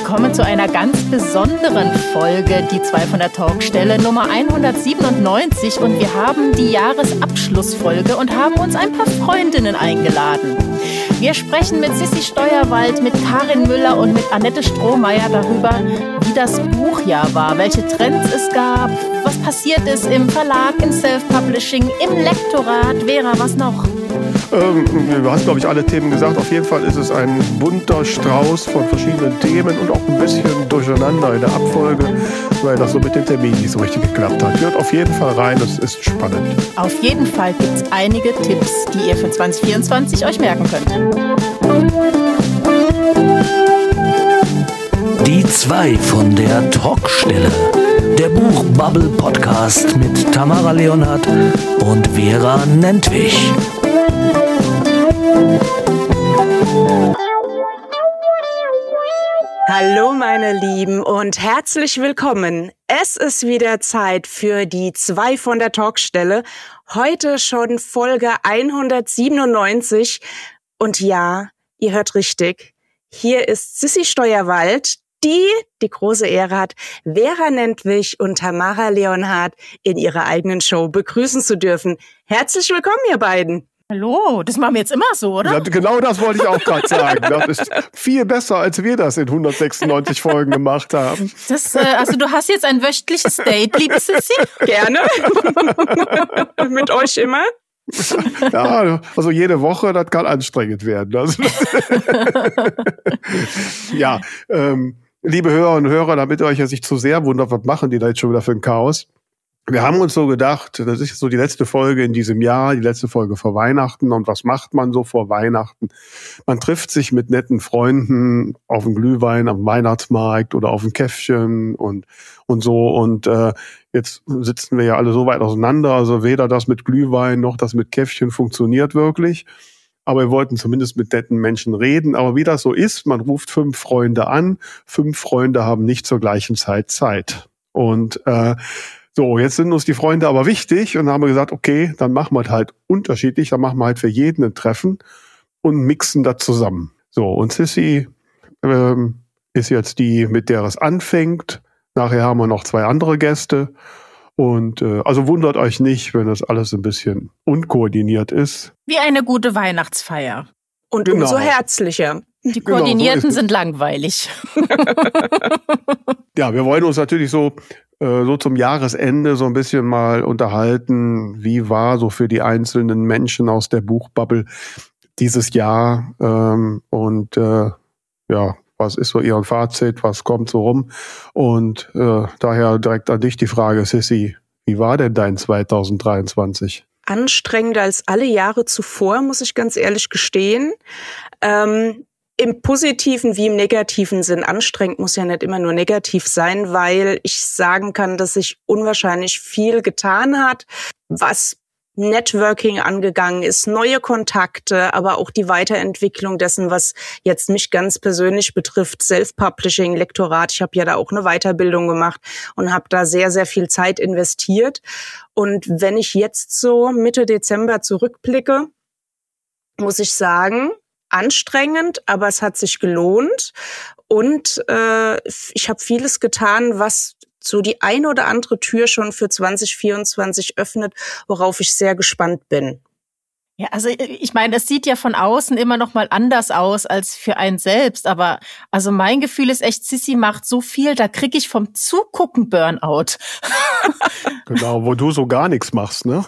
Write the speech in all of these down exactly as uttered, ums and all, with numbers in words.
willkommen zu einer ganz besonderen Folge, die zwei von der Talkstelle, Nummer hundertsiebenundneunzig. Und wir haben die Jahresabschlussfolge und haben uns ein paar Freundinnen eingeladen. Wir sprechen mit Sissi Steuerwald, mit Karin Müller und mit Annette Strohmeier darüber, wie das Buchjahr war, welche Trends es gab, was passiert ist im Verlag, im Self-Publishing, im Lektorat. Vera, was noch? Ähm, du hast, glaube ich, alle Themen gesagt. Auf jeden Fall ist es ein bunter Strauß von verschiedenen Themen und auch ein bisschen durcheinander in der Abfolge, weil das so mit den Terminen nicht so richtig geklappt hat. Hört auf jeden Fall rein, es ist spannend. Auf jeden Fall gibt es einige Tipps, die ihr für zwanzig vierundzwanzig euch merken könnt. Die zwei von der Talkstelle. Der Buchbubble-Podcast mit Tamara Leonhardt und Vera Nentwich. Hallo meine Lieben und herzlich willkommen. Es ist wieder Zeit für die zwei von der Talkstelle. Heute schon Folge hundertsiebenundneunzig. Und ja, ihr hört richtig. Hier ist Sissi Steuerwald, die die große Ehre hat, Vera Nentwich und Tamara Leonhardt in ihrer eigenen Show begrüßen zu dürfen. Herzlich willkommen, ihr beiden. Hallo, das machen wir jetzt immer so, oder? Ja, genau das wollte ich auch gerade sagen. Das ist viel besser, als wir das in hundertsechsundneunzig Folgen gemacht haben. Das, äh, also du hast jetzt ein wöchentliches Date, liebe Sissi? Gerne. Mit euch immer. Ja, also jede Woche, das kann anstrengend werden. Also ja, ähm, liebe Hörer und Hörer, damit ihr euch ja nicht zu sehr wundert, was machen die da jetzt schon wieder für ein Chaos? Wir haben uns so gedacht, das ist so die letzte Folge in diesem Jahr, die letzte Folge vor Weihnachten. Und was macht man so vor Weihnachten? Man trifft sich mit netten Freunden auf einen Glühwein am Weihnachtsmarkt oder auf ein Käffchen und und so. Und äh, jetzt sitzen wir ja alle so weit auseinander. Also weder das mit Glühwein noch das mit Käffchen funktioniert wirklich. Aber wir wollten zumindest mit netten Menschen reden. Aber wie das so ist, man ruft fünf Freunde an. Fünf Freunde haben nicht zur gleichen Zeit Zeit. Und äh, so, jetzt sind uns die Freunde aber wichtig und haben wir gesagt, okay, dann machen wir es halt unterschiedlich, dann machen wir halt für jeden ein Treffen und mixen das zusammen. So, und Sissi ähm, ist jetzt die, mit der es anfängt. Nachher haben wir noch zwei andere Gäste. Und äh, also wundert euch nicht, wenn das alles ein bisschen unkoordiniert ist. Wie eine gute Weihnachtsfeier. Und Genau. umso herzlicher. Die Koordinierten genau, so sind langweilig. Ja, wir wollen uns natürlich so so zum Jahresende so ein bisschen mal unterhalten, wie war so für die einzelnen Menschen aus der Buchbubble dieses Jahr ähm, und äh, ja, was ist so ihr Fazit, was kommt so rum und äh, daher direkt an dich die Frage, Sissi, wie war denn dein zweitausenddreiundzwanzig? Anstrengender als alle Jahre zuvor, muss ich ganz ehrlich gestehen. Ähm, Im positiven wie im negativen Sinn. Anstrengend muss ja nicht immer nur negativ sein, weil ich sagen kann, dass sich unwahrscheinlich viel getan hat, was Networking angegangen ist, neue Kontakte, aber auch die Weiterentwicklung dessen, was jetzt mich ganz persönlich betrifft, Self-Publishing, Lektorat. Ich habe ja da auch eine Weiterbildung gemacht und habe da sehr, sehr viel Zeit investiert. Und wenn ich jetzt so Mitte Dezember zurückblicke, muss ich sagen, anstrengend, aber es hat sich gelohnt und äh, ich habe vieles getan, was so die eine oder andere Tür schon für zwanzig vierundzwanzig öffnet, worauf ich sehr gespannt bin. Ja, also ich meine, es sieht ja von außen immer noch mal anders aus als für einen selbst, aber also mein Gefühl ist echt, Sissi macht so viel, da kriege ich vom Zugucken Burnout. Genau, wo du so gar nichts machst, ne?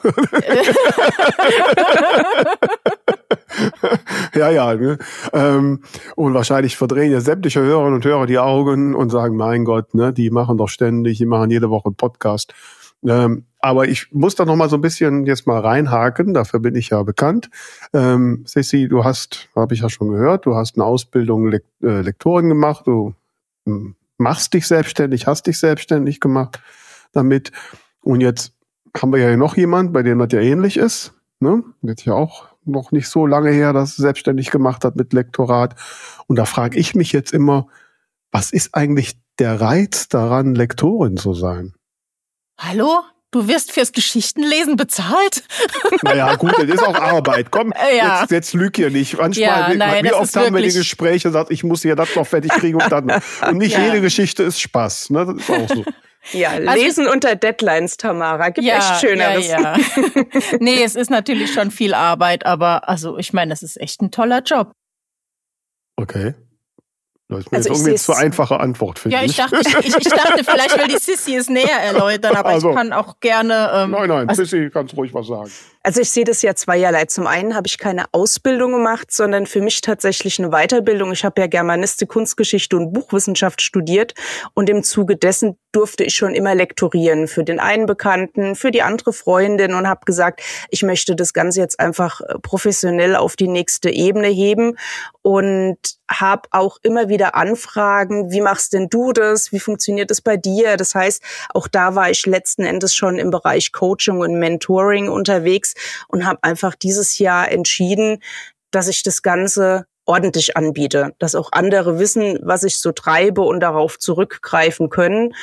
Ja, ja. Ne? Ähm, und wahrscheinlich verdrehen ja sämtliche Hörerinnen und Hörer die Augen und sagen, mein Gott, ne, die machen doch ständig, die machen jede Woche einen Podcast. Ähm, aber ich muss da noch mal so ein bisschen jetzt mal reinhaken, dafür bin ich ja bekannt. Ähm, Sissi, du hast, habe ich ja schon gehört, du hast eine Ausbildung Lekt- äh, Lektorin gemacht, du m- machst dich selbstständig, hast dich selbstständig gemacht damit. Und jetzt haben wir ja noch jemand, bei dem das ja ähnlich ist, ne? Jetzt ja auch noch nicht so lange her, dass er selbstständig gemacht hat mit Lektorat. Und da frage ich mich jetzt immer, was ist eigentlich der Reiz daran, Lektorin zu sein? Hallo? Du wirst fürs Geschichtenlesen bezahlt? Naja, gut, das ist auch Arbeit. Komm, ja. jetzt, jetzt lüg hier nicht. Manchmal, ja, wie, nein, wie oft haben wir die wirklich... Gespräche, sagt, ich muss hier das noch fertig kriegen und dann. Und nicht ja. jede Geschichte ist Spaß. Ne? Das ist auch so. Ja, lesen also, unter Deadlines, Tamara. Gibt ja, echt Schöneres. Ja, ja. Nee, es ist natürlich schon viel Arbeit, aber also ich meine, es ist echt ein toller Job. Okay. Das ist mir also jetzt irgendwie eine zu einfache Antwort, finde ich. Ja, ich dachte, ich, ich, ich dachte, vielleicht will die Sissi es näher erläutern, aber also, ich kann auch gerne... Ähm, nein, nein, also, Sissi, kannst ruhig was sagen. Also ich sehe das ja zweierlei. Zum einen habe ich keine Ausbildung gemacht, sondern für mich tatsächlich eine Weiterbildung. Ich habe ja Germanistik, Kunstgeschichte und Buchwissenschaft studiert und im Zuge dessen durfte ich schon immer lektorieren für den einen Bekannten, für die andere Freundin und habe gesagt, ich möchte das Ganze jetzt einfach professionell auf die nächste Ebene heben und habe auch immer wieder Anfragen, wie machst denn du das, wie funktioniert das bei dir? Das heißt, auch da war ich letzten Endes schon im Bereich Coaching und Mentoring unterwegs und habe einfach dieses Jahr entschieden, dass ich das Ganze ordentlich anbiete, dass auch andere wissen, was ich so treibe und darauf zurückgreifen können.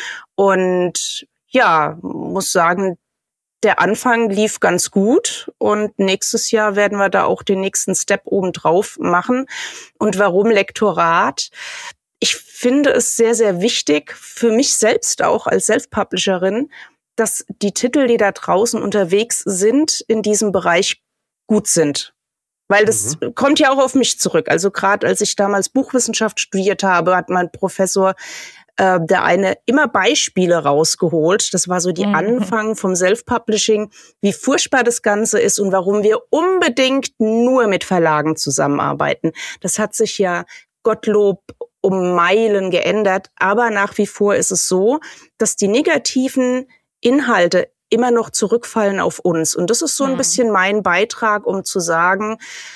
Und ja, muss sagen, der Anfang lief ganz gut und nächstes Jahr werden wir da auch den nächsten Step obendrauf machen. Und warum Lektorat? Ich finde es sehr, sehr wichtig, für mich selbst auch als Self-Publisherin, dass die Titel, die da draußen unterwegs sind, in diesem Bereich gut sind. Weil das mhm. kommt ja auch auf mich zurück. Also gerade als ich damals Buchwissenschaft studiert habe, hat mein Professor äh, der eine immer Beispiele rausgeholt. Das war so die mhm. Anfang vom Self-Publishing, wie furchtbar das Ganze ist und warum wir unbedingt nur mit Verlagen zusammenarbeiten. Das hat sich ja Gottlob um Meilen geändert. Aber nach wie vor ist es so, dass die negativen Inhalte immer noch zurückfallen auf uns. Und das ist so ein mhm. bisschen mein Beitrag, um zu sagen,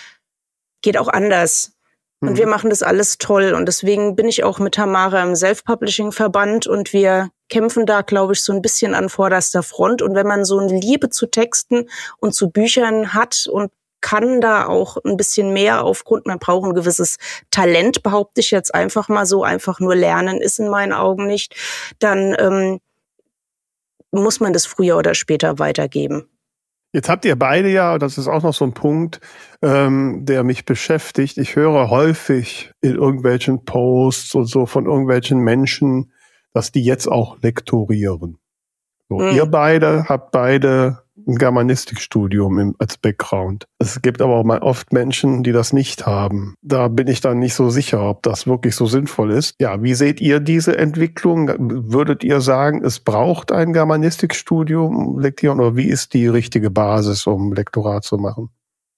geht auch anders. Mhm. Und wir machen das alles toll. Und deswegen bin ich auch mit Tamara im Self-Publishing-Verband und wir kämpfen da, glaube ich, so ein bisschen an vorderster Front. Und wenn man so eine Liebe zu Texten und zu Büchern hat und kann da auch ein bisschen mehr aufgrund, man braucht ein gewisses Talent, behaupte ich jetzt einfach mal so, einfach nur lernen ist in meinen Augen nicht, dann ähm, muss man das früher oder später weitergeben. Jetzt habt ihr beide ja, das ist auch noch so ein Punkt, ähm, der mich beschäftigt. Ich höre häufig in irgendwelchen Posts und so von irgendwelchen Menschen, dass die jetzt auch lektorieren. So, mhm. Ihr beide habt beide ein Germanistikstudium im, als Background. Es gibt aber auch mal oft Menschen, die das nicht haben. Da bin ich dann nicht so sicher, ob das wirklich so sinnvoll ist. Ja, wie seht ihr diese Entwicklung? Würdet ihr sagen, es braucht ein Germanistikstudium, Lektieren, oder wie ist die richtige Basis, um Lektorat zu machen?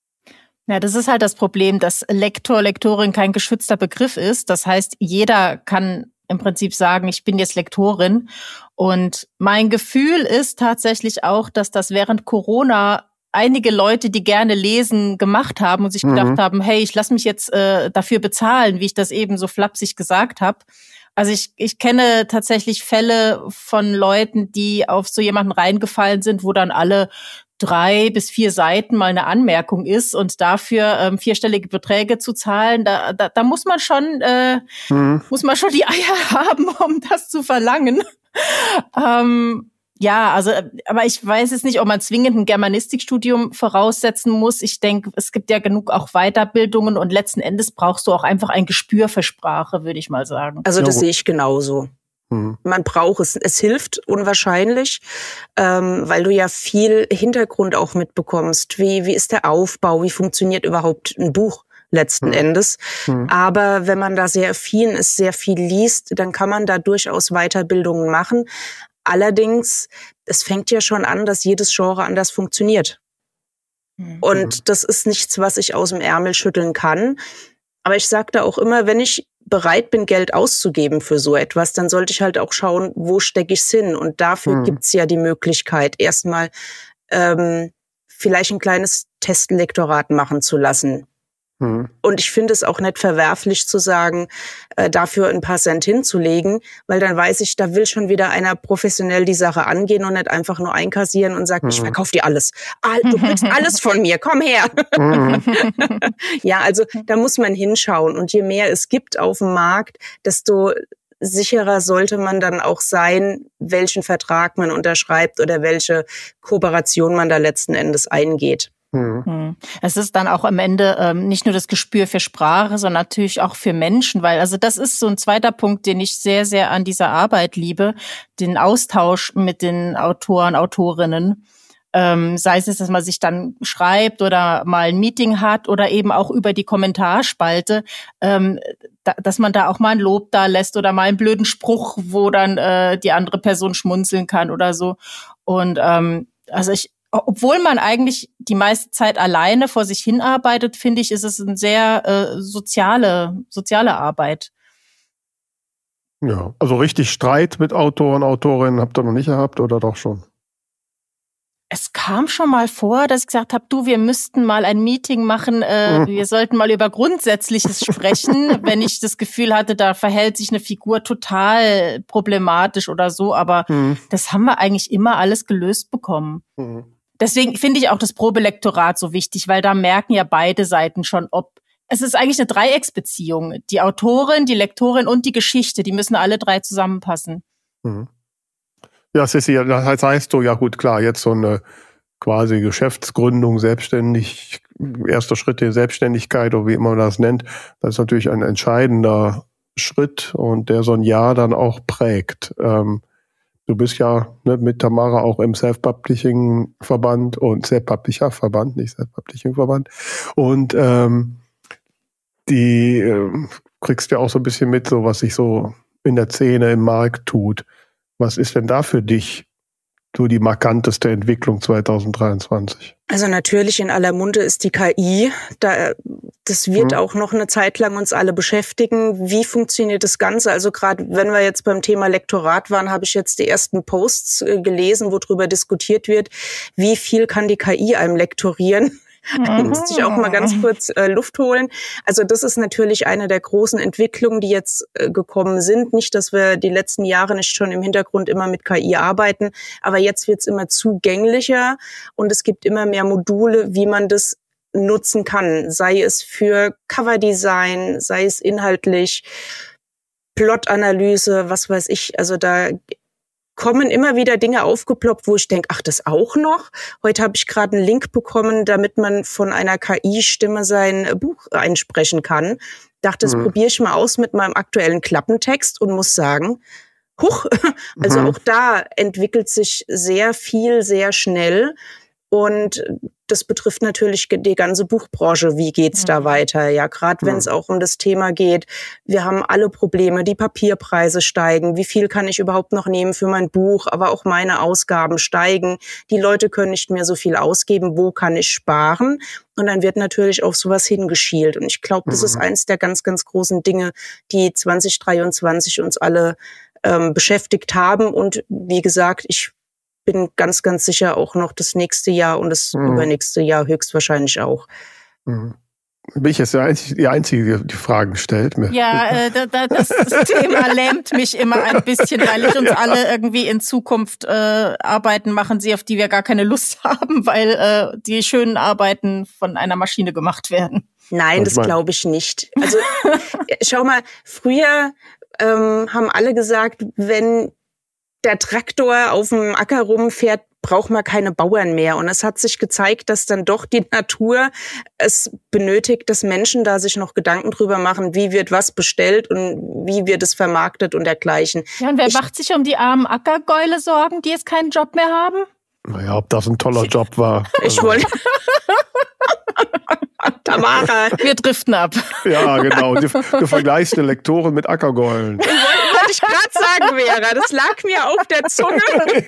Ja, das ist halt das Problem, dass Lektor, Lektorin kein geschützter Begriff ist. Das heißt, jeder kann im Prinzip sagen, ich bin jetzt Lektorin. Und mein Gefühl ist tatsächlich auch, dass das während Corona einige Leute, die gerne lesen, gemacht haben und sich mhm. gedacht haben, hey, ich lasse mich jetzt äh, dafür bezahlen, wie ich das eben so flapsig gesagt habe. Also ich, ich kenne tatsächlich Fälle von Leuten, die auf so jemanden reingefallen sind, wo dann alle drei bis vier Seiten mal eine Anmerkung ist und dafür ähm, vierstellige Beträge zu zahlen, da, da, da muss man schon, äh, mhm. muss man schon die Eier haben, um das zu verlangen. ähm, ja, also, aber ich weiß jetzt nicht, ob man zwingend ein Germanistikstudium voraussetzen muss. Ich denke, es gibt ja genug auch Weiterbildungen und letzten Endes brauchst du auch einfach ein Gespür für Sprache, würde ich mal sagen. Also das ja. sehe ich genauso. Mhm. Man braucht es. Es hilft unwahrscheinlich, ähm, weil du ja viel Hintergrund auch mitbekommst. Wie, wie ist der Aufbau? Wie funktioniert überhaupt ein Buch letzten mhm. Endes? Mhm. Aber wenn man da sehr affin ist, sehr viel liest, dann kann man da durchaus Weiterbildungen machen. Allerdings, es fängt ja schon an, dass jedes Genre anders funktioniert. Mhm. Und das ist nichts, was ich aus dem Ärmel schütteln kann. Aber ich sage da auch immer, wenn ich bereit bin, Geld auszugeben für so etwas, dann sollte ich halt auch schauen, wo stecke ich's hin. Und dafür mhm. gibt's ja die Möglichkeit, erstmal ähm, vielleicht ein kleines Testlektorat machen zu lassen. Mhm. Und ich finde es auch nicht verwerflich zu sagen, äh, dafür ein paar Cent hinzulegen, weil dann weiß ich, da will schon wieder einer professionell die Sache angehen und nicht einfach nur einkassieren und sagt, mhm. ich verkaufe dir alles. Ah, du kriegst alles von mir, komm her. Mhm. Ja, also da muss man hinschauen. Und je mehr es gibt auf dem Markt, desto sicherer sollte man dann auch sein, welchen Vertrag man unterschreibt oder welche Kooperation man da letzten Endes eingeht. Mhm. Es ist dann auch am Ende ähm, nicht nur das Gespür für Sprache, sondern natürlich auch für Menschen, weil also das ist so ein zweiter Punkt, den ich sehr, sehr an dieser Arbeit liebe, den Austausch mit den Autoren, Autorinnen. Ähm, sei es, dass man sich dann schreibt oder mal ein Meeting hat oder eben auch über die Kommentarspalte, ähm, da, dass man da auch mal ein Lob da lässt oder mal einen blöden Spruch, wo dann äh, die andere Person schmunzeln kann oder so. Und ähm, also ich obwohl man eigentlich die meiste Zeit alleine vor sich hinarbeitet, finde ich, ist es eine sehr äh, soziale, soziale Arbeit. Ja, also richtig Streit mit Autoren, Autorinnen habt ihr noch nicht gehabt oder doch schon? Es kam schon mal vor, dass ich gesagt habe, du, wir müssten mal ein Meeting machen, äh, mhm. wir sollten mal über Grundsätzliches sprechen, wenn ich das Gefühl hatte, da verhält sich eine Figur total problematisch oder so, aber mhm. das haben wir eigentlich immer alles gelöst bekommen. Mhm. Deswegen finde ich auch das Probelektorat so wichtig, weil da merken ja beide Seiten schon, ob es ist eigentlich eine Dreiecksbeziehung. Die Autorin, die Lektorin und die Geschichte, die müssen alle drei zusammenpassen. Mhm. Ja, Sissi, das heißt du, ja gut, klar, jetzt so eine quasi Geschäftsgründung, selbstständig, erster Schritt der Selbstständigkeit oder wie immer man das nennt, das ist natürlich ein entscheidender Schritt und der so ein Jahr dann auch prägt. Ähm, Du bist ja ne, mit Tamara auch im Self-Publishing-Verband und Self-Publisher-Verband, nicht Self-Publishing-Verband. Und ähm, die äh, kriegst ja auch so ein bisschen mit, so was sich so in der Szene, im Markt tut. Was ist denn da für dich so die markanteste Entwicklung zwanzig dreiundzwanzig? Also natürlich in aller Munde ist die K I. Da, das wird mhm. auch noch eine Zeit lang uns alle beschäftigen. Wie funktioniert das Ganze? Also gerade wenn wir jetzt beim Thema Lektorat waren, habe ich jetzt die ersten Posts äh, gelesen, wo drüber diskutiert wird, wie viel kann die K I einem lektorieren? Da musste ich auch mal ganz kurz äh, Luft holen. Also das ist natürlich eine der großen Entwicklungen, die jetzt äh, gekommen sind. Nicht, dass wir die letzten Jahre nicht schon im Hintergrund immer mit K I arbeiten, aber jetzt wird's immer zugänglicher und es gibt immer mehr Module, wie man das nutzen kann. Sei es für Coverdesign, sei es inhaltlich, Plotanalyse, was weiß ich. Also da kommen immer wieder Dinge aufgeploppt, wo ich denke, ach, das auch noch? Heute habe ich gerade einen Link bekommen, damit man von einer K I-Stimme sein Buch einsprechen kann. Dachte, das mhm. probiere ich mal aus mit meinem aktuellen Klappentext und muss sagen, huch, also mhm. auch da entwickelt sich sehr viel, sehr schnell. Und das betrifft natürlich die ganze Buchbranche. Wie geht's mhm. da weiter? Ja, gerade wenn es mhm. auch um das Thema geht. Wir haben alle Probleme. Die Papierpreise steigen. Wie viel kann ich überhaupt noch nehmen für mein Buch? Aber auch meine Ausgaben steigen. Die Leute können nicht mehr so viel ausgeben. Wo kann ich sparen? Und dann wird natürlich auf sowas hingeschielt. Und ich glaube, das mhm. ist eins der ganz, ganz großen Dinge, die zwanzig dreiundzwanzig uns alle ähm, beschäftigt haben. Und wie gesagt, ich bin ganz, ganz sicher auch noch das nächste Jahr und das mhm. übernächste Jahr höchstwahrscheinlich auch. Mhm. Bin ich jetzt die Einzige, die, Einzige, die Fragen stellt? Mir. Ja, äh, da, da, das, das Thema lähmt mich immer ein bisschen, weil ich uns alle irgendwie in Zukunft äh, Arbeiten machen sehe, auf die wir gar keine Lust haben, weil äh, die schönen Arbeiten von einer Maschine gemacht werden. Nein, das glaube ich nicht. Also schau mal, früher ähm, haben alle gesagt, wenn der Traktor auf dem Acker rumfährt, braucht man keine Bauern mehr. Und es hat sich gezeigt, dass dann doch die Natur es benötigt, dass Menschen da sich noch Gedanken drüber machen, wie wird was bestellt und wie wird es vermarktet und dergleichen. Ja, und wer ich, macht sich um die armen Ackergäule Sorgen, die jetzt keinen Job mehr haben? Naja, ob das ein toller Job war. Ich wollte... Tamara. Wir driften ab. Ja, genau. Du, du vergleichst eine Lektorin mit Ackergäulen. Wollte wollt ich gerade sagen, Vera. Das lag mir auf der Zunge.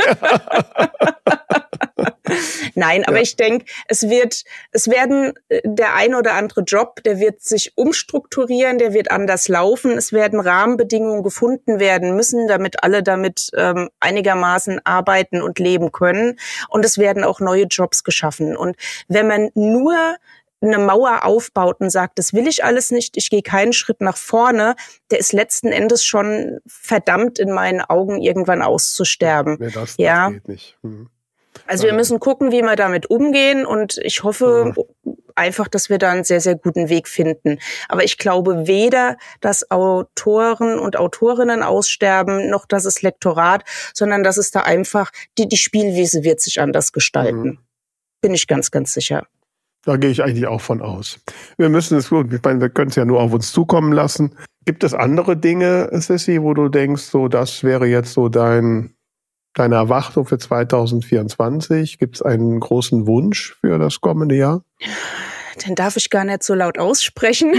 Ja. Nein, aber ja. ich denke, es wird, es werden der ein oder andere Job, der wird sich umstrukturieren, der wird anders laufen. Es werden Rahmenbedingungen gefunden werden müssen, damit alle damit ähm, einigermaßen arbeiten und leben können. Und es werden auch neue Jobs geschaffen. Und wenn man nur eine Mauer aufbaut und sagt, das will ich alles nicht, ich gehe keinen Schritt nach vorne, der ist letzten Endes schon verdammt in meinen Augen irgendwann auszusterben. Nee, das, ja. das geht nicht. Hm. Also wir müssen gucken, wie wir damit umgehen und ich hoffe, einfach, dass wir da einen sehr, sehr guten Weg finden. Aber ich glaube weder, dass Autoren und Autorinnen aussterben, noch dass es Lektorat, sondern dass es da einfach, die, die Spielwiese wird sich anders gestalten. Mhm. Bin ich ganz, ganz sicher. Da gehe ich eigentlich auch von aus. Wir müssen es gut, ich meine, wir können es ja nur auf uns zukommen lassen. Gibt es andere Dinge, Sissi, wo du denkst, so das wäre jetzt so dein, deine Erwartung für zwanzig vierundzwanzig? Gibt es einen großen Wunsch für das kommende Jahr? Den darf ich gar nicht so laut aussprechen.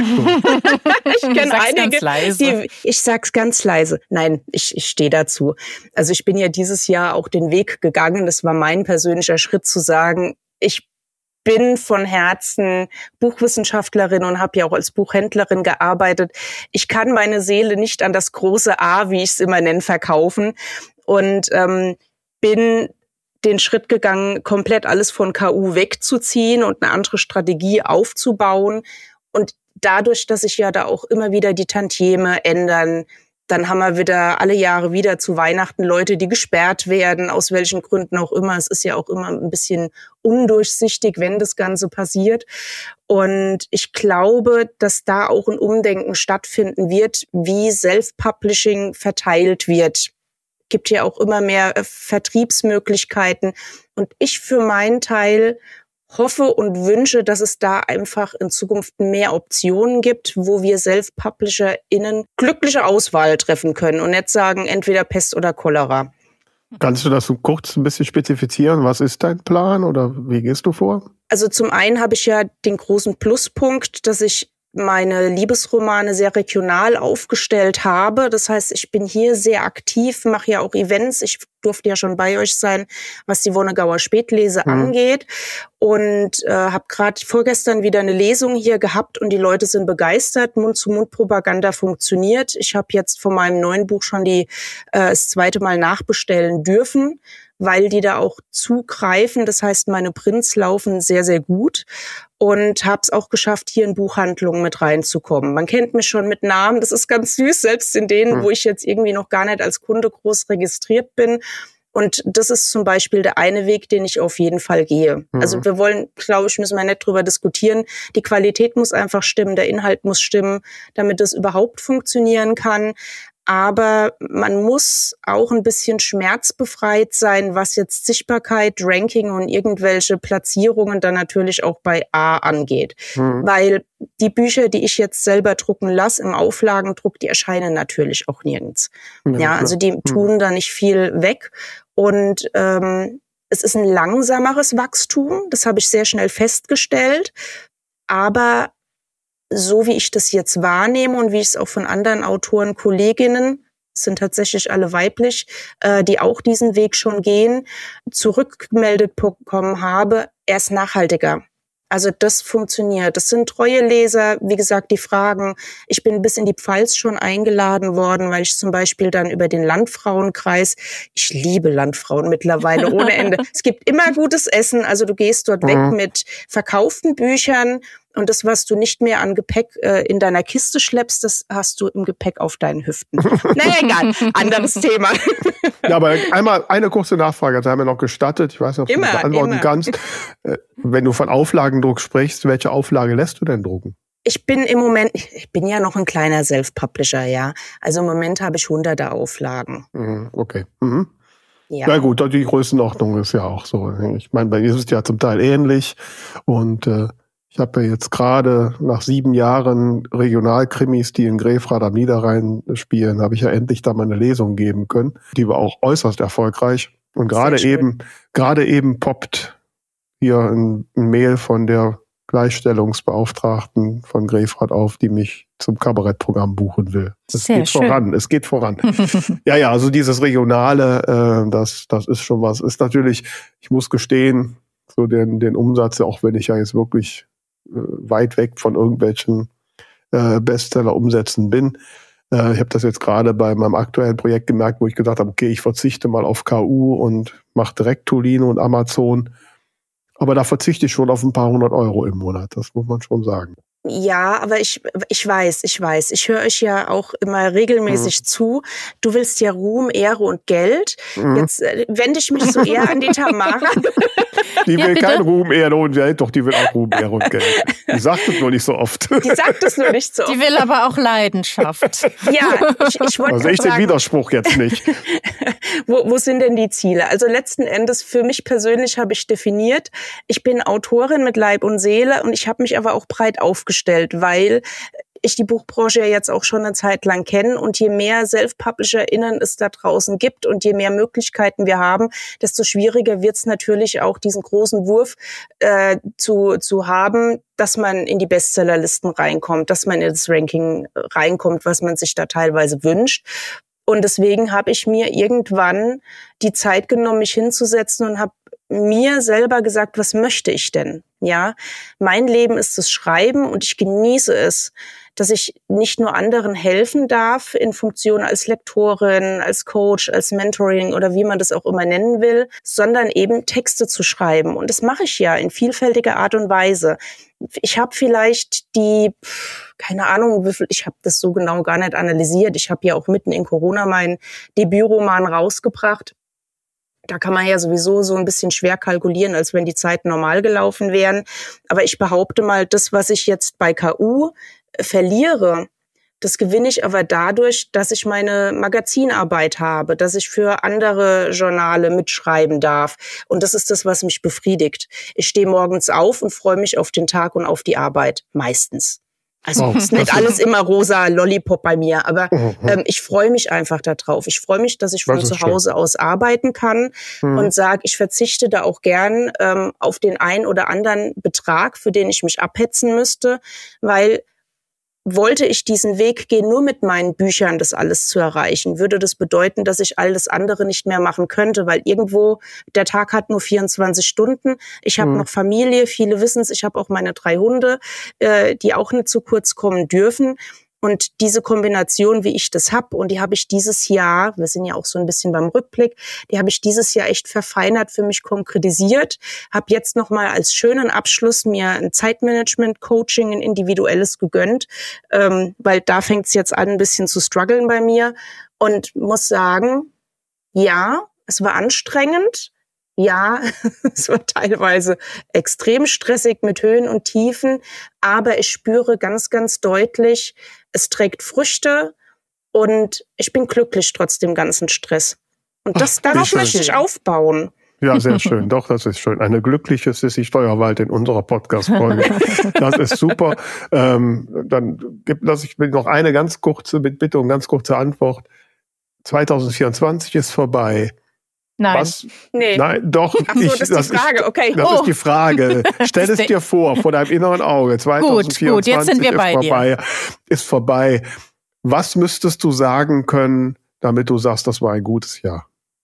Ich kenne einige, ganz leise. Die, ich sag's ganz leise. Nein, ich, ich stehe dazu. Also ich bin ja dieses Jahr auch den Weg gegangen. Das war mein persönlicher Schritt zu sagen, ich bin von Herzen Buchwissenschaftlerin und habe ja auch als Buchhändlerin gearbeitet. Ich kann meine Seele nicht an das große A, wie ich es immer nenne, verkaufen und ähm, bin den Schritt gegangen, komplett alles von K U wegzuziehen und eine andere Strategie aufzubauen. Und dadurch, dass sich ja da auch immer wieder die Tantieme ändern, dann haben wir wieder alle Jahre wieder zu Weihnachten Leute, die gesperrt werden, aus welchen Gründen auch immer. Es ist ja auch immer ein bisschen undurchsichtig, wenn das Ganze passiert. Und ich glaube, dass da auch ein Umdenken stattfinden wird, wie Self-Publishing verteilt wird. Gibt ja auch immer mehr Vertriebsmöglichkeiten. Und ich für meinen Teil hoffe und wünsche, dass es da einfach in Zukunft mehr Optionen gibt, wo wir Self-PublisherInnen glückliche Auswahl treffen können und nicht sagen, entweder Pest oder Cholera. Kannst du das so kurz ein bisschen spezifizieren? Was ist dein Plan oder wie gehst du vor? Also zum einen habe ich ja den großen Pluspunkt, dass ich meine Liebesromane sehr regional aufgestellt habe. Das heißt, ich bin hier sehr aktiv, mache ja auch Events. Ich durfte ja schon bei euch sein, was die Wonnegauer Spätlese mhm. angeht. Und äh, habe gerade vorgestern wieder eine Lesung hier gehabt und die Leute sind begeistert. Mund-zu-Mund-Propaganda funktioniert. Ich habe jetzt von meinem neuen Buch schon die äh, das zweite Mal nachbestellen dürfen, weil die da auch zugreifen. Das heißt, meine Prints laufen sehr, sehr gut und habe es auch geschafft, hier in Buchhandlungen mit reinzukommen. Man kennt mich schon mit Namen, das ist ganz süß, selbst in denen, hm. wo ich jetzt irgendwie noch gar nicht als Kunde groß registriert bin. Und das ist zum Beispiel der eine Weg, den ich auf jeden Fall gehe. Mhm. Also wir wollen, glaube ich, müssen wir nicht drüber diskutieren. Die Qualität muss einfach stimmen, der Inhalt muss stimmen, damit das überhaupt funktionieren kann. Aber man muss auch ein bisschen schmerzbefreit sein, was jetzt Sichtbarkeit, Ranking und irgendwelche Platzierungen dann natürlich auch bei A angeht. Mhm. Weil die Bücher, die ich jetzt selber drucken lasse im Auflagendruck, die erscheinen natürlich auch nirgends. Ja, ja also die mhm. tun da nicht viel weg. Und ähm, es ist ein langsameres Wachstum, das habe ich sehr schnell festgestellt. Aber so wie ich das jetzt wahrnehme und wie ich es auch von anderen Autoren, Kolleginnen, sind tatsächlich alle weiblich, äh, die auch diesen Weg schon gehen, zurückgemeldet bekommen habe, erst nachhaltiger. Also das funktioniert. Das sind treue Leser, wie gesagt, die fragen. Ich bin bis in die Pfalz schon eingeladen worden, weil ich zum Beispiel dann über den Landfrauenkreis, ich liebe Landfrauen mittlerweile ohne Ende. Es gibt immer gutes Essen, also du gehst dort mhm. weg mit verkauften Büchern. Und das, was du nicht mehr an Gepäck äh, in deiner Kiste schleppst, das hast du im Gepäck auf deinen Hüften. Naja, egal. Anderes Thema. Ja, aber einmal eine kurze Nachfrage, das haben wir noch gestattet. Ich weiß nicht, ob immer, du das beantworten immer. kannst. Wenn du von Auflagendruck sprichst, welche Auflage lässt du denn drucken? Ich bin im Moment, ich bin ja noch ein kleiner Self-Publisher, ja. Also im Moment habe ich hunderte Auflagen. Mhm, okay. Mhm. Ja. Na gut, die Größenordnung ist ja auch so. Ich meine, bei ihr ist es ja zum Teil ähnlich und äh, ich habe ja jetzt gerade nach sieben Jahren Regionalkrimis, die in Grefrath am Niederrhein spielen, habe ich ja endlich da mal eine Lesung geben können. Die war auch äußerst erfolgreich. Und gerade eben, gerade eben poppt hier ein, ein Mail von der Gleichstellungsbeauftragten von Grefrath auf, die mich zum Kabarettprogramm buchen will. Es Sehr geht schön. voran, es geht voran. ja, ja, also dieses Regionale, äh, das, das ist schon was. Ist natürlich, ich muss gestehen, so den, den Umsatz, auch wenn ich ja jetzt wirklich weit weg von irgendwelchen äh, Bestseller-Umsätzen bin. Äh, ich habe das jetzt gerade bei meinem aktuellen Projekt gemerkt, wo ich gesagt habe, okay, ich verzichte mal auf K U und mache direkt Tolino und Amazon. Aber da verzichte ich schon auf ein paar hundert Euro im Monat, das muss man schon sagen. Ja, aber ich ich weiß, ich weiß. Ich höre euch ja auch immer regelmäßig mhm. zu. Du willst ja Ruhm, Ehre und Geld. Mhm. Jetzt äh, wende ich mich so eher an die Tamara. Die Ja, will bitte? kein Ruhm, Ehre und Geld, doch die will auch Ruhm, Ehre und Geld. Die sagt es nur nicht so oft. Die sagt es nur nicht so. Die will aber auch Leidenschaft. Ja, ich, ich wollte Also ich den sagen, Widerspruch jetzt nicht. wo, wo sind denn die Ziele? Also letzten Endes, für mich persönlich habe ich definiert, ich bin Autorin mit Leib und Seele und ich habe mich aber auch breit aufgestellt, weil ich die Buchbranche ja jetzt auch schon eine Zeit lang kenne und je mehr SelfpublisherInnen es da draußen gibt und je mehr Möglichkeiten wir haben, desto schwieriger wird es natürlich auch, diesen großen Wurf äh, zu, zu haben, dass man in die Bestsellerlisten reinkommt, dass man in das Ranking reinkommt, was man sich da teilweise wünscht. Und deswegen habe ich mir irgendwann die Zeit genommen, mich hinzusetzen und habe mir selber gesagt, was möchte ich denn? Ja, mein Leben ist das Schreiben und ich genieße es, dass ich nicht nur anderen helfen darf in Funktion als Lektorin, als Coach, als Mentoring oder wie man das auch immer nennen will, sondern eben Texte zu schreiben. Und das mache ich ja in vielfältiger Art und Weise. Ich habe vielleicht die, keine Ahnung, wie viel, ich habe das so genau gar nicht analysiert. Ich habe ja auch mitten in Corona meinen Debütroman rausgebracht. Da kann man ja sowieso so ein bisschen schwer kalkulieren, als wenn die Zeiten normal gelaufen wären. Aber ich behaupte mal, das, was ich jetzt bei K U verliere, das gewinne ich aber dadurch, dass ich meine Magazinarbeit habe, dass ich für andere Journale mitschreiben darf. Und das ist das, was mich befriedigt. Ich stehe morgens auf und freue mich auf den Tag und auf die Arbeit. Meistens. Also Oh, ist nicht alles immer rosa Lollipop bei mir, aber ähm, ich freue mich einfach darauf. Ich freue mich, dass ich von Das ist zu Hause aus arbeiten kann Mhm. und sage, ich verzichte da auch gern ähm, auf den ein oder anderen Betrag, für den ich mich abhetzen müsste, weil wollte ich diesen Weg gehen, nur mit meinen Büchern das alles zu erreichen, würde das bedeuten, dass ich alles andere nicht mehr machen könnte, weil irgendwo, der Tag hat nur vierundzwanzig Stunden. Ich habe Mhm. noch Familie, viele wissen es, ich habe auch meine drei Hunde, äh, die auch nicht zu kurz kommen dürfen. Und diese Kombination, wie ich das hab, und die habe ich dieses Jahr, wir sind ja auch so ein bisschen beim Rückblick, die habe ich dieses Jahr echt verfeinert, für mich konkretisiert, habe jetzt nochmal als schönen Abschluss mir ein Zeitmanagement-Coaching, ein individuelles gegönnt, ähm, weil da fängt es jetzt an, ein bisschen zu strugglen bei mir und muss sagen, ja, es war anstrengend. Ja, es war teilweise extrem stressig mit Höhen und Tiefen, aber ich spüre ganz, ganz deutlich, es trägt Früchte und ich bin glücklich trotz dem ganzen Stress. Und das, Ach, wie darauf schön. möchte ich aufbauen. Ja, sehr schön. Doch, das ist schön. Eine glückliche Sissi Steuerwald in unserer Podcast-Folge. Das ist super. Ähm, dann gibt, lasse ich mir noch eine ganz kurze Bitte und ganz kurze Antwort. zwanzig vierundzwanzig ist vorbei. Nein. Was? Nee. Nein, doch. Ach so, das ist die Frage, okay. Das Oh. ist die Frage. Stell es dir vor, vor deinem inneren Auge. zwanzig vierundzwanzig gut, jetzt sind wir ist bei dir. vorbei. Ist vorbei. Was müsstest du sagen können, damit du sagst, das war ein gutes Jahr?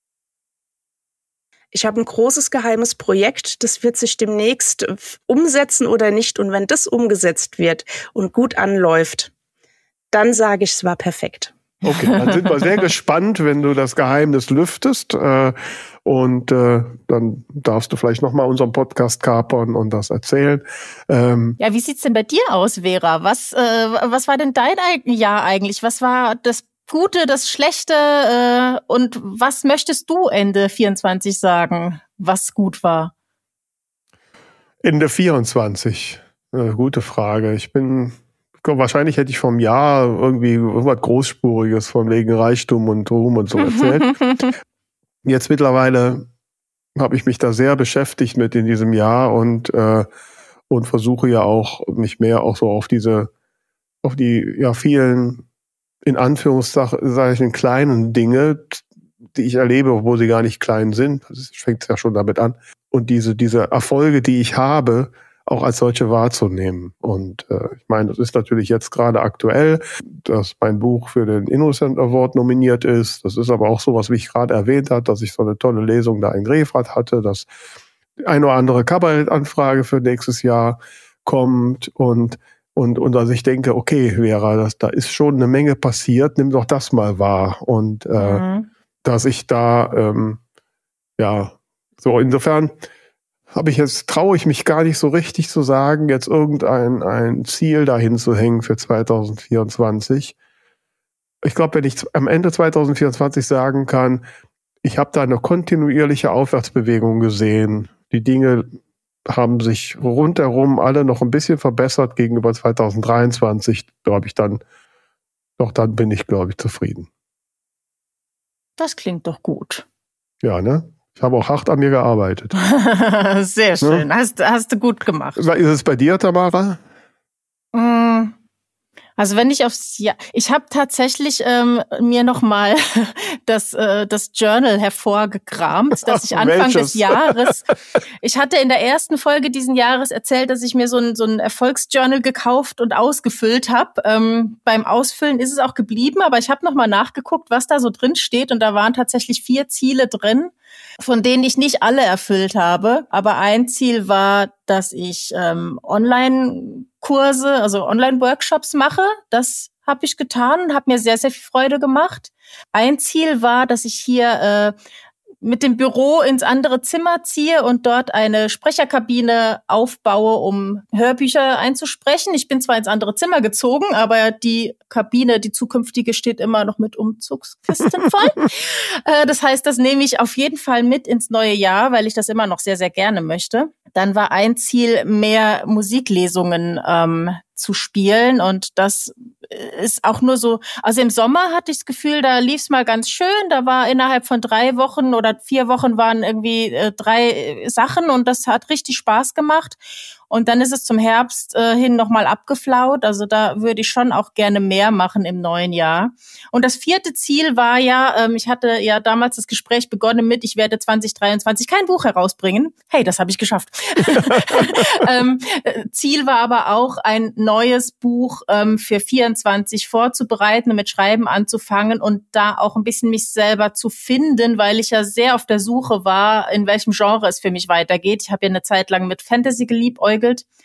Ich habe ein großes geheimes Projekt, das wird sich demnächst umsetzen oder nicht. Und wenn das umgesetzt wird und gut anläuft, dann sage ich, es war perfekt. Okay, dann sind wir sehr gespannt, wenn du das Geheimnis lüftest. Äh, und äh, dann darfst du vielleicht nochmal unseren Podcast kapern und das erzählen. Ähm, Ja, wie sieht's denn bei dir aus, Vera? Was, äh, was war denn dein eig- Jahr eigentlich? Was war das Gute, das Schlechte? Äh, und was möchtest du Ende vierundzwanzig sagen, was gut war? Ende vierundzwanzig. Äh, gute Frage. Ich bin, wahrscheinlich hätte ich vom Jahr irgendwie irgendwas Großspuriges von wegen Reichtum und Ruhm und so erzählt. Jetzt mittlerweile habe ich mich da sehr beschäftigt mit in diesem Jahr und äh, und versuche ja auch mich mehr auch so auf diese auf die ja vielen in Anführungszeichen kleinen Dinge, die ich erlebe, obwohl sie gar nicht klein sind. Das fängt ja schon damit an. Und diese diese Erfolge, die ich habe, auch als solche wahrzunehmen. Und äh, ich meine, das ist natürlich jetzt gerade aktuell, dass mein Buch für den Innocent Award nominiert ist. Das ist aber auch sowas, wie ich gerade erwähnt habe, dass ich so eine tolle Lesung da in Grefrath hatte, dass eine oder andere Kabarettanfrage für nächstes Jahr kommt und und und dass ich denke, okay, Vera, das, da ist schon eine Menge passiert, nimm doch das mal wahr. Und äh, Mhm. dass ich da ähm, ja so insofern habe ich jetzt, traue ich mich gar nicht so richtig zu sagen, jetzt irgendein ein Ziel dahin zu hängen für zwanzig vierundzwanzig. Ich glaube, wenn ich am Ende zwanzig vierundzwanzig sagen kann, ich habe da eine kontinuierliche Aufwärtsbewegung gesehen, Die Dinge haben sich rundherum alle noch ein bisschen verbessert gegenüber zwanzig dreiundzwanzig, glaube ich dann. Doch dann bin ich, glaube ich, zufrieden. Das klingt doch gut. Ja, ne? Ich habe auch hart an mir gearbeitet. Sehr schön. Ja? Hast, hast du gut gemacht. Ist es bei dir, Tamara? Mm. Also wenn ich aufs Jahr, ich habe tatsächlich ähm, mir nochmal das äh, das Journal hervorgekramt, dass ich Anfang Welches? des Jahres, ich hatte in der ersten Folge diesen Jahres erzählt, dass ich mir so ein so ein Erfolgsjournal gekauft und ausgefüllt habe. Ähm, beim Ausfüllen ist es auch geblieben, aber ich habe nochmal nachgeguckt, was da so drin steht, und da waren tatsächlich vier Ziele drin, von denen ich nicht alle erfüllt habe. Aber ein Ziel war, dass ich ähm, Online-Kurse, also Online-Workshops mache. Das habe ich getan und habe mir sehr, sehr viel Freude gemacht. Ein Ziel war, dass ich hier äh, mit dem Büro ins andere Zimmer ziehe und dort eine Sprecherkabine aufbaue, um Hörbücher einzusprechen. Ich bin zwar ins andere Zimmer gezogen, aber die Kabine, die zukünftige, steht immer noch mit Umzugskisten voll. äh, das heißt, das nehme ich auf jeden Fall mit ins neue Jahr, weil ich das immer noch sehr, sehr gerne möchte. Dann war ein Ziel, mehr Musiklesungen ähm, zu spielen, und das ist auch nur so, also im Sommer hatte ich das Gefühl, da lief's mal ganz schön, da war innerhalb von drei Wochen oder vier Wochen waren irgendwie äh, drei Sachen, und das hat richtig Spaß gemacht. Und dann ist es zum Herbst äh, hin nochmal abgeflaut. Also da würde ich schon auch gerne mehr machen im neuen Jahr. Und das vierte Ziel war ja, ähm, ich hatte ja damals das Gespräch begonnen mit, ich werde zwanzig dreiundzwanzig kein Buch herausbringen. Hey, das habe ich geschafft. ähm, Ziel war aber auch, ein neues Buch ähm, für vierundzwanzig vorzubereiten und mit Schreiben anzufangen und da auch ein bisschen mich selber zu finden, weil ich ja sehr auf der Suche war, in welchem Genre es für mich weitergeht. Ich habe ja eine Zeit lang mit Fantasy geliebäugelt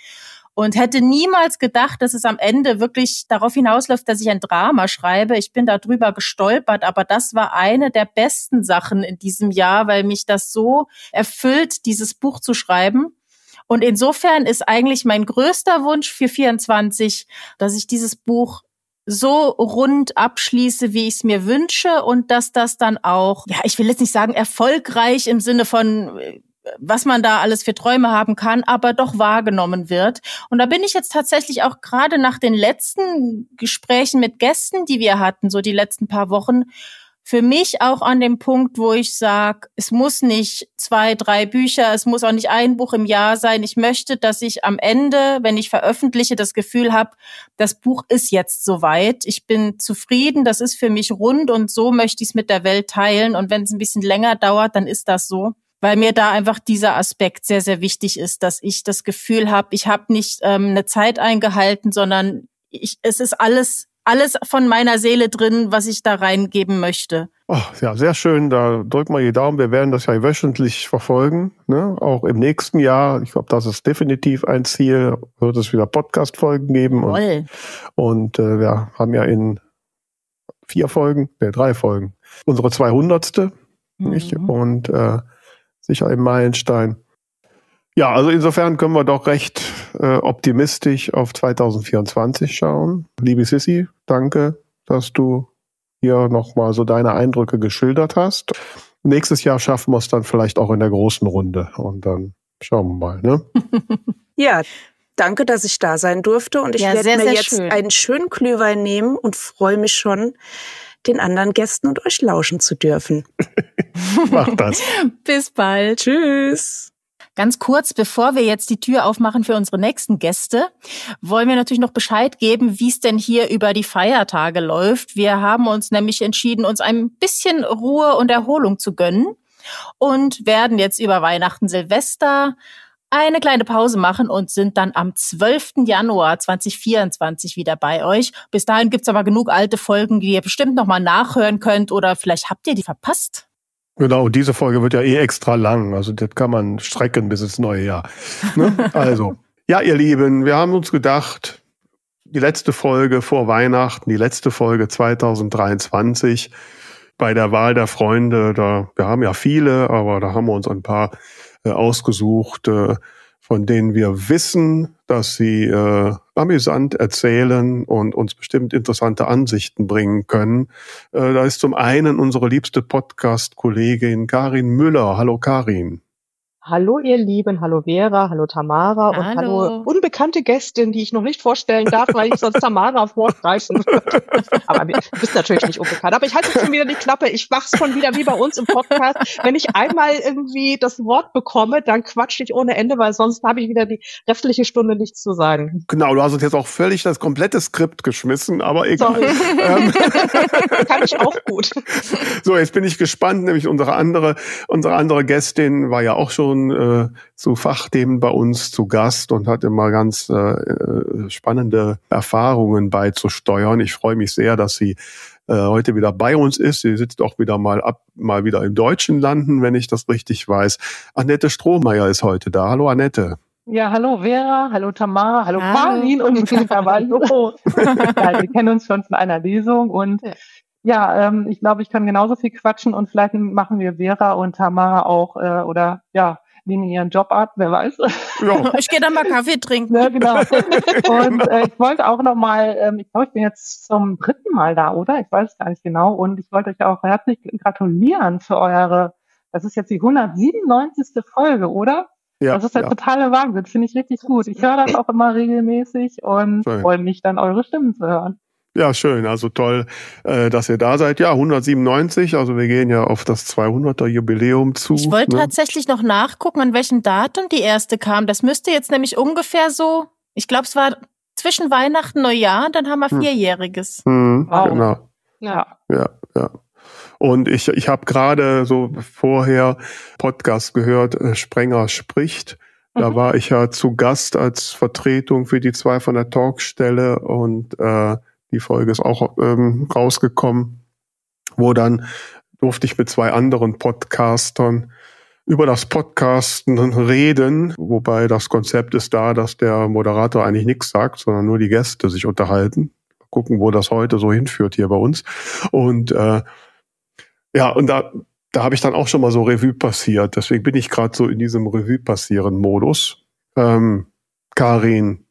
und hätte niemals gedacht, dass es am Ende wirklich darauf hinausläuft, dass ich ein Drama schreibe. Ich bin da drüber gestolpert, aber das war eine der besten Sachen in diesem Jahr, weil mich das so erfüllt, dieses Buch zu schreiben. Und insofern ist eigentlich mein größter Wunsch für vierundzwanzig, dass ich dieses Buch so rund abschließe, wie ich es mir wünsche, und dass das dann auch, ja, ich will jetzt nicht sagen erfolgreich im Sinne von, was man da alles für Träume haben kann, aber doch wahrgenommen wird. Und da bin ich jetzt tatsächlich auch gerade nach den letzten Gesprächen mit Gästen, die wir hatten, so die letzten paar Wochen, für mich auch an dem Punkt, wo ich sage, es muss nicht zwei, drei Bücher, es muss auch nicht ein Buch im Jahr sein. Ich möchte, dass ich am Ende, wenn ich veröffentliche, das Gefühl habe, das Buch ist jetzt soweit. Ich bin zufrieden, das ist für mich rund, und so möchte ich es mit der Welt teilen. Und wenn es ein bisschen länger dauert, dann ist das so. Weil mir da einfach dieser Aspekt sehr, sehr wichtig ist, dass ich das Gefühl habe, ich habe nicht ähm, eine Zeit eingehalten, sondern ich, es ist alles alles von meiner Seele drin, was ich da reingeben möchte. Oh, ja, sehr schön. Da drücken wir die Daumen. Wir werden das ja wöchentlich verfolgen, ne? Auch im nächsten Jahr. Ich glaube, das ist definitiv ein Ziel. Wird es wieder Podcast-Folgen geben. Toll. Und, und äh, wir haben ja in vier Folgen, ne, drei Folgen, unsere zweihundertste. Mhm. Nicht? Und äh, sicher ein Meilenstein. Ja, also insofern können wir doch recht äh, optimistisch auf zwanzig vierundzwanzig schauen. Liebe Sissi, danke, dass du hier nochmal so deine Eindrücke geschildert hast. Nächstes Jahr schaffen wir es dann vielleicht auch in der großen Runde, und dann schauen wir mal, ne? Ja, danke, dass ich da sein durfte, und ich ja, werde sehr, mir sehr jetzt schön. einen schönen Glühwein nehmen und freue mich schon, den anderen Gästen und euch lauschen zu dürfen. Mach das. Bis bald. Tschüss. Ganz kurz, bevor wir jetzt die Tür aufmachen für unsere nächsten Gäste, wollen wir natürlich noch Bescheid geben, wie es denn hier über die Feiertage läuft. Wir haben uns nämlich entschieden, uns ein bisschen Ruhe und Erholung zu gönnen und werden jetzt über Weihnachten, Silvester eine kleine Pause machen und sind dann am zwölften Januar zweitausendvierundzwanzig wieder bei euch. Bis dahin gibt's aber genug alte Folgen, die ihr bestimmt nochmal nachhören könnt, oder vielleicht habt ihr die verpasst. Genau, diese Folge wird ja eh extra lang. Also das kann man strecken bis ins neue Jahr. Ne? Also, ja, ihr Lieben, wir haben uns gedacht, die letzte Folge vor Weihnachten, die letzte Folge zwanzig dreiundzwanzig, bei der Wahl der Freunde, da, wir haben ja viele, aber da haben wir uns ein paar äh, ausgesucht, äh, von denen wir wissen, dass sie äh, amüsant erzählen und uns bestimmt interessante Ansichten bringen können. Äh, da ist zum einen unsere liebste Podcast-Kollegin Karin Müller. Hallo Karin. Hallo ihr Lieben, hallo Vera, hallo Tamara und Hallo. hallo unbekannte Gästin, die ich noch nicht vorstellen darf, weil ich sonst Tamara vorgreifen würde. Aber wir bist natürlich nicht unbekannt. Aber ich halte jetzt schon wieder die Klappe. Ich mach's schon wieder wie bei uns im Podcast. Wenn ich einmal irgendwie das Wort bekomme, dann quatsche ich ohne Ende, weil sonst habe ich wieder die restliche Stunde nichts zu sagen. Genau, du hast uns jetzt auch völlig das komplette Skript geschmissen, aber egal. Sorry. Ähm, Kann ich auch gut. So, jetzt bin ich gespannt, nämlich unsere andere, unsere andere Gästin war ja auch schon äh, zu Fachthemen bei uns zu Gast und hat immer ganz äh, spannende Erfahrungen beizusteuern. Ich freue mich sehr, dass sie äh, heute wieder bei uns ist. Sie sitzt auch wieder mal ab, mal wieder im deutschen Landen, wenn ich das richtig weiß. Annette Strohmeier ist heute da. Hallo Annette. Ja, hallo Vera, hallo Tamara, hallo, Hallo. Karin und hallo. Ja, wir kennen uns schon von einer Lesung und Ja. ja, ähm, ich glaube, ich kann genauso viel quatschen und vielleicht machen wir Vera und Tamara auch äh, oder ja, nehmen ihren Job ab, wer weiß. Ja. Ich gehe dann mal Kaffee trinken. Ja, genau. Und äh, ich wollte auch nochmal, ähm, ich glaube, ich bin jetzt zum dritten Mal da, oder? Ich weiß es gar nicht genau. Und ich wollte euch auch herzlich gratulieren für eure, das ist jetzt die hundertsiebenundneunzigste Folge, oder? Ja, Das ist der ja. totale Wahnsinn, finde ich richtig gut. Ich höre das auch immer regelmäßig und Schön. freue mich dann, eure Stimmen zu hören. Ja, schön. Also toll, äh, dass ihr da seid. Ja, hundertsiebenundneunzig. Also wir gehen ja auf das zweihunderter Jubiläum zu. Ich wollte ne? tatsächlich noch nachgucken, an welchem Datum die erste kam. Das müsste jetzt nämlich ungefähr so, ich glaube, es war zwischen Weihnachten und Neujahr, dann haben wir Hm. Vierjähriges. Hm, Wow. Genau. Ja. Ja, ja. Und ich, ich habe gerade so vorher Podcast gehört, äh, Sprenger spricht. Da Mhm. war ich ja zu Gast als Vertretung für die zwei von der Talkstelle und äh, die Folge ist auch ähm, rausgekommen, wo dann durfte ich mit zwei anderen Podcastern über das Podcasten reden, wobei das Konzept ist da, dass der Moderator eigentlich nichts sagt, sondern nur die Gäste sich unterhalten. Gucken, wo das heute so hinführt hier bei uns. Und äh, ja, und da, da habe ich dann auch schon mal so Revue passiert. Deswegen bin ich gerade so in diesem Revue-Passieren-Modus. Ähm, Karin,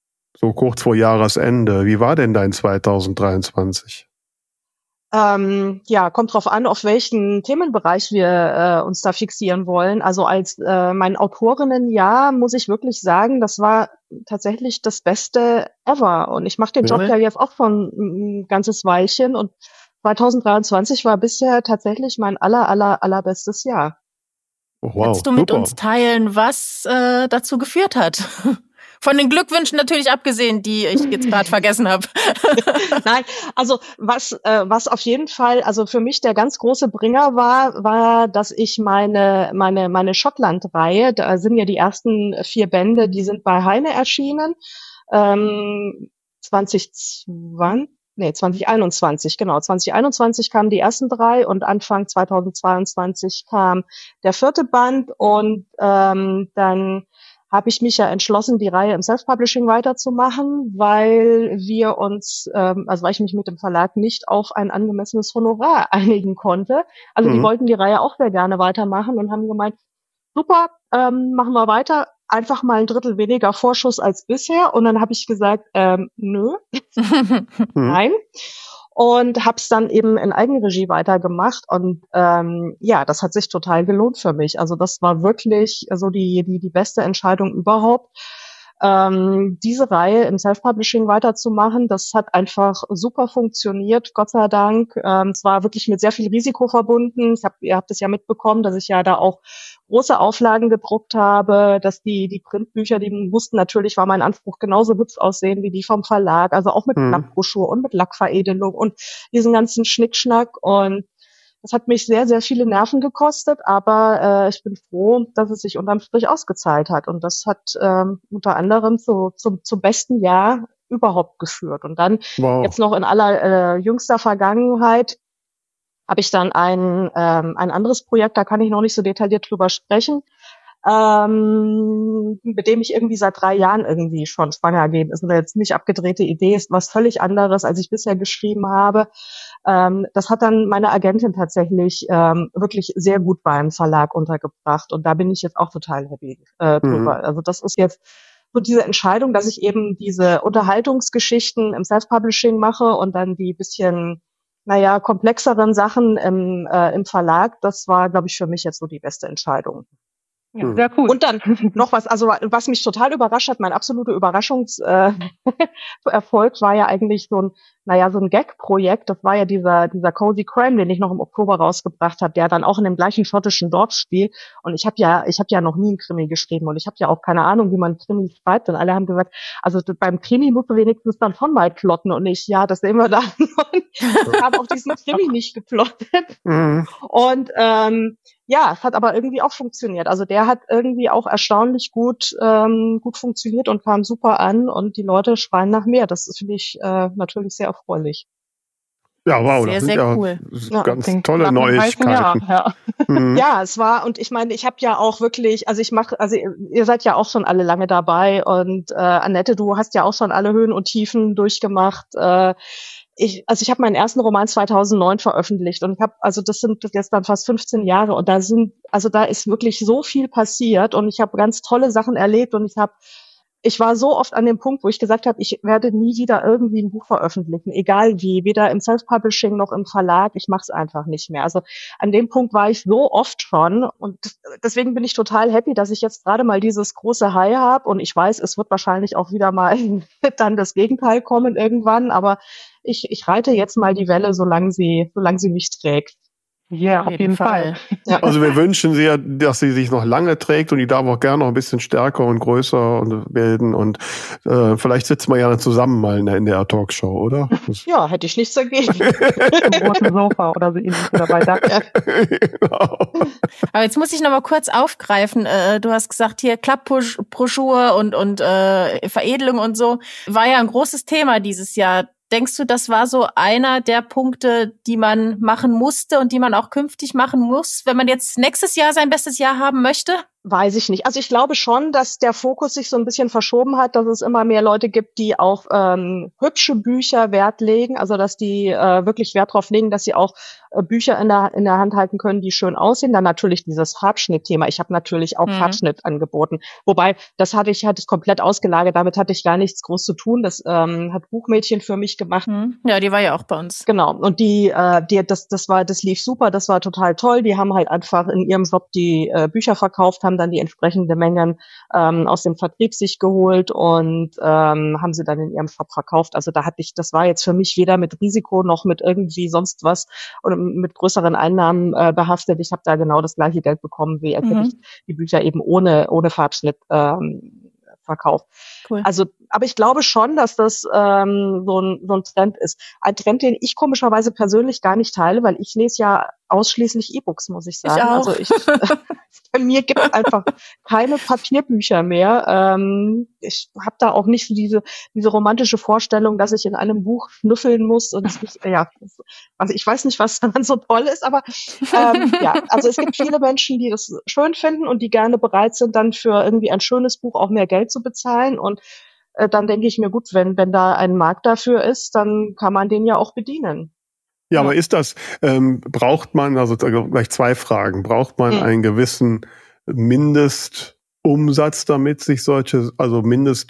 so kurz vor Jahresende, wie war denn dein zweitausenddreiundzwanzig? Ähm, ja, kommt drauf an, auf welchen Themenbereich wir äh, uns da fixieren wollen. Also als äh, mein Autorinnenjahr muss ich wirklich sagen, das war tatsächlich das Beste ever. Und ich mache den Job Cool. ja jetzt auch schon ein ganzes Weilchen. Und zweitausenddreiundzwanzig war bisher tatsächlich mein aller, aller, allerbestes Jahr. Oh, wow, Kannst du mit super. uns teilen, was äh, dazu geführt hat? Von den Glückwünschen natürlich abgesehen, die ich jetzt gerade vergessen habe. Nein, also was äh, was auf jeden Fall, also für mich der ganz große Bringer war, war, dass ich meine meine meine Schottland-Reihe, da sind ja die ersten vier Bände, die sind bei Heine erschienen, ähm, zwanzig zwanzig, nee zwanzig einundzwanzig, genau zwanzig einundzwanzig kamen die ersten drei und Anfang zweitausendzweiundzwanzig kam der vierte Band und ähm, dann habe ich mich ja entschlossen, die Reihe im Self-Publishing weiterzumachen, weil wir uns, ähm, also weil ich mich mit dem Verlag nicht auf ein angemessenes Honorar einigen konnte. Also die Mhm. wollten die Reihe auch sehr gerne weitermachen und haben gemeint, super, ähm, machen wir weiter, einfach mal ein Drittel weniger Vorschuss als bisher. Und dann habe ich gesagt, ähm, nö, Mhm. nein. Und habe es dann eben in Eigenregie weitergemacht und ähm, ja, das hat sich total gelohnt für mich. Also das war wirklich so die die die beste Entscheidung überhaupt, ähm, diese Reihe im Self-Publishing weiterzumachen. Das hat einfach super funktioniert, Gott sei Dank. Ähm, es war wirklich mit sehr viel Risiko verbunden. Ich hab, ihr habt es ja mitbekommen, dass ich ja da auch große Auflagen gedruckt habe, dass die die Printbücher, die mussten natürlich, war mein Anspruch, genauso hübsch aussehen wie die vom Verlag, also auch mit Mhm. Lackbroschur und mit Lackveredelung und diesen ganzen Schnickschnack und das hat mich sehr, sehr viele Nerven gekostet, aber äh, ich bin froh, dass es sich unterm Strich ausgezahlt hat und das hat ähm, unter anderem zu, zum, zum besten Jahr überhaupt geführt und dann Wow. jetzt noch in aller äh, jüngster Vergangenheit habe ich dann ein, ähm, ein anderes Projekt, da kann ich noch nicht so detailliert drüber sprechen, ähm, mit dem ich irgendwie seit drei Jahren irgendwie schon schwanger gehe. Das ist eine jetzt nicht abgedrehte Idee, ist was völlig anderes, als ich bisher geschrieben habe. Ähm, das hat dann meine Agentin tatsächlich ähm, wirklich sehr gut beim Verlag untergebracht und da bin ich jetzt auch total happy äh, drüber. Mhm. Also das ist jetzt so diese Entscheidung, dass ich eben diese Unterhaltungsgeschichten im Self-Publishing mache und dann die bisschen naja, komplexeren Sachen im, äh, im Verlag, das war, glaube ich, für mich jetzt so die beste Entscheidung. Ja, sehr cool. Und dann noch was, also was mich total überrascht hat, mein absoluter Überraschungserfolg äh, war ja eigentlich so ein, naja, so ein Gag-Projekt. Das war ja dieser dieser Cozy Crime, den ich noch im Oktober rausgebracht habe, der dann auch in dem gleichen schottischen Dorf spielt. Und ich habe ja, ich habe ja noch nie einen Krimi geschrieben und ich habe ja auch keine Ahnung, wie man Krimi schreibt. Und alle haben gesagt, also beim Krimi musst du wenigstens dann schon mal plotten. Und ich, ja, das sehen wir dann. Und ich habe auch diesen Krimi nicht geplottet. Mhm. Und ähm, ja, es hat aber irgendwie auch funktioniert. Also der hat irgendwie auch erstaunlich gut ähm, gut funktioniert und kam super an und die Leute schreien nach mehr. Das ist, finde ich, äh, natürlich sehr erfreulich. Ja, wow, Sehr, das sind sehr ja cool. Ja, ganz Klingt tolle nach einem heißen Jahr, Neuigkeiten. ja. Mhm. Ja, es war, und ich meine, ich habe ja auch wirklich, also ich mache, also ihr ihr seid ja auch schon alle lange dabei und äh, Annette, du hast ja auch schon alle Höhen und Tiefen durchgemacht. Äh, ich, also ich habe meinen ersten Roman zweitausendneun veröffentlicht und ich habe, also das sind jetzt dann fast fünfzehn Jahre und da sind, also da ist wirklich so viel passiert und ich habe ganz tolle Sachen erlebt und ich habe ich war so oft an dem Punkt, wo ich gesagt habe, ich werde nie wieder irgendwie ein Buch veröffentlichen, egal wie, weder im Self-Publishing noch im Verlag, ich mache es einfach nicht mehr. Also an dem Punkt war ich so oft schon und deswegen bin ich total happy, dass ich jetzt gerade mal dieses große High habe und ich weiß, es wird wahrscheinlich auch wieder mal dann das Gegenteil kommen irgendwann, aber ich, ich reite jetzt mal die Welle, solange sie, solange sie mich trägt. Ja, auf jeden Fall. Ja. Also wir wünschen sie ja, dass sie sich noch lange trägt und die darf auch gerne noch ein bisschen stärker und größer und werden und äh, vielleicht sitzen wir ja dann zusammen mal in der, in der Talkshow, oder? Das Ja, hätte ich nichts dagegen. Im großen Sofa oder so ähnlich oder bei Dach. genau. Aber jetzt muss ich noch mal kurz aufgreifen. Äh, du hast gesagt, hier Klappbroschur und, und äh, Veredelung und so. War ja ein großes Thema dieses Jahr. Denkst du, das war so einer der Punkte, die man machen musste und die man auch künftig machen muss, wenn man jetzt nächstes Jahr sein bestes Jahr haben möchte? Weiß ich nicht. Also ich glaube schon, dass der Fokus sich so ein bisschen verschoben hat, dass es immer mehr Leute gibt, die auf ähm, hübsche Bücher Wert legen, also dass die äh, wirklich Wert drauf legen, dass sie auch äh, Bücher in der in der Hand halten können, die schön aussehen. Dann natürlich dieses Farbschnittthema. Ich habe natürlich auch Mhm. Farbschnitt angeboten, wobei das hatte ich hatte ich komplett ausgelagert. Damit hatte ich gar nichts groß zu tun. Das ähm, hat Buchmädchen für mich gemacht. Hm. Ja, die war ja auch bei uns. Genau. Und die, äh, die, das, das war, das lief super, das war total toll. Die haben halt einfach in ihrem Job die äh, Bücher verkauft, haben dann die entsprechende Mengen ähm, aus dem Vertrieb sich geholt und ähm, haben sie dann in ihrem Shop verkauft. Also da hatte ich, das war jetzt für mich weder mit Risiko noch mit irgendwie sonst was oder mit größeren Einnahmen äh, behaftet. Ich habe da genau das gleiche Geld bekommen, wie als hätte ich Mhm. die Bücher eben ohne ohne Farbschnitt ähm, verkauft. Cool. Also, aber ich glaube schon, dass das ähm, so ein so ein Trend ist. Ein Trend, den ich komischerweise persönlich gar nicht teile, weil ich lese ja ausschließlich E-Books, muss ich sagen. Ich auch. Also ich bei mir gibt es einfach keine Papierbücher mehr. Ähm, ich habe da auch nicht so diese diese romantische Vorstellung, dass ich in einem Buch schnüffeln muss und es nicht, ja, also ich weiß nicht, was daran so toll ist, aber ähm, ja, also es gibt viele Menschen, die das schön finden und die gerne bereit sind, dann für irgendwie ein schönes Buch auch mehr Geld zu bezahlen und äh, dann denke ich mir, gut, wenn wenn da ein Markt dafür ist, dann kann man den ja auch bedienen. Ja, aber ist das, ähm, braucht man, also gleich zwei Fragen, braucht man Hm. einen gewissen Mindestumsatz, damit sich solche, also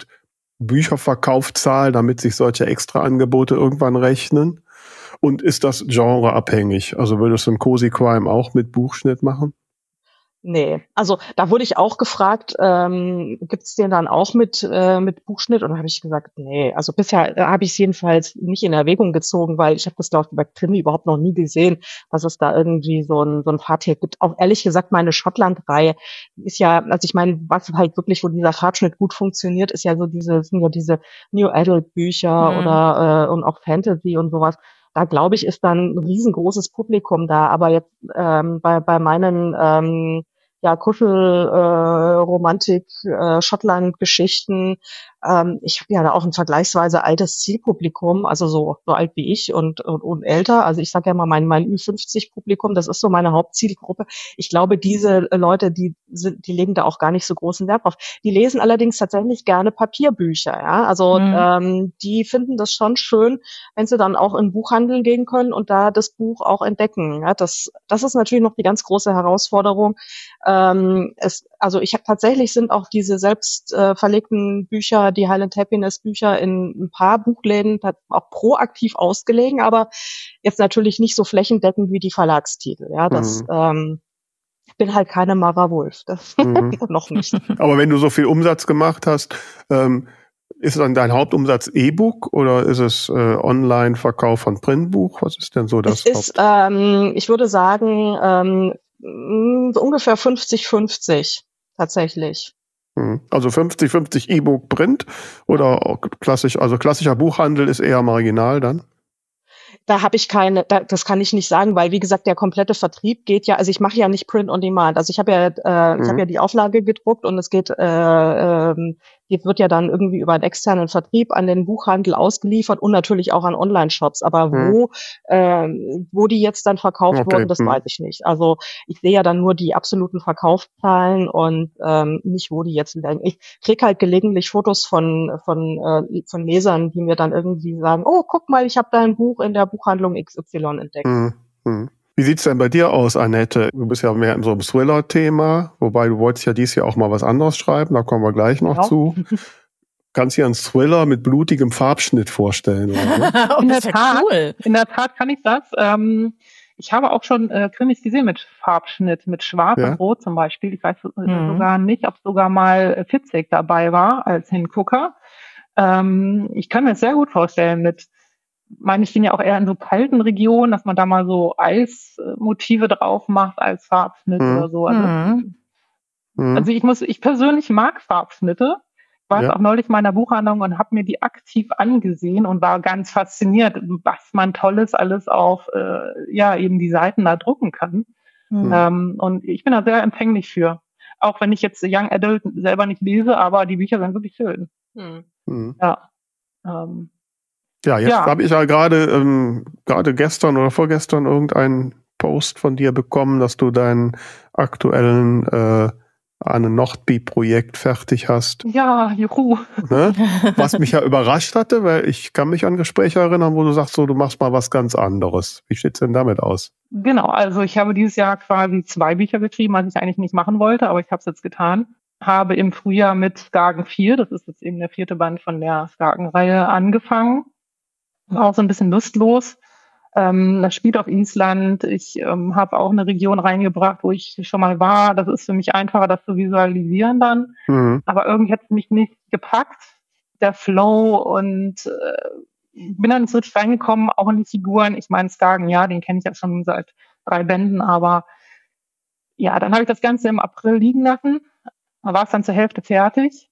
Mindestbücherverkaufszahl, damit sich solche Extraangebote irgendwann rechnen? Und ist das genreabhängig? Also würdest du ein Cozy Crime auch mit Buchschnitt machen? Nee, also da wurde ich auch gefragt, ähm, gibt's den dann auch mit äh, mit Buchschnitt? Und dann habe ich gesagt, nee, also bisher äh, habe ich es jedenfalls nicht in Erwägung gezogen, weil ich habe das, glaube ich, bei Krimi überhaupt noch nie gesehen, dass es da irgendwie so ein so ein Farbtier gibt. Auch ehrlich gesagt, meine Schottland-Reihe ist ja, also ich meine, was halt wirklich, wo dieser Farbschnitt gut funktioniert, ist ja so diese, sind ja diese New Adult Bücher Mhm. oder äh, und auch Fantasy und sowas. Da glaube ich, ist dann ein riesengroßes Publikum da. Aber jetzt ähm, bei bei meinen ähm, ja Kuschel, äh, Romantik, äh, Schottland-Geschichten. Ähm, ich habe ja da auch ein vergleichsweise altes Zielpublikum, also so so alt wie ich und und, und älter. Also ich sage ja mal mein mein Ü fünfzig Publikum, das ist so meine Hauptzielgruppe. Ich glaube, diese äh, Leute, die sind, die legen da auch gar nicht so großen Wert drauf. Die lesen allerdings tatsächlich gerne Papierbücher, ja. Also Mhm. ähm, die finden das schon schön, wenn sie dann auch in Buchhandel gehen können und da das Buch auch entdecken. Ja, das, das ist natürlich noch die ganz große Herausforderung. Ähm, es, also ich habe tatsächlich sind auch diese selbst äh, verlegten Bücher, die Highland Happiness Bücher in ein paar Buchläden auch proaktiv ausgelegen, aber jetzt natürlich nicht so flächendeckend wie die Verlagstitel. Ja, das Mhm. ähm, bin halt keine Mara Wolf. Das Mhm. noch nicht. Aber wenn du so viel Umsatz gemacht hast, ähm, ist dann dein Hauptumsatz E-Book oder ist es äh, Online-Verkauf von Printbuch? Was ist denn so das Es ist, ähm, ich würde sagen, ähm, mh, so ungefähr fünfzig fünfzig tatsächlich. Hm. Also fünfzig fünfzig E-Book Print oder auch klassisch, also klassischer Buchhandel ist eher marginal dann? Da habe ich keine, da, das kann ich nicht sagen, weil wie gesagt, der komplette Vertrieb geht ja, also ich mache ja nicht Print on Demand. Also ich habe ja, äh, Mhm. ich habe ja die Auflage gedruckt und es geht, äh, ähm, die wird ja dann irgendwie über einen externen Vertrieb an den Buchhandel ausgeliefert und natürlich auch an Online-Shops. Aber Mhm. wo, ähm, wo die jetzt dann verkauft Okay. wurden, das Mhm. weiß ich nicht. Also ich sehe ja dann nur die absoluten Verkaufszahlen und ähm, nicht, wo die jetzt liegen. Ich krieg halt gelegentlich Fotos von von äh, von Lesern, die mir dann irgendwie sagen, oh, guck mal, ich habe da ein Buch in der Buchhandlung X Y entdeckt. Mhm. Mhm. Wie sieht's denn bei dir aus, Annette? Du bist ja mehr in so einem Thriller-Thema, wobei du wolltest ja dieses Jahr auch mal was anderes schreiben, da kommen wir gleich noch Ja. zu. Kannst dir einen Thriller mit blutigem Farbschnitt vorstellen, oder? Oh, In das der ist ja Tat. cool. In der Tat kann ich das. Ähm, ich habe auch schon äh, Krimis gesehen mit Farbschnitt, mit Schwarz Ja? und Rot zum Beispiel. Ich weiß äh, Mhm. sogar nicht, ob sogar mal äh, Fitzek dabei war als Hingucker. Ähm, ich kann mir das sehr gut vorstellen mit, meine, ich bin ja auch eher in so kalten Regionen, dass man da mal so Eismotive drauf macht als Farbschnitt Mhm. oder so. Also, Mhm. Mhm. also ich muss, ich persönlich mag Farbschnitte. Ich war Ja. jetzt auch neulich mal in der Buchhandlung und habe mir die aktiv angesehen und war ganz fasziniert, was man Tolles alles auf äh, ja eben die Seiten da drucken kann. Mhm. Ähm, und ich bin da sehr empfänglich für. Auch wenn ich jetzt Young Adult selber nicht lese, aber die Bücher sind wirklich schön. Hm. Mhm. Ja. Ähm, Ja, jetzt Ja. habe ich ja gerade ähm, gerade gestern oder vorgestern irgendeinen Post von dir bekommen, dass du deinen aktuellen äh, Arne Nordby-Projekt fertig hast. ja, juhu. Ne? Was mich ja überrascht hatte, weil ich kann mich an Gespräche erinnern, wo du sagst, so, du machst mal was ganz anderes. Wie sieht's denn damit aus? Genau, also ich habe dieses Jahr quasi zwei Bücher geschrieben, was ich eigentlich nicht machen wollte, aber ich habe es jetzt getan. Habe im Frühjahr mit Skagen vier, das ist jetzt eben der vierte Band von der Skagen-Reihe, angefangen. War auch so ein bisschen lustlos. Ähm, das spielt auf Island. Ich ähm, habe auch eine Region reingebracht, wo ich schon mal war. Das ist für mich einfacher, das zu visualisieren dann. Mhm. Aber irgendwie hat es mich nicht gepackt, der Flow, und äh, bin dann nicht so richtig reingekommen, auch in die Figuren. Ich meine, Skagen, ja, den kenne ich ja schon seit drei Bänden, aber ja, dann habe ich das Ganze im April liegen lassen. Da war es dann zur Hälfte fertig.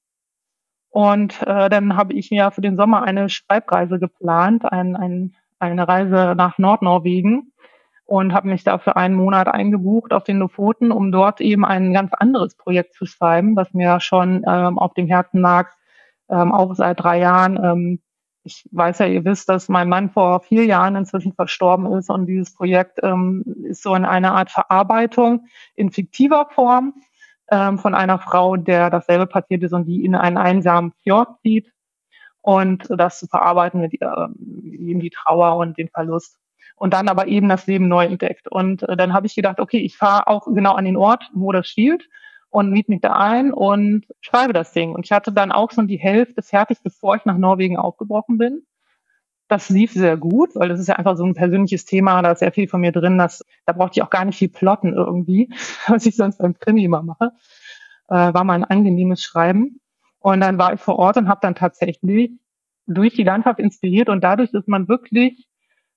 Und äh, dann habe ich mir für den Sommer eine Schreibreise geplant, ein, ein, eine Reise nach Nordnorwegen, und habe mich da für einen Monat eingebucht auf den Lofoten, um dort eben ein ganz anderes Projekt zu schreiben, das mir schon ähm, auf dem Herzen lag, ähm, auch seit drei Jahren. Ähm, ich weiß ja, ihr wisst, dass mein Mann vor vier Jahren inzwischen verstorben ist, und dieses Projekt ähm, ist so in einer Art Verarbeitung in fiktiver Form ähm, von einer Frau, der dasselbe passiert ist und die in einen einsamen Fjord zieht, und das zu verarbeiten mit ihr, eben die Trauer und den Verlust. Und dann aber eben das Leben neu entdeckt. Und äh, dann habe ich gedacht, okay, ich fahre auch genau an den Ort, wo das spielt, und miete mich da ein und schreibe das Ding. Und ich hatte dann auch schon die Hälfte fertig, bevor ich nach Norwegen aufgebrochen bin. Das lief sehr gut, weil das ist ja einfach so ein persönliches Thema, da ist sehr viel von mir drin, das, da brauchte ich auch gar nicht viel plotten irgendwie, was ich sonst beim Krimi immer mache. Äh, war mal ein angenehmes Schreiben. Und dann war ich vor Ort und habe dann tatsächlich durch die Landschaft inspiriert, und dadurch, dass man wirklich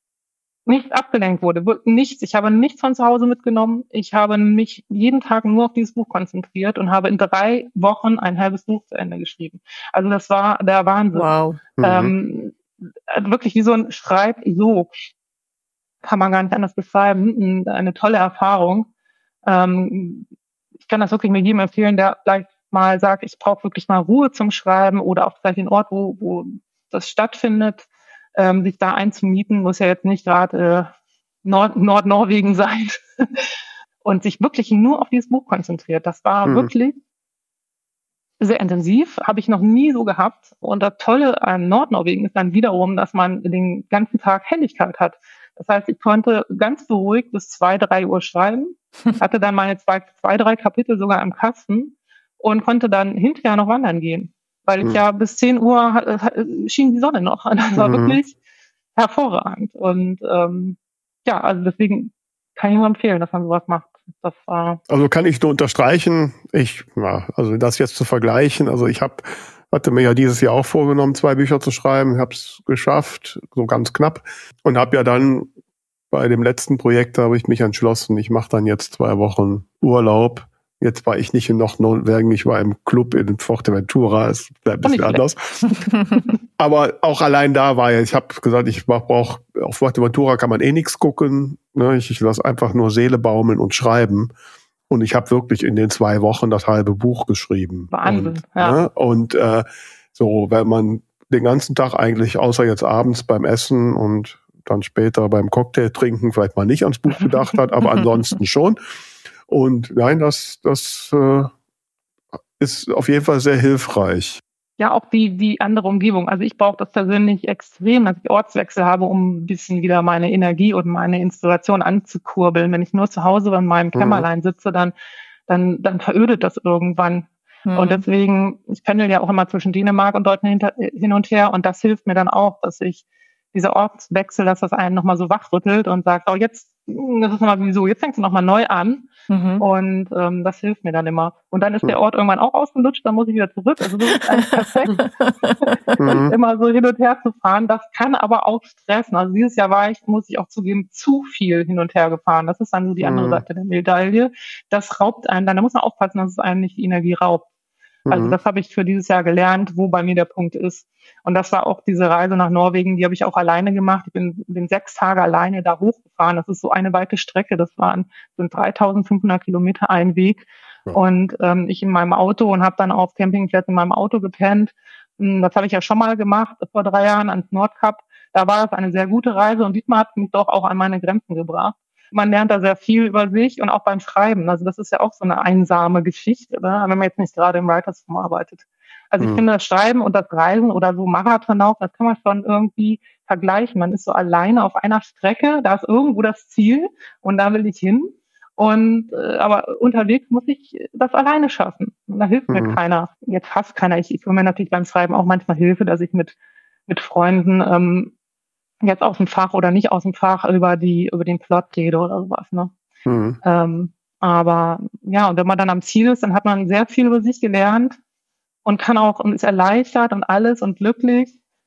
nicht abgelenkt wurde, nichts. Ich habe nichts von zu Hause mitgenommen. Ich habe mich jeden Tag nur auf dieses Buch konzentriert und habe in drei Wochen ein halbes Buch zu Ende geschrieben. Also das war der Wahnsinn. Wow. Mhm. Ähm, wirklich wie so ein Schreibsog. Kann man gar nicht anders beschreiben. Eine tolle Erfahrung. Ähm, ich kann das wirklich mit jedem empfehlen, der vielleicht mal sagt, ich brauche wirklich mal Ruhe zum Schreiben, oder auch vielleicht den Ort, wo, wo das stattfindet, ähm, sich da einzumieten, muss ja jetzt nicht gerade äh, Nord Nordnorwegen sein, und sich wirklich nur auf dieses Buch konzentriert. Das war Mhm. wirklich sehr intensiv, habe ich noch nie so gehabt. Und das Tolle an Nordnorwegen ist dann wiederum, dass man den ganzen Tag Helligkeit hat. Das heißt, ich konnte ganz beruhigt bis zwei, drei Uhr schreiben, hatte dann meine zwei, zwei, drei Kapitel sogar im Kasten und konnte dann hinterher noch wandern gehen. Weil ich Mhm. ja bis zehn Uhr ha- ha- schien die Sonne noch. Das war Mhm. wirklich hervorragend. Und ähm, ja, also deswegen kann ich nur empfehlen, dass man sowas macht. Das war Also kann ich nur unterstreichen, ich, ja, also das jetzt zu vergleichen, also ich habe, hatte mir ja dieses Jahr auch vorgenommen, zwei Bücher zu schreiben, habe es geschafft, so ganz knapp, und habe ja dann bei dem letzten Projekt, da habe ich mich entschlossen, ich mache dann jetzt zwei Wochen Urlaub. Jetzt war ich nicht in Nordnorwegen, ich war im Club in Fuerteventura, ist ein bisschen anders. Aber auch allein da war ja, ich habe gesagt, ich brauche, auf Fuerteventura kann man eh nichts gucken. Ne? Ich, ich lasse einfach nur Seele baumeln und schreiben. Und ich habe wirklich in den zwei Wochen das halbe Buch geschrieben. Wahnsinn, und, ja. Ne? Und äh, so, wenn man den ganzen Tag eigentlich, außer jetzt abends beim Essen und dann später beim Cocktail trinken, vielleicht mal nicht ans Buch gedacht hat, aber ansonsten schon. Und nein, das, das äh, ist auf jeden Fall sehr hilfreich. Ja, auch die, die andere Umgebung. Also ich brauche das persönlich extrem, dass ich Ortswechsel habe, um ein bisschen wieder meine Energie und meine Inspiration anzukurbeln. Wenn ich nur zu Hause in meinem Kämmerlein sitze, dann, dann, dann verödet das irgendwann. Mhm. Und deswegen, ich pendel ja auch immer zwischen Dänemark und Deutschland hin und her, und das hilft mir dann auch, dass ich dieser Ortswechsel, dass das einen nochmal so wachrüttelt und sagt, oh, jetzt, das ist nochmal wieso, jetzt fängst du nochmal neu an. Mhm. Und ähm, das hilft mir dann immer. Und dann ist der Ort irgendwann auch ausgelutscht, dann muss ich wieder zurück. Also das ist eigentlich perfekt, mhm. immer so hin und her zu fahren. Das kann aber auch stressen. Also dieses Jahr war ich, muss ich auch zugeben, zu viel hin und her gefahren. Das ist dann so die andere mhm. Seite der Medaille. Das raubt einen dann, da muss man aufpassen, dass es einem nicht die Energie raubt. Also mhm. das habe ich für dieses Jahr gelernt, wo bei mir der Punkt ist. Und das war auch diese Reise nach Norwegen, die habe ich auch alleine gemacht. Ich bin, bin sechs Tage alleine da hochgefahren. Das ist so eine weite Strecke. Das waren sind dreitausendfünfhundert Kilometer ein Weg. Ja. Und ähm, ich in meinem Auto und habe dann auf Campingplätzen in meinem Auto gepennt. Das habe ich ja schon mal gemacht vor drei Jahren ans Nordkap. Da war es eine sehr gute Reise und diesmal hat es mich doch auch an meine Grenzen gebracht. Man lernt da sehr viel über sich und auch beim Schreiben. Also das ist ja auch so eine einsame Geschichte, oder? Wenn man jetzt nicht gerade im Writers Room arbeitet. Also mhm. ich finde, das Schreiben und das Reisen oder so Marathonlauf, das kann man schon irgendwie vergleichen. Man ist so alleine auf einer Strecke, da ist irgendwo das Ziel und da will ich hin. Und äh, aber unterwegs muss ich das alleine schaffen. Und da hilft mhm. mir keiner. Jetzt fast keiner. Ich, ich hole mir natürlich beim Schreiben auch manchmal Hilfe, dass ich mit mit Freunden ähm, jetzt aus dem Fach oder nicht aus dem Fach über die über den Plot rede oder sowas, ne? Mhm. Ähm, aber ja, und wenn man dann am Ziel ist, dann hat man sehr viel über sich gelernt und kann auch und ist erleichtert und alles und glücklich.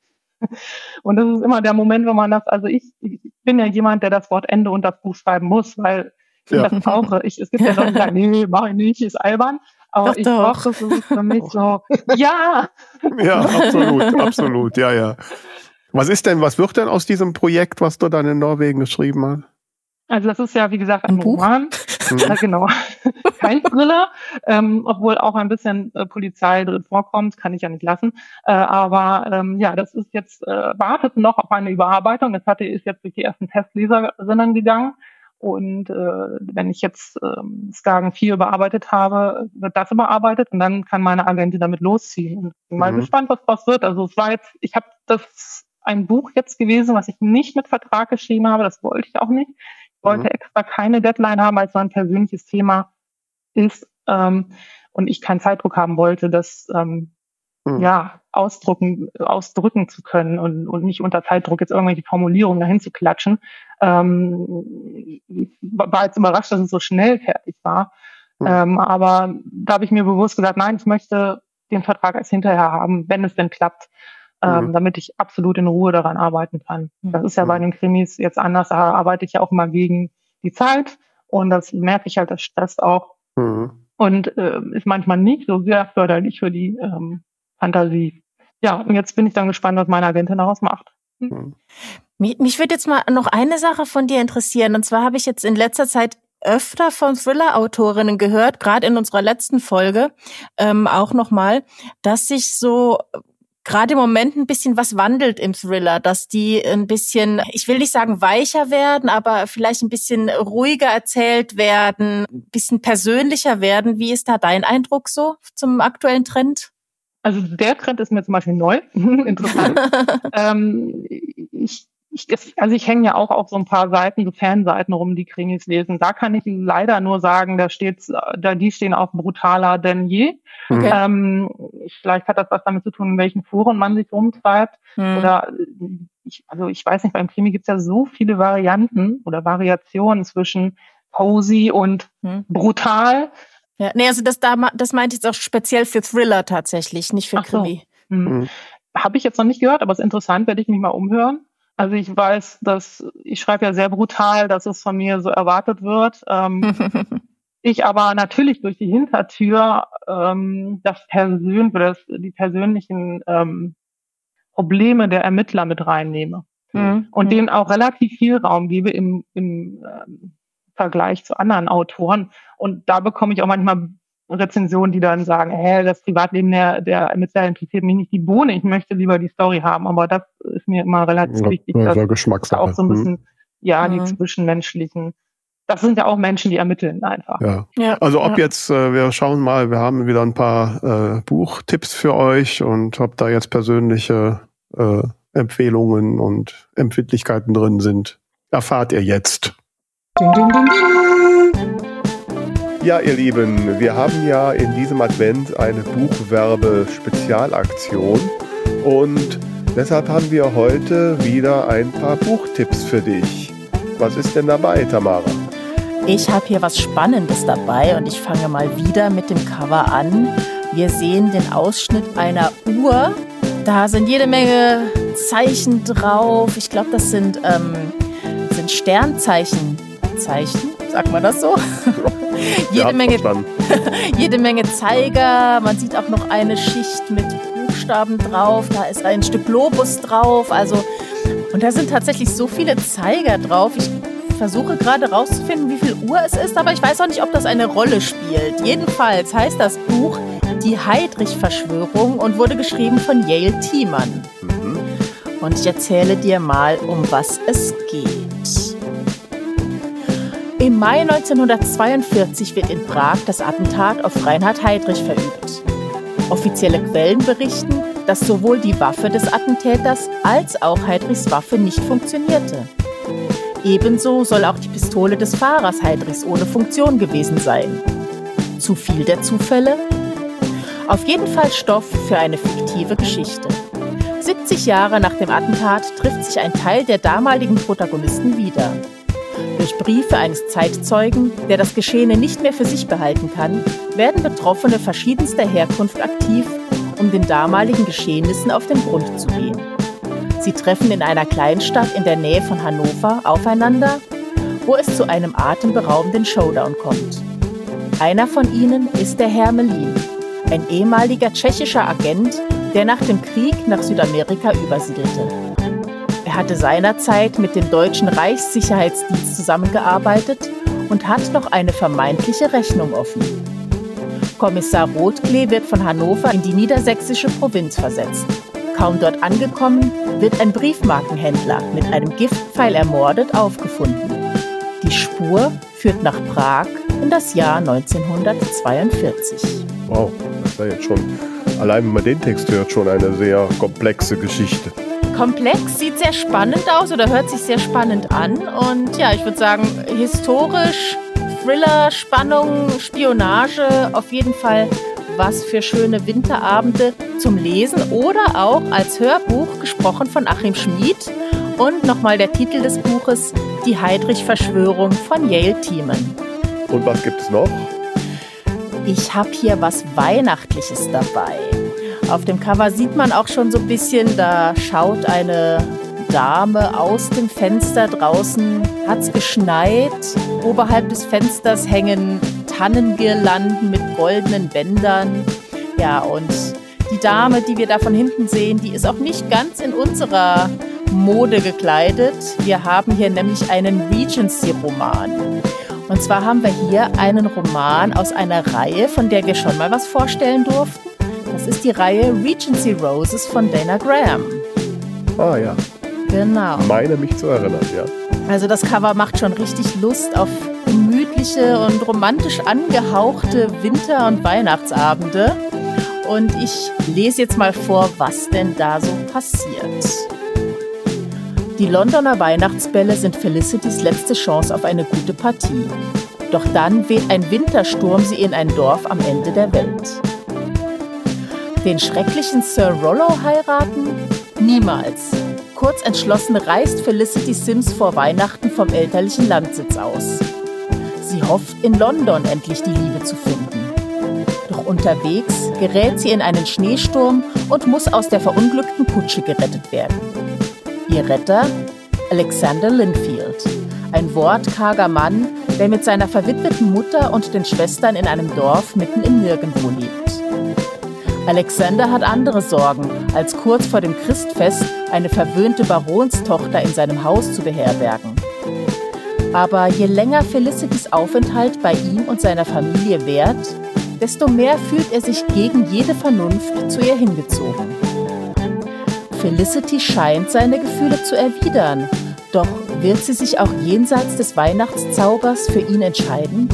Und das ist immer der Moment, wenn man das, also ich, ich bin ja jemand, der das Wort Ende und das Buch schreiben muss, weil ich ja. das brauche. Ich, es gibt ja Leute, die sagen, nee, mach ich nicht, ist albern. Aber doch, ich brauche das, das ist für mich so, ja. Ja, absolut, absolut, ja, ja. Was ist denn, was wird denn aus diesem Projekt, was du dann in Norwegen geschrieben hast? Also das ist ja, wie gesagt, ein, ein Roman. Ja, genau. Kein Thriller, ähm, obwohl auch ein bisschen äh, Polizei drin vorkommt, kann ich ja nicht lassen. Äh, aber ähm, ja, das ist jetzt, äh, wartet noch auf eine Überarbeitung. Das hatte ist jetzt durch die ersten Testleserinnen gegangen. Und äh, wenn ich jetzt ähm, Skagen vier überarbeitet habe, wird das überarbeitet und dann kann meine Agentin damit losziehen. Und bin mal mhm. gespannt, was das wird. Also es war jetzt, ich habe das ein Buch jetzt gewesen, was ich nicht mit Vertrag geschrieben habe. Das wollte ich auch nicht. Ich wollte mhm. extra keine Deadline haben, als es ein persönliches Thema ist ähm, und ich keinen Zeitdruck haben wollte, das ähm, mhm. ja ausdrucken, ausdrücken zu können und, und nicht unter Zeitdruck jetzt irgendwelche Formulierungen dahin zu klatschen. Ähm, ich war jetzt überrascht, dass es so schnell fertig war. Mhm. Ähm, aber da habe ich mir bewusst gesagt, nein, ich möchte den Vertrag erst hinterher haben, wenn es denn klappt. Ähm, mhm. damit ich absolut in Ruhe daran arbeiten kann. Das ist ja mhm. bei den Krimis jetzt anders, da arbeite ich ja auch immer gegen die Zeit und das merke ich halt, das stresst auch mhm. und äh, ist manchmal nicht so sehr förderlich für die ähm, Fantasie. Ja, und jetzt bin ich dann gespannt, was meine Agentin daraus macht. Mhm. Mich, mich würde jetzt mal noch eine Sache von dir interessieren, und zwar habe ich jetzt in letzter Zeit öfter von Thriller-Autorinnen gehört, gerade in unserer letzten Folge ähm, auch nochmal, dass sich so gerade im Moment ein bisschen was wandelt im Thriller, dass die ein bisschen, ich will nicht sagen weicher werden, aber vielleicht ein bisschen ruhiger erzählt werden, ein bisschen persönlicher werden. Wie ist da dein Eindruck so zum aktuellen Trend? Also der Trend ist mir zum Beispiel neu, interessant. ähm, ich Ich, also ich hänge ja auch auf so ein paar Seiten, so Fanseiten rum, die Krimis lesen. Da kann ich leider nur sagen, da steht's, da die stehen auf brutaler denn je. Okay. Ähm, vielleicht hat das was damit zu tun, in welchen Foren man sich rumtreibt. Mhm. Oder ich, also ich weiß nicht, beim Krimi gibt's ja so viele Varianten oder Variationen zwischen cozy und Hm. brutal. Ja, nee, also das, da, das meinte ich jetzt auch speziell für Thriller tatsächlich, nicht für Ach so. Krimi. Hm. Mhm. Habe ich jetzt noch nicht gehört, aber es ist interessant, werde ich mich mal umhören. Also ich weiß, dass ich schreibe ja sehr brutal, dass es von mir so erwartet wird. Ähm, ich aber natürlich durch die Hintertür ähm, das Persön das, die persönlichen ähm, Probleme der Ermittler mit reinnehme Mhm. und denen auch relativ viel Raum gebe im, im ähm, Vergleich zu anderen Autoren. Und da bekomme ich auch manchmal Rezensionen, die dann sagen, hä, das Privatleben der, der Ermittler interessiert mich nicht die Bohne, ich möchte lieber die Story haben. Aber das ist mir immer relativ Ja, wichtig, ja, dass ja, Geschmackssache. auch so ein bisschen, Mhm. ja, die Mhm. zwischenmenschlichen, das sind ja auch Menschen, die ermitteln einfach. Ja. Ja, Also ob ja. jetzt, äh, wir schauen mal, wir haben wieder ein paar äh, Buchtipps für euch und ob da jetzt persönliche äh, Empfehlungen und Empfindlichkeiten drin sind, erfahrt ihr jetzt. Ja, ihr Lieben, wir haben ja in diesem Advent eine Buchwerbe-Spezialaktion und deshalb haben wir heute wieder ein paar Buchtipps für dich. Was ist denn dabei, Tamara? Ich habe hier was Spannendes dabei und ich fange mal wieder mit dem Cover an. Wir sehen den Ausschnitt einer Uhr. Da sind jede Menge Zeichen drauf. Ich glaube, das sind, ähm, sind Sternzeichen. Zeichen, sagt man das so? jede, Ja, Menge, verstanden. jede Menge Zeiger. Man sieht auch noch eine Schicht mit Buchstaben drauf. Da ist ein Stück Globus drauf. Also, und da sind tatsächlich so viele Zeiger drauf. Ich versuche gerade rauszufinden, wie viel Uhr es ist, aber ich weiß auch nicht, ob das eine Rolle spielt. Jedenfalls heißt das Buch Die Heydrich-Verschwörung und wurde geschrieben von Yale Thiemann. Mhm. Und ich erzähle dir mal, um was es geht. Im Mai neunzehnhundertzweiundvierzig wird in Prag das Attentat auf Reinhard Heydrich verübt. Offizielle Quellen berichten, dass sowohl die Waffe des Attentäters als auch Heydrichs Waffe nicht funktionierte. Ebenso soll auch die Pistole des Fahrers Heydrichs ohne Funktion gewesen sein. Zu viel der Zufälle? Auf jeden Fall Stoff für eine fiktive Geschichte. siebzig Jahre nach dem Attentat trifft sich ein Teil der damaligen Protagonisten wieder. Durch Briefe eines Zeitzeugen, der das Geschehene nicht mehr für sich behalten kann, werden Betroffene verschiedenster Herkunft aktiv, um den damaligen Geschehnissen auf den Grund zu gehen. Sie treffen in einer Kleinstadt in der Nähe von Hannover aufeinander, wo es zu einem atemberaubenden Showdown kommt. Einer von ihnen ist der Hermelin, ein ehemaliger tschechischer Agent, der nach dem Krieg nach Südamerika übersiedelte. Er hatte seinerzeit mit dem deutschen Reichssicherheitsdienst zusammengearbeitet und hat noch eine vermeintliche Rechnung offen. Kommissar Rothklee wird von Hannover in die niedersächsische Provinz versetzt. Kaum dort angekommen, wird ein Briefmarkenhändler mit einem Giftpfeil ermordet aufgefunden. Die Spur führt nach Prag in das Jahr neunzehnhundertzweiundvierzig. Wow, das ist ja jetzt schon, allein wenn man den Text hört, schon eine sehr komplexe Geschichte. Komplex, sieht sehr spannend aus oder hört sich sehr spannend an. Und ja, ich würde sagen, historisch, Thriller, Spannung, Spionage, auf jeden Fall was für schöne Winterabende zum Lesen oder auch als Hörbuch, gesprochen von Achim Schmid. Und nochmal der Titel des Buches, Die Heydrich-Verschwörung von Yale Thiemann. Und was gibt es noch? Ich habe hier was Weihnachtliches dabei. Auf dem Cover sieht man auch schon so ein bisschen, da schaut eine Dame aus dem Fenster. Draußen hat's geschneit. Oberhalb des Fensters hängen Tannengirlanden mit goldenen Bändern. Ja, und die Dame, die wir da von hinten sehen, die ist auch nicht ganz in unserer Mode gekleidet. Wir haben hier nämlich einen Regency-Roman. Und zwar haben wir hier einen Roman aus einer Reihe, von der wir schon mal was vorstellen durften. Das ist die Reihe Regency Roses von Dana Graham. Ah ja, Genau. meine mich zu erinnern, ja. Also das Cover macht schon richtig Lust auf gemütliche und romantisch angehauchte Winter- und Weihnachtsabende. Und ich lese jetzt mal vor, was denn da so passiert. Die Londoner Weihnachtsbälle sind Felicitys letzte Chance auf eine gute Partie. Doch dann weht ein Wintersturm sie in ein Dorf am Ende der Welt. Den schrecklichen Sir Rollo heiraten? Niemals. Kurz entschlossen reist Felicity Sims vor Weihnachten vom elterlichen Landsitz aus. Sie hofft, in London endlich die Liebe zu finden. Doch unterwegs gerät sie in einen Schneesturm und muss aus der verunglückten Kutsche gerettet werden. Ihr Retter? Alexander Linfield, ein wortkarger Mann, der mit seiner verwitweten Mutter und den Schwestern in einem Dorf mitten im Nirgendwo lebt. Alexander hat andere Sorgen, als kurz vor dem Christfest eine verwöhnte Baronstochter in seinem Haus zu beherbergen. Aber je länger Felicitys Aufenthalt bei ihm und seiner Familie währt, desto mehr fühlt er sich gegen jede Vernunft zu ihr hingezogen. Felicity scheint seine Gefühle zu erwidern, doch wird sie sich auch jenseits des Weihnachtszaubers für ihn entscheiden?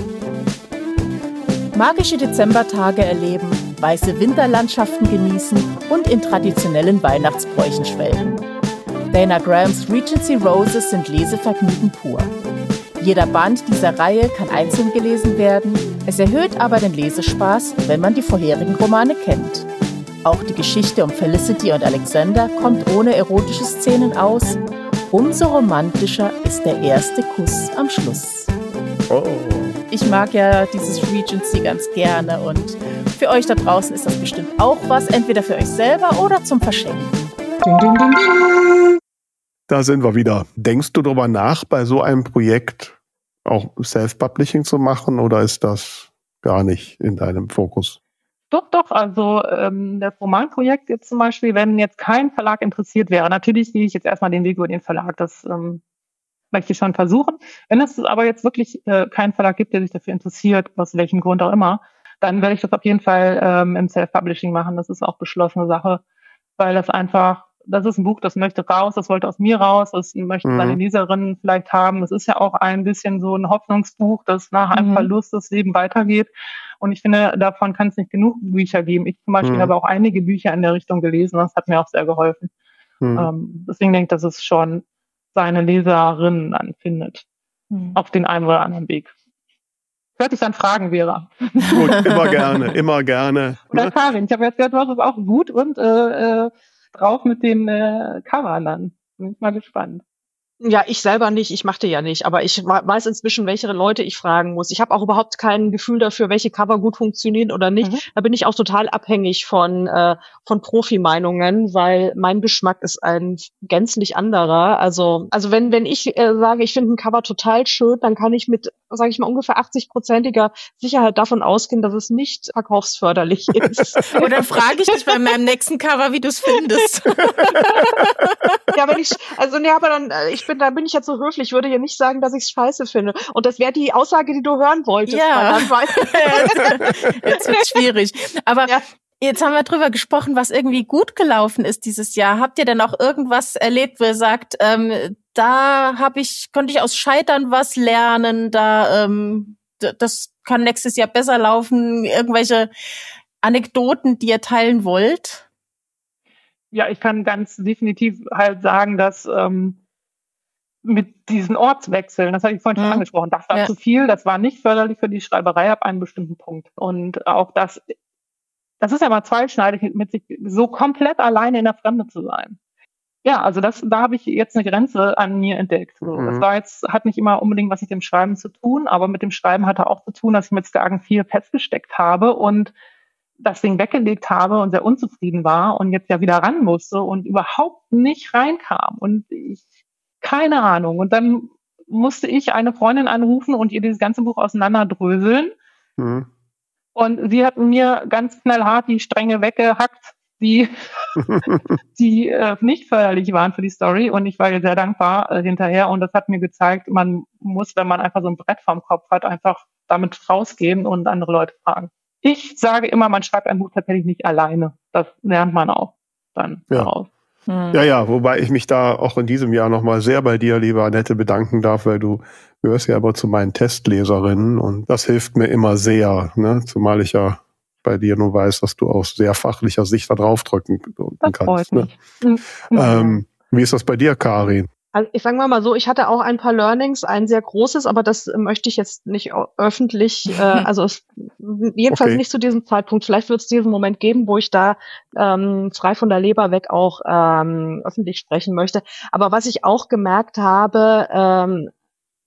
Magische Dezembertage erleben, weiße Winterlandschaften genießen und in traditionellen Weihnachtsbräuchen schwelgen. Dana Grahams Regency Roses sind Lesevergnügen pur. Jeder Band dieser Reihe kann einzeln gelesen werden, es erhöht aber den Lesespaß, wenn man die vorherigen Romane kennt. Auch die Geschichte um Felicity und Alexander kommt ohne erotische Szenen aus. Umso romantischer ist der erste Kuss am Schluss. Oh. Ich mag ja dieses Regency ganz gerne und für euch da draußen ist das bestimmt auch was, entweder für euch selber oder zum Verschenken. Ding, ding, ding, ding. Da sind wir wieder. Denkst du darüber nach, bei so einem Projekt auch Self-Publishing zu machen oder ist das gar nicht in deinem Fokus? Doch, doch, also ähm, das Romanprojekt jetzt zum Beispiel, wenn jetzt kein Verlag interessiert wäre, natürlich gehe ich jetzt erstmal den Weg über den Verlag, das ähm, möchte ich schon versuchen. Wenn es aber jetzt wirklich äh, keinen Verlag gibt, der sich dafür interessiert, aus welchem Grund auch immer, dann werde ich das auf jeden Fall ähm, im Self-Publishing machen, das ist auch beschlossene Sache, weil das einfach, das ist ein Buch, das möchte raus, das wollte aus mir raus, das möchten seine Mhm. Leserinnen vielleicht haben. Das ist ja auch ein bisschen so ein Hoffnungsbuch, das nach einem Mhm. Verlust das Leben weitergeht. Und ich finde, davon kann es nicht genug Bücher geben. Ich zum Beispiel Mhm. habe auch einige Bücher in der Richtung gelesen, das hat mir auch sehr geholfen. Hm. Ähm, deswegen denke ich, dass es schon seine Leserinnen anfindet, Hm. auf den einen oder anderen Weg. Hört sich dann Fragen, Vera. Gut, immer gerne, immer gerne. Oder Ne? Karin, ich habe jetzt gehört, du hast es auch gut und äh, äh, drauf mit den äh, Covern dann. Bin ich mal gespannt. Ja, ich selber nicht, ich machte ja nicht, aber ich wa- weiß inzwischen, welche Leute ich fragen muss. Ich habe auch überhaupt kein Gefühl dafür, welche Cover gut funktionieren oder nicht. Mhm. Da bin ich auch total abhängig von äh, von Profi-Meinungen, weil mein Geschmack ist ein gänzlich anderer. Also also wenn wenn ich äh, sage, ich finde ein Cover total schön, dann kann ich mit, sage ich mal, ungefähr achtzig-prozentiger Sicherheit davon ausgehen, dass es nicht verkaufsförderlich ist. Und dann frage ich dich bei meinem nächsten Cover, wie du es findest. Ja, wenn ich, also nee, aber dann, äh, ich bin, da bin ich jetzt so höflich, ich würde ja nicht sagen, dass ich es scheiße finde. Und das wäre die Aussage, die du hören wolltest. Ja. weil dann weiß- Jetzt wird schwierig. Aber Ja. jetzt haben wir drüber gesprochen, was irgendwie gut gelaufen ist dieses Jahr. Habt ihr denn auch irgendwas erlebt, wo ihr sagt, ähm, da habe ich, konnte ich aus Scheitern was lernen, da ähm, d- das kann nächstes Jahr besser laufen? Irgendwelche Anekdoten, die ihr teilen wollt? Ja, ich kann ganz definitiv halt sagen, dass ähm, mit diesen Ortswechseln, das hatte ich vorhin schon Mhm. angesprochen, das war Ja. zu viel, das war nicht förderlich für die Schreiberei ab einem bestimmten Punkt. Und auch das, das ist ja mal zweischneidig, mit sich so komplett alleine in der Fremde zu sein. Ja, also das, da habe ich jetzt eine Grenze an mir entdeckt. So. Mhm. Das war jetzt, hat nicht immer unbedingt was mit dem Schreiben zu tun, aber mit dem Schreiben hatte auch zu tun, dass ich mit Skagen viel festgesteckt habe und das Ding weggelegt habe und sehr unzufrieden war und jetzt ja wieder ran musste und überhaupt nicht reinkam und ich, keine Ahnung. Und dann musste ich eine Freundin anrufen und ihr dieses ganze Buch auseinanderdröseln Hm. und sie hat mir ganz knallhart die Stränge weggehackt, die, die äh, nicht förderlich waren für die Story und ich war ihr sehr dankbar äh, hinterher und das hat mir gezeigt, man muss, wenn man einfach so ein Brett vorm Kopf hat, einfach damit rausgehen und andere Leute fragen. Ich sage immer, man schreibt ein Buch tatsächlich nicht alleine. Das lernt man auch dann Ja. daraus. Hm. Ja, ja, wobei ich mich da auch in diesem Jahr nochmal sehr bei dir, liebe Annette, bedanken darf, weil du gehörst ja aber zu meinen Testleserinnen und das hilft mir immer sehr, ne? Zumal ich ja bei dir nur weiß, dass du aus sehr fachlicher Sicht da draufdrücken Das kannst. freut Ne? mich. Mhm. Ähm, wie ist das bei dir, Karin? Also ich sage mal so, ich hatte auch ein paar Learnings, ein sehr großes, aber das äh, möchte ich jetzt nicht ö- öffentlich, äh, also es, jedenfalls Okay. nicht zu diesem Zeitpunkt. Vielleicht wird es diesen Moment geben, wo ich da ähm, frei von der Leber weg auch ähm, öffentlich sprechen möchte. Aber was ich auch gemerkt habe, ähm,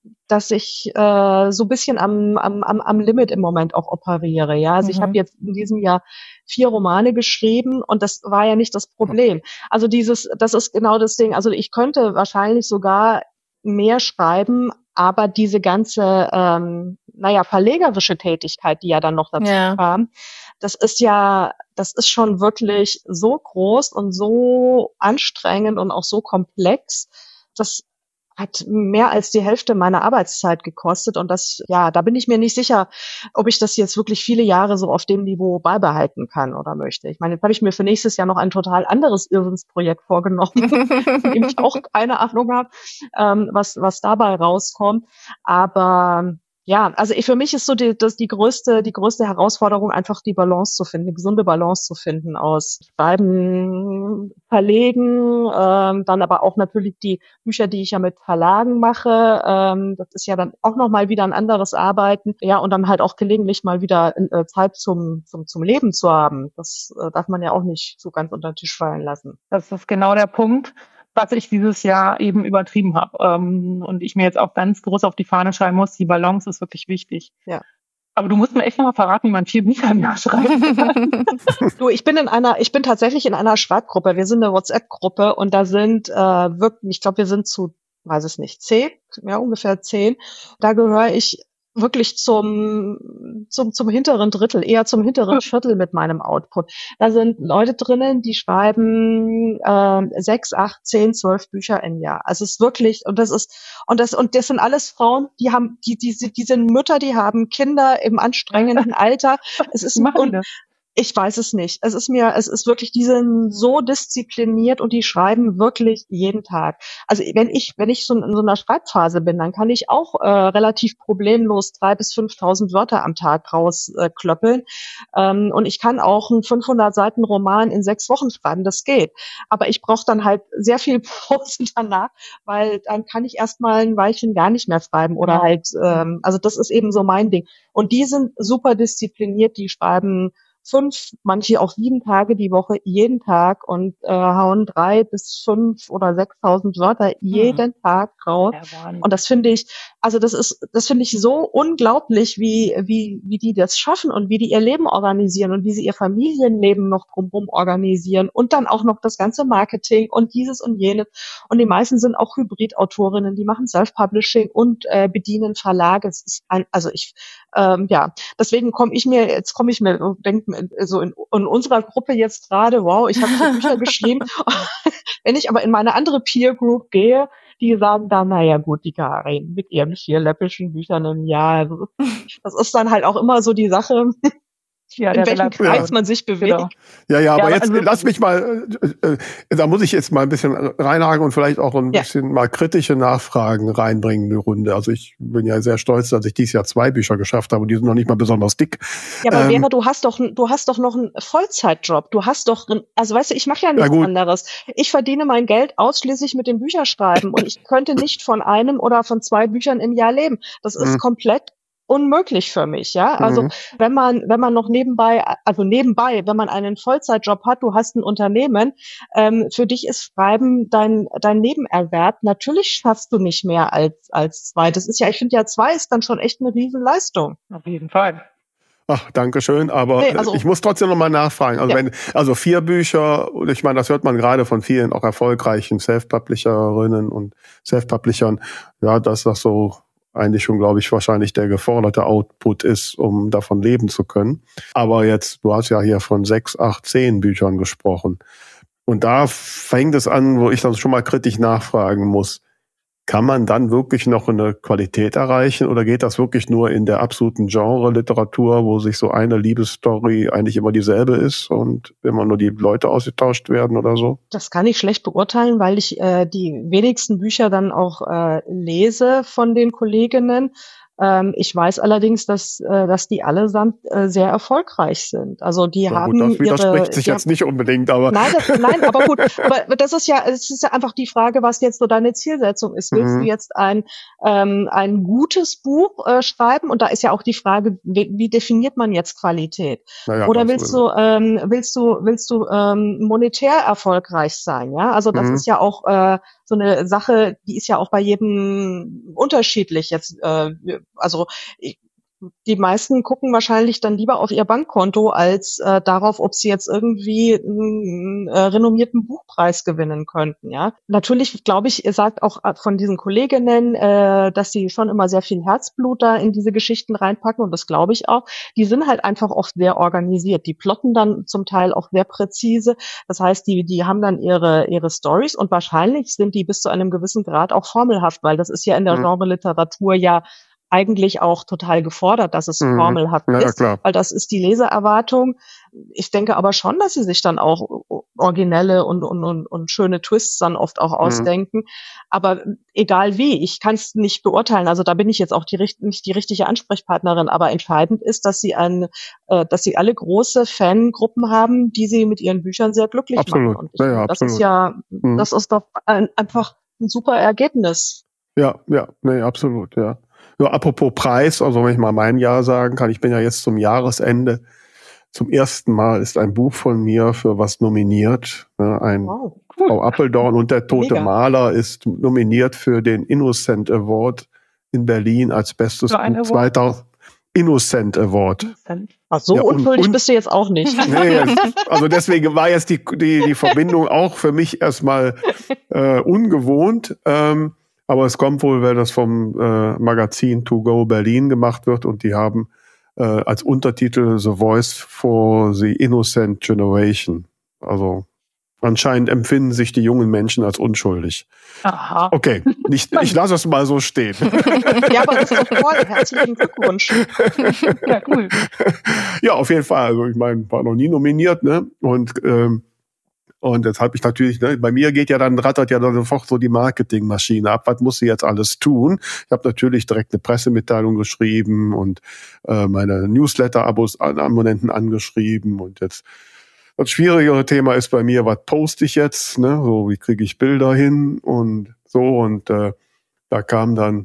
dass ich äh, so ein bisschen am, am, am, am Limit im Moment auch operiere. Ja, also mhm. ich habe jetzt in diesem Jahr vier Romane geschrieben und das war ja nicht das Problem. Also dieses, das ist genau das Ding. Also ich könnte wahrscheinlich sogar mehr schreiben, aber diese ganze, ähm, naja, verlegerische Tätigkeit, die ja dann noch dazu ja. kam, das ist ja, das ist schon wirklich so groß und so anstrengend und auch so komplex, das hat mehr als die Hälfte meiner Arbeitszeit gekostet und das, ja, da bin ich mir nicht sicher, ob ich das jetzt wirklich viele Jahre so auf dem Niveau beibehalten kann oder möchte. Ich meine, jetzt habe ich mir für nächstes Jahr noch ein total anderes Irrsinnsprojekt vorgenommen, von dem ich auch keine Ahnung habe, ähm, was, was dabei rauskommt. Aber ja, also ich, für mich ist so die, das die größte, die größte Herausforderung einfach die Balance zu finden, eine gesunde Balance zu finden aus Schreiben, Verlegen, ähm, dann aber auch natürlich die Bücher, die ich ja mit Verlagen mache. Ähm, das ist ja dann auch nochmal wieder ein anderes Arbeiten. Ja, und dann halt auch gelegentlich mal wieder äh, Zeit zum, zum, zum Leben zu haben. Das äh, darf man ja auch nicht so ganz unter den Tisch fallen lassen. Das ist genau der Punkt, was ich dieses Jahr eben übertrieben habe. Ähm, und ich mir jetzt auch ganz groß auf die Fahne schreiben muss, die Balance ist wirklich wichtig. Ja. Aber du musst mir echt noch mal verraten, wie man vier Bücher im Jahr schreibt. Du, ich bin in einer, ich bin tatsächlich in einer Schreibgruppe. Wir sind eine WhatsApp-Gruppe und da sind äh, wirklich, ich glaube, wir sind zu, weiß es nicht, zehn, ja ungefähr zehn. Da gehöre ich wirklich zum, zum, zum hinteren Drittel, eher zum hinteren Viertel mit meinem Output. Da sind Leute drinnen, die schreiben äh, sechs, acht, zehn, zwölf Bücher im Jahr. Also es ist wirklich, und das ist, und das, und das sind alles Frauen, die haben, die, die, die sind Mütter, die haben Kinder im anstrengenden Alter. Es ist, und, ich weiß es nicht. Es ist mir, es ist wirklich, die sind so diszipliniert und die schreiben wirklich jeden Tag. Also wenn ich, wenn ich so in so einer Schreibphase bin, dann kann ich auch äh, relativ problemlos drei bis fünftausend Wörter am Tag rausklöppeln. Äh, ähm, und ich kann auch einen fünfhundert Seiten Roman in sechs Wochen schreiben. Das geht. Aber ich brauche dann halt sehr viel Pause danach, weil dann kann ich erstmal ein Weilchen gar nicht mehr schreiben oder halt, ähm, also das ist eben so mein Ding. Und die sind super diszipliniert. Die schreiben fünf, manche auch sieben Tage die Woche, jeden Tag und äh, hauen drei bis fünf oder sechstausend Wörter jeden hm. Tag raus. Ja, und das finde ich, also das ist, das finde ich so unglaublich, wie wie wie die das schaffen und wie die ihr Leben organisieren und wie sie ihr Familienleben noch drumherum organisieren und dann auch noch das ganze Marketing und dieses und jenes. Und die meisten sind auch Hybridautorinnen, die machen Self-Publishing und äh, bedienen Verlage. Es ist ein, also ich, ähm, ja, deswegen komme ich mir, jetzt komme ich mir und denke so in, in unserer Gruppe jetzt gerade, wow, ich habe so Bücher geschrieben. Wenn ich aber in meine andere Peer Group gehe, die sagen dann, naja gut, die Karin mit ihren vier läppischen Büchern im Jahr. Also, das ist dann halt auch immer so die Sache, ja, in welchem Kreis ja. man sich bewegt. Genau. Ja, ja, aber ja, jetzt also, lass mich mal, äh, da muss ich jetzt mal ein bisschen reinhaken und vielleicht auch ein ja. bisschen mal kritische Nachfragen reinbringen in die Runde. Also ich bin ja sehr stolz, dass ich dieses Jahr zwei Bücher geschafft habe und die sind noch nicht mal besonders dick. Ja, aber ähm, Vera, du hast doch, du hast doch noch einen Vollzeitjob. Du hast doch, also weißt du, ich mache ja nichts ja anderes. Ich verdiene mein Geld ausschließlich mit dem Bücherschreiben und ich könnte nicht von einem oder von zwei Büchern im Jahr leben. Das ist mhm. komplett unmöglich für mich, ja. Also mhm. wenn man, wenn man noch nebenbei, also nebenbei, wenn man einen Vollzeitjob hat, du hast ein Unternehmen, ähm, für dich ist Schreiben dein dein Nebenerwerb. Natürlich schaffst du nicht mehr als als zwei. Das ist ja, ich finde ja zwei ist dann schon echt eine Riesenleistung. Auf jeden Fall. Ach, danke schön, aber nee, also, ich muss trotzdem noch mal nachfragen. Also ja. wenn, also vier Bücher, und ich meine, das hört man gerade von vielen auch erfolgreichen Self-Publisherinnen und Self-Publishern, ja, dass das so eigentlich schon, glaube ich, wahrscheinlich der geforderte Output ist, um davon leben zu können. Aber jetzt, du hast ja hier von sechs, acht, zehn Büchern gesprochen. Und da fängt es an, wo ich dann schon mal kritisch nachfragen muss. Kann man dann wirklich noch eine Qualität erreichen oder geht das wirklich nur in der absoluten Genre-Literatur, wo sich so eine Liebesstory eigentlich immer dieselbe ist und immer nur die Leute ausgetauscht werden oder so? Das kann ich schlecht beurteilen, weil ich äh, die wenigsten Bücher dann auch äh, lese von den Kolleginnen. Ähm, ich weiß allerdings, dass, äh, dass die allesamt äh, sehr erfolgreich sind. Also die ja, haben gut, das widerspricht ihre, sich jetzt haben, nicht unbedingt, aber nein, das, nein, aber gut. Aber das ist ja, es ist ja einfach die Frage, was jetzt so deine Zielsetzung ist. Willst mhm. du jetzt ein ähm, ein gutes Buch äh, schreiben? Und da ist ja auch die Frage, wie, wie definiert man jetzt Qualität? Ja, Oder willst du ähm, willst du willst du ähm, monetär erfolgreich sein? Ja, also das mhm. ist ja auch äh, so so eine Sache, die ist ja auch bei jedem unterschiedlich jetzt. Äh, also ich, die meisten gucken wahrscheinlich dann lieber auf ihr Bankkonto als äh, darauf, ob sie jetzt irgendwie einen äh, renommierten Buchpreis gewinnen könnten. Ja, natürlich glaube ich, ihr sagt auch von diesen Kolleginnen, äh, dass sie schon immer sehr viel Herzblut da in diese Geschichten reinpacken und das glaube ich auch. Die sind halt einfach oft sehr organisiert. Die plotten dann zum Teil auch sehr präzise. Das heißt, die die haben dann ihre ihre Stories und wahrscheinlich sind die bis zu einem gewissen Grad auch formelhaft, weil das ist ja in der Mhm. Genre-Literatur ja eigentlich auch total gefordert, dass es Mhm. formelhaft Ja, ja, ist, klar. weil das ist die Leseerwartung. Ich denke aber schon, dass sie sich dann auch originelle und, und, und, und schöne Twists dann oft auch ausdenken. Aber egal wie, ich kann es nicht beurteilen. Also da bin ich jetzt auch die, nicht die richtige Ansprechpartnerin. Aber entscheidend ist, dass sie ein, äh, dass sie alle große Fangruppen haben, die sie mit ihren Büchern sehr glücklich Absolut. machen. Und ich, Ja, ja, das absolut. ist ja, Mhm. das ist doch ein, einfach ein super Ergebnis. Ja, ja, nee, absolut, ja. Ja, apropos Preis, also wenn ich mal mein Jahr sagen kann, ich bin ja jetzt zum Jahresende. Zum ersten Mal ist ein Buch von mir für was nominiert. Ne, ein Wow. Frau Appeldorn und der tote Mega. Maler ist nominiert für den Innocent Award in Berlin als bestes Für ein Buch Award? zweitausend. Innocent Award. Ach, so Ja, und- unschuldig und- bist du jetzt auch nicht. Nee, jetzt, also deswegen war jetzt die, die, die Verbindung auch für mich erstmal äh, ungewohnt. Ähm, aber es kommt wohl, weil das vom äh, Magazin To Go Berlin gemacht wird und die haben äh, als Untertitel The Voice for the Innocent Generation. Also anscheinend empfinden sich die jungen Menschen als unschuldig. Aha. Okay, nicht, ich lasse es mal so stehen. Ja, aber das ist doch toll. Herzlichen Glückwunsch. Ja, cool. Ja, auf jeden Fall. Also ich meine, war noch nie nominiert, ne? Und ähm, und jetzt habe ich natürlich, ne, bei mir geht ja dann, rattert ja dann sofort so die Marketingmaschine ab. Was muss sie jetzt alles tun? Ich habe natürlich direkt eine Pressemitteilung geschrieben und äh, meine Newsletter-Abonnenten angeschrieben. Und jetzt das schwierigere Thema ist bei mir, was poste ich jetzt? Ne? So, wie kriege ich Bilder hin und so. Und äh, da kam dann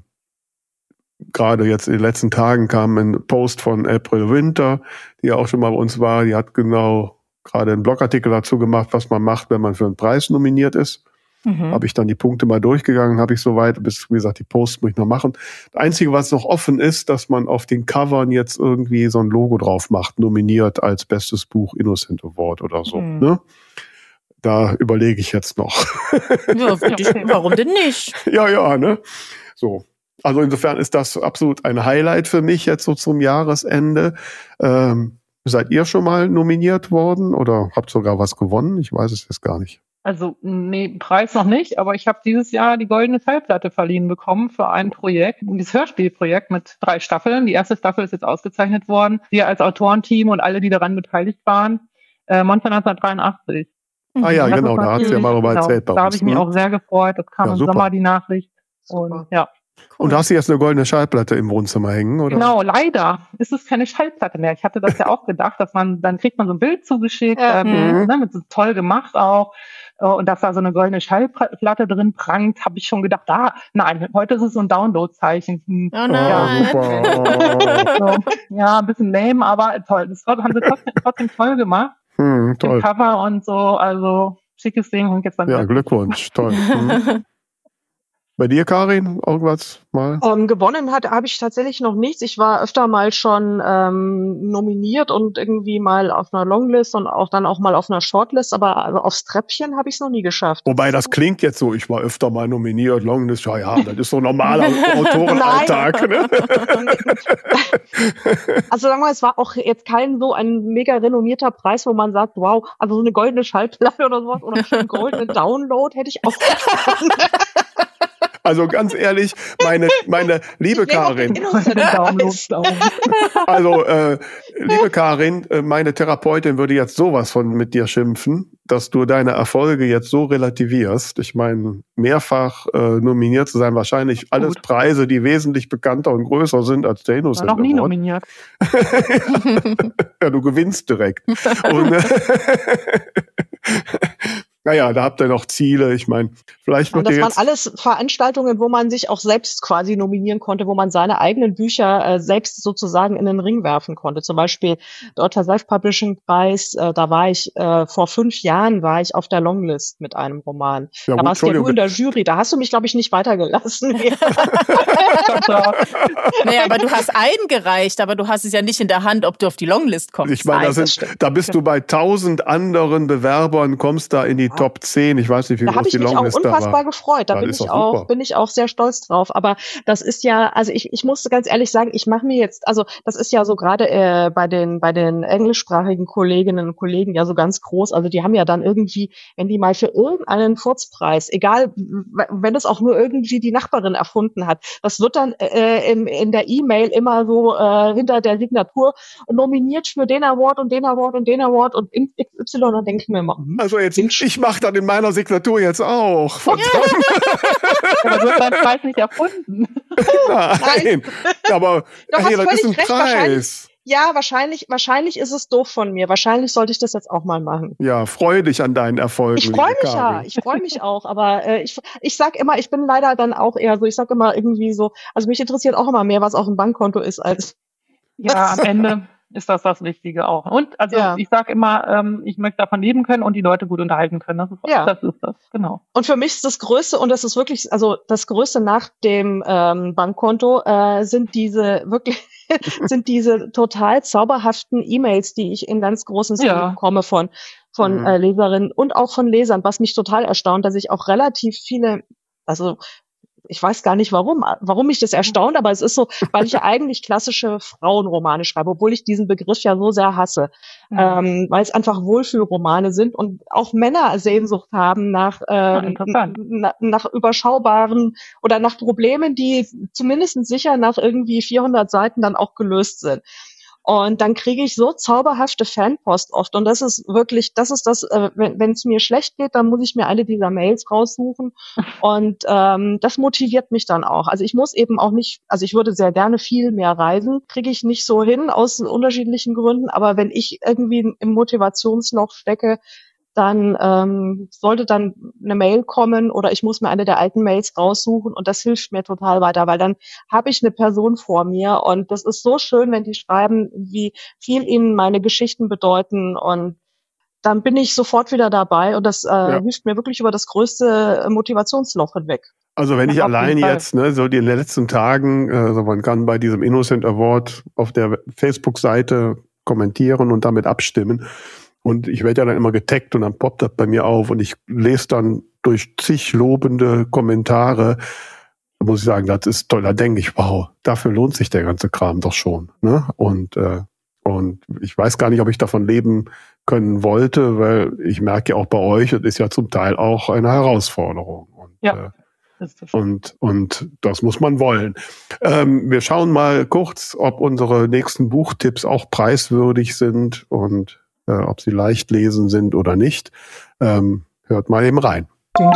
gerade jetzt in den letzten Tagen kam ein Post von April Winter, die ja auch schon mal bei uns war. Die hat genau gerade einen Blogartikel dazu gemacht, was man macht, wenn man für einen Preis nominiert ist. Mhm. Habe ich dann die Punkte mal durchgegangen, habe ich soweit, bis, wie gesagt, die Posts muss ich noch machen. Das Einzige, was noch offen ist, dass man auf den Covern jetzt irgendwie so ein Logo drauf macht, nominiert als bestes Buch Innocent Award oder so. Mhm. Ne? Da überlege ich jetzt noch. Ja, würd ich, warum denn nicht? Ja, ja, ne? So. Also insofern ist das absolut ein Highlight für mich jetzt so zum Jahresende. Ähm, seid ihr schon mal nominiert worden oder habt sogar was gewonnen? Ich weiß es jetzt gar nicht. Also, nee, Preis noch nicht, aber ich habe dieses Jahr die Goldene Schallplatte verliehen bekommen für ein Projekt, dieses Hörspielprojekt mit drei Staffeln. Die erste Staffel ist jetzt ausgezeichnet worden. Wir als Autorenteam und alle, die daran beteiligt waren, äh, Monster neunzehnhundertdreiundachtzig. Ah ja, Das genau, ist da hat sie ja natürlich- mal darüber genau, erzählt bei Da uns. habe ich mich ne? auch sehr gefreut. Das kam Ja, im super. Sommer die Nachricht. Super. Und ja, Und hast du jetzt eine goldene Schallplatte im Wohnzimmer hängen, oder? genau, leider ist es keine Schallplatte mehr. Ich hatte das ja auch gedacht, dass man, dann kriegt man so ein Bild zugeschickt, Ja. ähm, Mhm. ne, mit so toll gemacht auch. Äh, Und dass da so eine goldene Schallplatte drin prangt, habe ich schon gedacht, ah, nein, heute ist es so ein Download-Zeichen. Hm, Oh Ah, nein. super. so, ja, ein bisschen lame, aber toll. Das haben sie trotzdem, trotzdem toll gemacht. Hm, Im toll. Cover und so, also schickes Ding und jetzt dann. Ja, Glückwunsch. Toll. Hm. Bei dir, Karin, irgendwas mal? Ähm, gewonnen hat habe ich tatsächlich noch nichts. Ich war öfter mal schon ähm, nominiert und irgendwie mal auf einer Longlist und auch dann auch mal auf einer Shortlist, aber also aufs Treppchen habe ich es noch nie geschafft. Wobei, das klingt jetzt so, ich war öfter mal nominiert, Longlist, ja, ja, das ist so normaler Autorenalltag. Ne? Also sagen wir mal, es war auch jetzt kein so ein mega renommierter Preis, wo man sagt, wow, also so eine goldene Schallplatte oder sowas oder einen goldenen Download hätte ich auch. Also ganz ehrlich, meine, meine liebe Ich nehme auch Karin, den Innocent-Preis. also äh, liebe Karin, äh, meine Therapeutin würde jetzt sowas von mit dir schimpfen, dass du deine Erfolge jetzt so relativierst. Ich meine, mehrfach äh, nominiert zu sein, wahrscheinlich alles Gut. Preise, die wesentlich bekannter und größer sind als der War Innocent noch nie Award. nominiert. Ja, du gewinnst direkt. Und, äh, naja, da habt ihr noch Ziele. Ich meine, vielleicht wird Und das ihr waren jetzt alles Veranstaltungen, wo man sich auch selbst quasi nominieren konnte, wo man seine eigenen Bücher äh, selbst sozusagen in den Ring werfen konnte. Zum Beispiel Deutscher Self-Publishing-Preis, äh, da war ich äh, vor fünf Jahren war ich auf der Longlist mit einem Roman. Ja, da gut, warst ja du Entschuldigung. in der Jury, da hast du mich, glaube ich, nicht weitergelassen. Naja, aber du hast eingereicht, aber du hast es ja nicht in der Hand, ob du auf die Longlist kommst. Ich meine, da, Nein, das sind, stimmt. da bist du bei tausend anderen Bewerbern, kommst da in die Top zehn. Ich weiß nicht, wie Da groß habe ich die mich auch Longlist da unfassbar war. gefreut. Da Das bin ist ich doch auch, super. bin ich auch sehr stolz drauf. Aber das ist ja, also ich, ich muss ganz ehrlich sagen, ich mache mir jetzt, also das ist ja so gerade äh, bei den bei den englischsprachigen Kolleginnen und Kollegen ja so ganz groß. Also die haben ja dann irgendwie, wenn die mal für irgendeinen Furzpreis, egal, w- wenn es auch nur irgendwie die Nachbarin erfunden hat, das wird dann äh, in, in der E-Mail immer so äh, hinter der Signatur nominiert für den Award und den Award und den Award und X Y. Und dann denke ich mir immer, hm, Also jetzt, Mensch. ich mache dann in meiner Signatur jetzt auch. Verdammt, Aber du hast deinen Preis nicht erfunden. nein. Aber Du hey, hast das ist ein völlig recht, wahrscheinlich. Preis. Ja, wahrscheinlich, wahrscheinlich ist es doof von mir. Wahrscheinlich sollte ich das jetzt auch mal machen. Ja, freu dich an deinen Erfolgen. Ich freue liebe mich ja, Karin. ich freue mich auch, aber äh, ich, ich sag immer, ich bin leider dann auch eher so, ich sag immer irgendwie so, also mich interessiert auch immer mehr, was auf dem Bankkonto ist, als Ja, am Ende ist das das Wichtige auch. Und also Ja. ich sage immer, ähm, ich möchte davon leben können und die Leute gut unterhalten können. Das ist Ja. das, ist das genau. Und für mich ist das Größte, und das ist wirklich, also das Größte nach dem ähm, Bankkonto, äh, sind diese wirklich, sind diese total zauberhaften E-Mails, die ich in ganz großen Stil Ja. bekomme von, von Mhm. äh, Leserinnen und auch von Lesern, was mich total erstaunt, dass ich auch relativ viele, also ich weiß gar nicht warum, warum mich das erstaunt, aber es ist so, weil ich ja eigentlich klassische Frauenromane schreibe, obwohl ich diesen Begriff ja so sehr hasse, Mhm. ähm, weil es einfach Wohlfühlromane sind und auch Männer Sehnsucht haben nach, ähm, interessant. na, nach überschaubaren oder nach Problemen, die zumindest sicher nach irgendwie vierhundert Seiten dann auch gelöst sind. Und dann kriege ich so zauberhafte Fanpost oft. Und das ist wirklich, das ist das, äh, wenn es mir schlecht geht, dann muss ich mir eine dieser Mails raussuchen. Und ähm, das motiviert mich dann auch. Also ich muss eben auch nicht, also ich würde sehr gerne viel mehr reisen, kriege ich nicht so hin aus unterschiedlichen Gründen. Aber wenn ich irgendwie im Motivationsloch stecke, dann ähm, sollte dann eine Mail kommen oder ich muss mir eine der alten Mails raussuchen und das hilft mir total weiter, weil dann habe ich eine Person vor mir und das ist so schön, wenn die schreiben, wie viel ihnen meine Geschichten bedeuten und dann bin ich sofort wieder dabei und das äh, Ja. hilft mir wirklich über das größte Motivationsloch hinweg. Also wenn ich Ja, auf jeden allein Fall. jetzt, ne, so in den letzten Tagen, äh, so man kann bei diesem Innocent Award auf der Facebook-Seite kommentieren und damit abstimmen. Und ich werde ja dann immer getaggt und dann poppt das bei mir auf und ich lese dann durch zig lobende Kommentare, da muss ich sagen, das ist toll. Da denke ich, wow, dafür lohnt sich der ganze Kram doch schon. Ne? Und, äh, und ich weiß gar nicht, ob ich davon leben können wollte, weil ich merke ja auch bei euch, es ist ja zum Teil auch eine Herausforderung. Und, Ja. äh, Das ist das. und, und das muss man wollen. Ähm, wir schauen mal kurz, ob unsere nächsten Buchtipps auch preiswürdig sind und äh, ob sie leicht lesen sind oder nicht. Ähm, hört mal eben rein.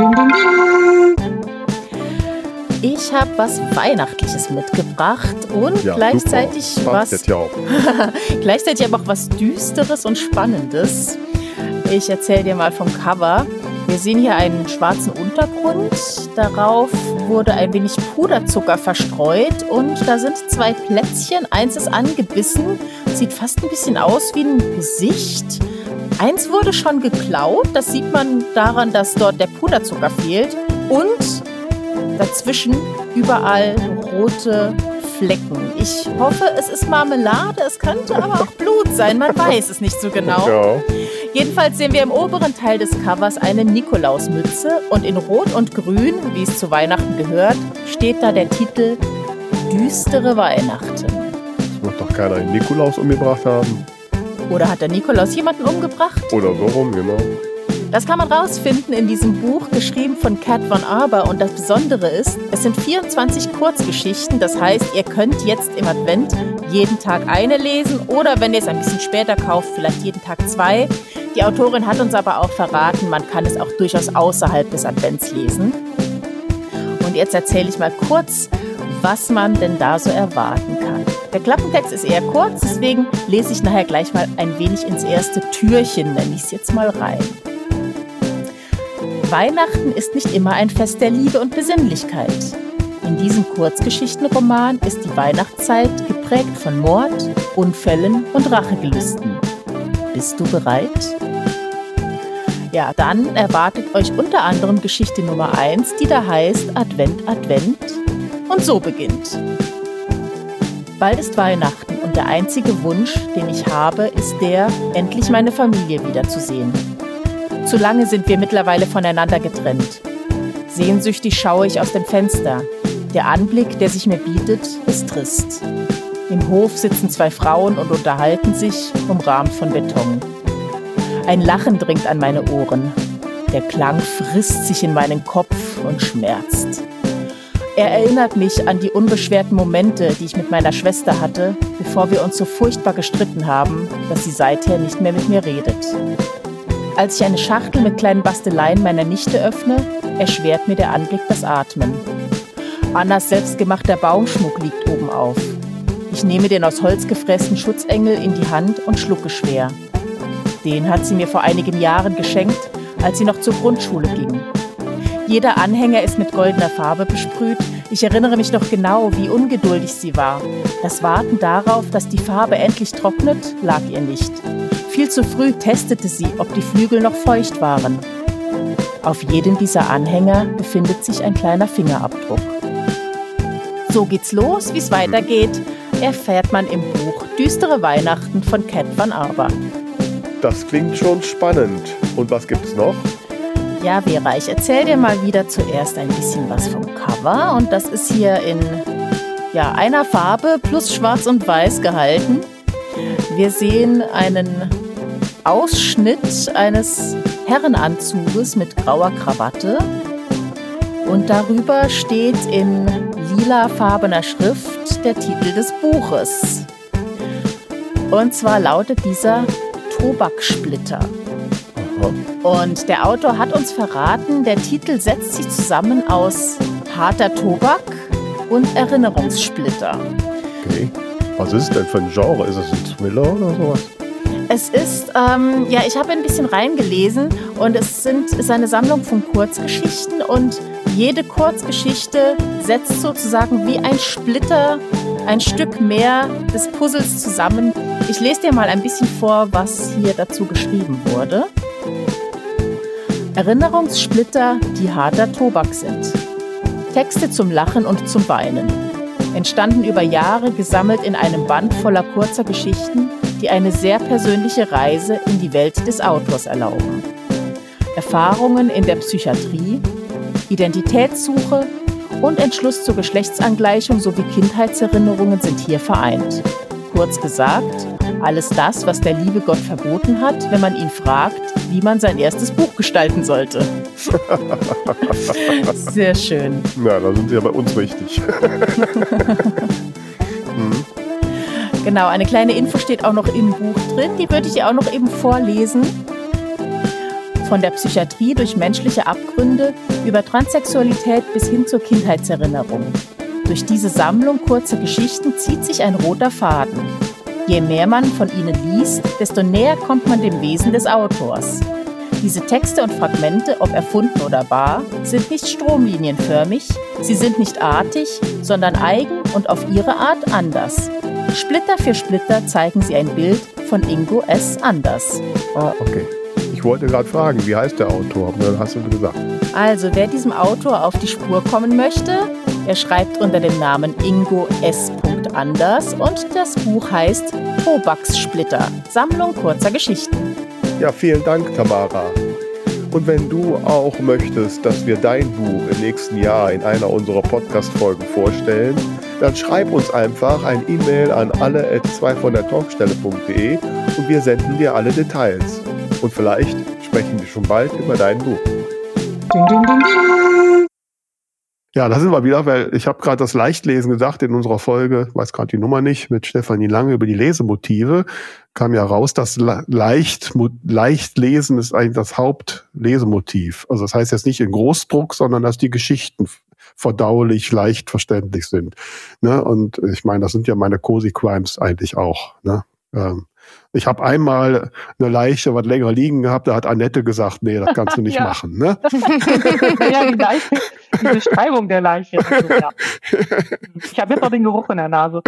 Ich habe was Weihnachtliches mitgebracht und Ja, gleichzeitig super. Passt was jetzt ja auch. Gleichzeitig aber auch was Düsteres und Spannendes. Ich erzähle dir mal vom Cover. Wir sehen hier einen schwarzen Untergrund. Darauf wurde ein wenig Puderzucker verstreut und da sind zwei Plätzchen. Eins ist angebissen, sieht fast ein bisschen aus wie ein Gesicht. Eins wurde schon geklaut. Das sieht man daran, dass dort der Puderzucker fehlt. Und dazwischen überall rote Flecken. Ich hoffe, es ist Marmelade, es könnte aber auch Blut sein, man weiß es nicht so genau. Ja. Jedenfalls sehen wir im oberen Teil des Covers eine Nikolausmütze und in Rot und Grün, wie es zu Weihnachten gehört, steht da der Titel Düstere Weihnachten. Das wird doch keiner den Nikolaus umgebracht haben. Oder hat der Nikolaus jemanden umgebracht? Oder so rum, genau. Das kann man rausfinden in diesem Buch, geschrieben von Cat Von Aber. Und das Besondere ist, es sind vierundzwanzig Kurzgeschichten. Das heißt, ihr könnt jetzt im Advent jeden Tag eine lesen oder wenn ihr es ein bisschen später kauft, vielleicht jeden Tag zwei. Die Autorin hat uns aber auch verraten, man kann es auch durchaus außerhalb des Advents lesen. Und jetzt erzähle ich mal kurz, was man denn da so erwarten kann. Der Klappentext ist eher kurz, deswegen lese ich nachher gleich mal ein wenig ins erste Türchen, nenne ich es jetzt mal rein. Weihnachten ist nicht immer ein Fest der Liebe und Besinnlichkeit. In diesem Kurzgeschichtenroman ist die Weihnachtszeit geprägt von Mord, Unfällen und Rachegelüsten. Bist du bereit? Ja, dann erwartet euch unter anderem Geschichte Nummer eins, die da heißt Advent, Advent und so beginnt. Bald ist Weihnachten und der einzige Wunsch, den ich habe, ist der, endlich meine Familie wiederzusehen. Zu lange sind wir mittlerweile voneinander getrennt. Sehnsüchtig schaue ich aus dem Fenster. Der Anblick, der sich mir bietet, ist trist. Im Hof sitzen zwei Frauen und unterhalten sich, umrahmt von Beton. Ein Lachen dringt an meine Ohren. Der Klang frisst sich in meinen Kopf und schmerzt. Er erinnert mich an die unbeschwerten Momente, die ich mit meiner Schwester hatte, bevor wir uns so furchtbar gestritten haben, dass sie seither nicht mehr mit mir redet. Als ich eine Schachtel mit kleinen Basteleien meiner Nichte öffne, erschwert mir der Anblick das Atmen. Annas selbstgemachter Baumschmuck liegt oben auf. Ich nehme den aus Holz gefrästen Schutzengel in die Hand und schlucke schwer. Den hat sie mir vor einigen Jahren geschenkt, als sie noch zur Grundschule ging. Jeder Anhänger ist mit goldener Farbe besprüht. Ich erinnere mich noch genau, wie ungeduldig sie war. Das Warten darauf, dass die Farbe endlich trocknet, lag ihr nicht. Viel zu früh testete sie, ob die Flügel noch feucht waren. Auf jedem dieser Anhänger befindet sich ein kleiner Fingerabdruck. So geht's los, wie es weitergeht, erfährt man im Buch Düstere Weihnachten von Cat van Aber. Das klingt schon spannend. Und was gibt's noch? Ja, Vera, ich erzähle dir mal wieder zuerst ein bisschen was vom Cover. Und das ist hier in ja, einer Farbe plus schwarz und weiß gehalten. Wir sehen einen Ausschnitt eines Herrenanzuges mit grauer Krawatte. Und darüber steht in lilafarbener Schrift der Titel des Buches. Und zwar lautet dieser Tobaksplitter. Und der Autor hat uns verraten, der Titel setzt sich zusammen aus harter Tobak und Erinnerungssplitter. Okay. Was ist denn für ein Genre? Ist es ein Thriller oder sowas? Es ist, ähm, ja, ich habe ein bisschen reingelesen und es sind, ist eine Sammlung von Kurzgeschichten und jede Kurzgeschichte setzt sozusagen wie ein Splitter ein Stück mehr des Puzzles zusammen. Ich lese dir mal ein bisschen vor, was hier dazu geschrieben wurde. Erinnerungssplitter, die harter Tobak sind. Texte zum Lachen und zum Weinen. Entstanden über Jahre, gesammelt in einem Band voller kurzer Geschichten, die eine sehr persönliche Reise in die Welt des Autors erlauben. Erfahrungen in der Psychiatrie, Identitätssuche und Entschluss zur Geschlechtsangleichung sowie Kindheitserinnerungen sind hier vereint. Kurz gesagt, alles das, was der liebe Gott verboten hat, wenn man ihn fragt, wie man sein erstes Buch gestalten sollte. Sehr schön. Na, da sind Sie ja bei uns richtig. mhm. Genau, eine kleine Info steht auch noch im Buch drin, die würde ich dir auch noch eben vorlesen. Von der Psychiatrie durch menschliche Abgründe über Transsexualität bis hin zur Kindheitserinnerung. Durch diese Sammlung kurzer Geschichten zieht sich ein roter Faden. Je mehr man von ihnen liest, desto näher kommt man dem Wesen des Autors. Diese Texte und Fragmente, ob erfunden oder wahr, sind nicht stromlinienförmig, sie sind nicht artig, sondern eigen und auf ihre Art anders. Splitter für Splitter zeigen sie ein Bild von Ingo S. Anders. Ah, okay. Ich wollte gerade fragen, wie heißt der Autor? Dann hast du gesagt. Also, wer diesem Autor auf die Spur kommen möchte, er schreibt unter dem Namen Ingo S. Anders und das Buch heißt Tobakssplitter, Sammlung kurzer Geschichten. Ja, vielen Dank, Tamara. Und wenn du auch möchtest, dass wir dein Buch im nächsten Jahr in einer unserer Podcast-Folgen vorstellen, dann schreib uns einfach ein E-Mail an alle at zwei von der talkstelle punkt de und wir senden dir alle Details. Und vielleicht sprechen wir schon bald über dein Buch. Ding, ding, ding, ding. Ja, da sind wir wieder, weil ich habe gerade das Leichtlesen gesagt in unserer Folge, weiß gerade die Nummer nicht, mit Stefanie Lange über die Lesemotive. Kam ja raus, dass leicht, Leichtlesen ist eigentlich das Hauptlesemotiv. Also das heißt jetzt nicht in Großdruck, sondern dass die Geschichten verdaulich, leicht verständlich sind. Ne? Und ich meine, das sind ja meine Cozy Crimes eigentlich auch. Ne? Ähm, ich habe einmal eine Leiche was länger liegen gehabt, da hat Annette gesagt, nee, das kannst du nicht Ja. machen. Ne? Ja, die Leiche, die Beschreibung der Leiche. Also, ja. Ich habe jetzt auch den Geruch in der Nase.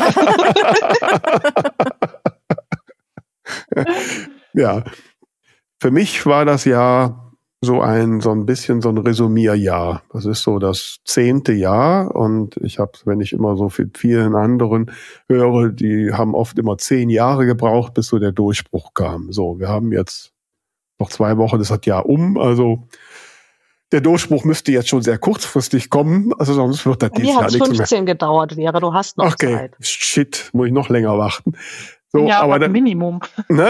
Ja, für mich war das Jahr so ein so ein bisschen so ein Resümierjahr. Das ist so das zehnte Jahr und ich habe, wenn ich immer so mit vielen anderen höre, die haben oft immer zehn Jahre gebraucht, bis so der Durchbruch kam. So, wir haben jetzt noch zwei Wochen, das hat Jahr um, also der Durchbruch müsste jetzt schon sehr kurzfristig kommen, also sonst wird das Bei dieses mir Jahr hat es nichts mehr. fünfzehn gedauert, Vera, du hast noch Okay, Zeit. shit, muss ich noch länger warten. So, Ja, aber das dann, Minimum. ne?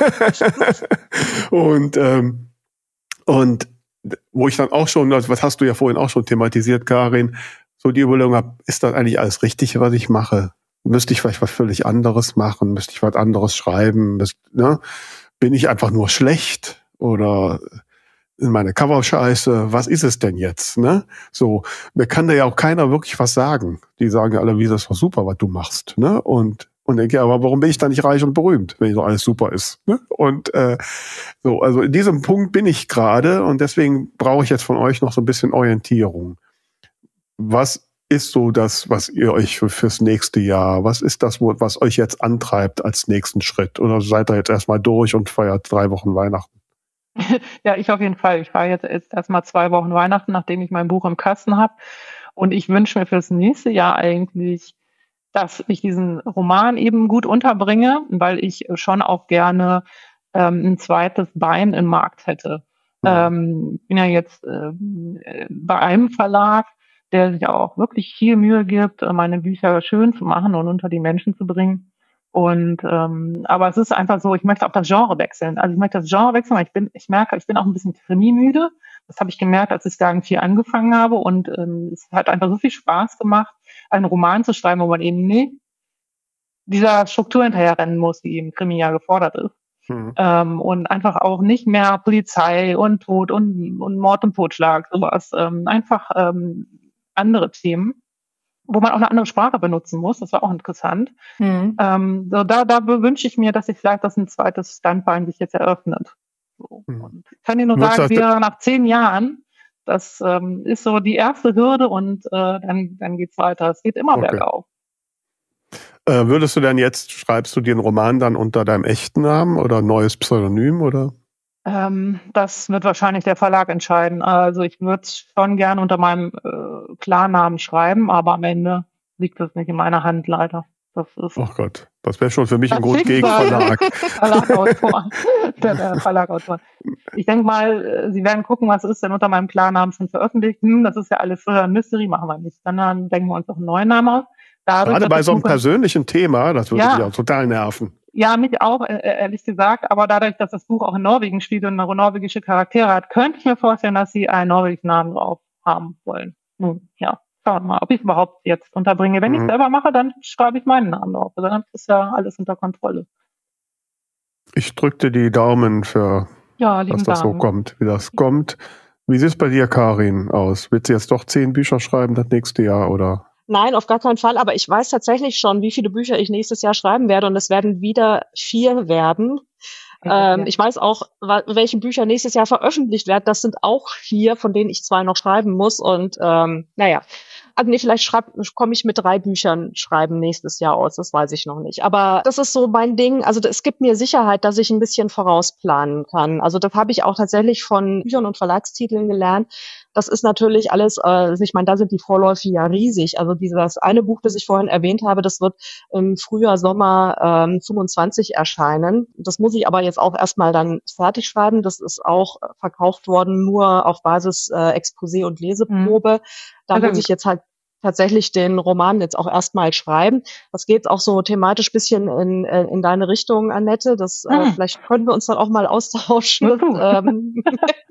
und ähm, und wo ich dann auch schon, was hast du ja vorhin auch schon thematisiert, Karin, so die Überlegung habe, ist das eigentlich alles richtig, was ich mache? Müsste ich vielleicht was völlig anderes machen? Müsste ich was anderes schreiben? Müsste, ne? Bin ich einfach nur schlecht? Oder in meine Cover-Scheiße? Was ist es denn jetzt? Ne? So, mir kann da ja auch keiner wirklich was sagen. Die sagen ja alle, wie, das war super, was du machst. Ne? Und Und denke, ja, aber warum bin ich da nicht reich und berühmt, wenn so alles super ist? Ne? Und äh, so, also in diesem Punkt bin ich gerade und deswegen brauche ich jetzt von euch noch so ein bisschen Orientierung. Was ist so das, was ihr euch für, fürs nächste Jahr, was ist das, was euch jetzt antreibt als nächsten Schritt? Oder seid ihr jetzt erstmal durch und feiert drei Wochen Weihnachten? Ja, ich auf jeden Fall. Ich feiere jetzt, jetzt erstmal zwei Wochen Weihnachten, nachdem ich mein Buch im Kasten habe. Und ich wünsche mir fürs nächste Jahr eigentlich, dass ich diesen Roman eben gut unterbringe, weil ich schon auch gerne ähm, ein zweites Bein im Markt hätte. Ja. Ähm, ich bin ja jetzt äh, bei einem Verlag, der sich auch wirklich viel Mühe gibt, meine Bücher schön zu machen und unter die Menschen zu bringen. Und ähm, aber es ist einfach so, ich möchte auch das Genre wechseln. Also ich möchte das Genre wechseln, weil ich bin, ich merke, ich bin auch ein bisschen Krimi-müde. Das habe ich gemerkt, als ich da irgendwie angefangen habe. Und ähm, es hat einfach so viel Spaß gemacht, einen Roman zu schreiben, wo man eben nicht dieser Struktur hinterherrennen muss, die eben Krimi ja gefordert ist. Hm. Ähm, und einfach auch nicht mehr Polizei und Tod und, und Mord und Totschlag, sowas. Ähm, einfach ähm, andere Themen, wo man auch eine andere Sprache benutzen muss. Das war auch interessant. Mhm. Ähm, so da, da wünsche ich mir, dass ich vielleicht, dass ein zweites Standbein sich jetzt eröffnet. So. Mhm. Und ich kann dir nur Würdest sagen, du- wir nach zehn Jahren, das ähm, ist so die erste Hürde und äh, dann, dann geht's weiter. Es geht immer Okay. bergauf. Äh, würdest du denn jetzt, schreibst du den Roman dann unter deinem echten Namen oder neues Pseudonym oder? Ähm, das wird wahrscheinlich der Verlag entscheiden. Also ich würde schon gerne unter meinem äh, Klarnamen schreiben, aber am Ende liegt das nicht in meiner Hand leider. Das ist Ach Gott, das wäre schon für mich ein Das Grund gegen Schicksal. Verlag. Verlagautor. der, der Verlagautor. Ich denke mal, äh, sie werden gucken, was ist denn unter meinem Klarnamen schon veröffentlicht. Hm, das ist ja alles so ein Mystery, machen wir nicht. Dann denken wir uns auch einen neuen Namen aus. Dadurch, Gerade dass bei das so einem Buch- persönlichen Thema, das würde Ja. mich auch total nerven. Ja, mich auch, äh, ehrlich gesagt. Aber dadurch, dass das Buch auch in Norwegen spielt und norwegische Charaktere hat, könnte ich mir vorstellen, dass sie einen norwegischen Namen drauf haben wollen. Nun, ja, schauen wir mal, ob ich es überhaupt jetzt unterbringe. Wenn ich es Mhm. selber mache, dann schreibe ich meinen Namen drauf. Also dann ist ja alles unter Kontrolle. Ich drückte die Daumen für, Ja, dass lieben das so Dank. kommt, wie das kommt. Wie sieht es bei dir, Karin, aus? Willst du jetzt doch zehn Bücher schreiben das nächste Jahr oder? Nein, auf gar keinen Fall. Aber ich weiß tatsächlich schon, wie viele Bücher ich nächstes Jahr schreiben werde. Und es werden wieder vier werden. Ähm, ich weiß auch, wa- welche Bücher nächstes Jahr veröffentlicht werden. Das sind auch vier, von denen ich zwei noch schreiben muss. Und ähm, naja, also nee, vielleicht komme ich mit drei Büchern schreiben nächstes Jahr aus. Das weiß ich noch nicht. Aber das ist so mein Ding. Also es gibt mir Sicherheit, dass ich ein bisschen vorausplanen kann. Also das habe ich auch tatsächlich von Büchern und Verlagstiteln gelernt. Das ist natürlich alles, äh, also ich meine, da sind die Vorläufe ja riesig. Also dieses eine Buch, das ich vorhin erwähnt habe, das wird im Frühjahr, Sommer ähm, fünfundzwanzig erscheinen. Das muss ich aber jetzt auch erstmal dann fertig schreiben. Das ist auch äh, verkauft worden, nur auf Basis äh, Exposé und Leseprobe. Da Also- muss ich jetzt halt tatsächlich den Roman jetzt auch erstmal schreiben. Das geht auch so thematisch bisschen in, in, in deine Richtung, Annette. Das, äh, Hm. vielleicht können wir uns dann auch mal austauschen. Na du. ähm,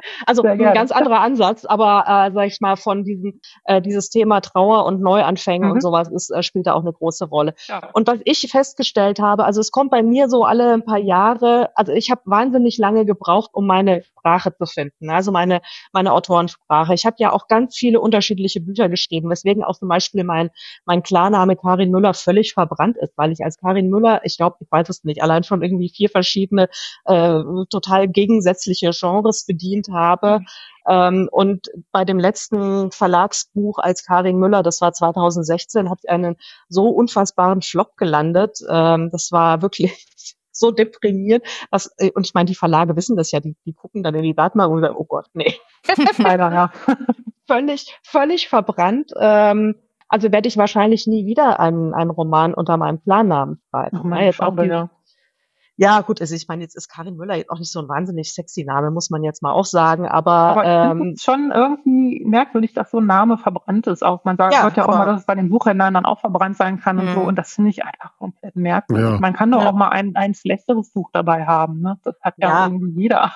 Also Sehr ein gerne. ganz anderer Ansatz, aber äh, sag ich mal, von diesem äh, dieses Thema Trauer und Neuanfänge Mhm. und sowas ist, äh, spielt da auch eine große Rolle. Ja. Und was ich festgestellt habe, also es kommt bei mir so alle ein paar Jahre, also ich habe wahnsinnig lange gebraucht, um meine Sprache zu finden, also meine meine Autorensprache. Ich habe ja auch ganz viele unterschiedliche Bücher geschrieben, weswegen auch zum Beispiel mein mein Klarname Karin Müller völlig verbrannt ist, weil ich als Karin Müller, ich glaube, ich weiß es nicht, allein schon irgendwie vier verschiedene äh, total gegensätzliche Genres bedient habe. Ähm, und bei dem letzten Verlagsbuch als Karin Müller, das war zweitausendsechzehn, hat einen so unfassbaren Flop gelandet. Ähm, das war wirklich so deprimierend. Was, äh, und ich meine, die Verlage wissen das ja, die, die gucken dann in die Datenbank und sagen, oh Gott, nee. Leider, ja. völlig, völlig verbrannt. Ähm, also werde ich wahrscheinlich nie wieder einen, einen Roman unter meinem Klarnamen schreiben. Ach Ja, man, jetzt auch schade, die, ja. ja, gut, also ich meine, jetzt ist Karin Müller jetzt auch nicht so ein wahnsinnig sexy Name, muss man jetzt mal auch sagen, aber, Aber ich finde ähm, es schon irgendwie merkwürdig, dass so ein Name verbrannt ist. Auch man sagt, Ja, hört ja auch aber- mal, dass es bei den Buchhändlern dann auch verbrannt sein kann und Mhm. so. Und das finde ich einfach komplett merkwürdig. Ja. Man kann doch Ja. auch mal ein, ein schlechteres Buch dabei haben. Ne? Das hat ja, Ja. irgendwie jeder.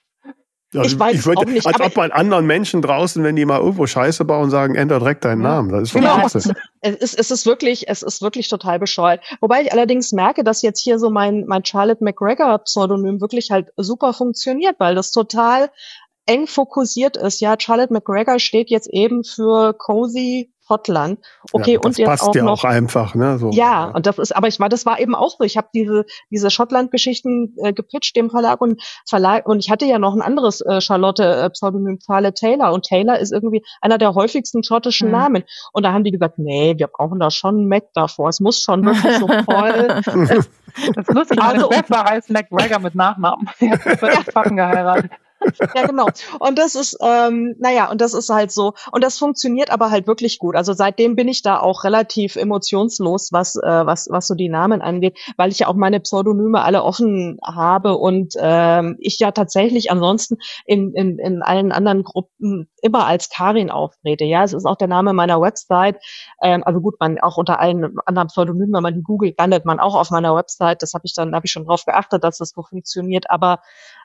Also Ich weiß würde, auch nicht, als aber- ob bei anderen Menschen draußen, wenn die mal irgendwo Scheiße bauen, sagen, ändert direkt deinen Ja. Namen. Das ist doch Genau. Schwachsinn. Es ist, es ist wirklich, es ist wirklich total bescheuert. Wobei ich allerdings merke, dass jetzt hier so mein, mein Charlotte McGregor Pseudonym wirklich halt super funktioniert, weil das total eng fokussiert ist. Ja, Charlotte McGregor steht jetzt eben für Cozy Schottland. Okay, Ja, das und jetzt passt auch ja noch auch einfach, ne? So, Ja, und das ist, aber ich war, das war eben auch so. Ich habe diese diese Schottland-Geschichten äh, gepitcht dem Verlag und Verlag und ich hatte ja noch ein anderes äh, Charlotte äh, Pseudonym Charlotte Taylor und Taylor ist irgendwie einer der häufigsten schottischen Mhm. Namen. Und da haben die gesagt, nee, wir brauchen da schon einen Mac davor. Es muss schon wirklich so voll. Das ist lustig, meine Also- Schwester heißt McGregor mit Nachnamen. Die hat vierzig Pfaffen geheiratet. Ja, genau. Und das ist, ähm, naja, und das ist halt so. Und das funktioniert aber halt wirklich gut. Also seitdem bin ich da auch relativ emotionslos, was, äh, was, was so die Namen angeht, weil ich ja auch meine Pseudonyme alle offen habe und ähm, ich ja tatsächlich ansonsten in, in, in allen anderen Gruppen immer als Karin auftrete. Ja, es ist auch der Name meiner Website. Ähm, also gut, man auch unter allen anderen Pseudonymen, wenn man die googelt, landet man auch auf meiner Website. Das habe ich dann, habe ich schon drauf geachtet, dass das so funktioniert. Aber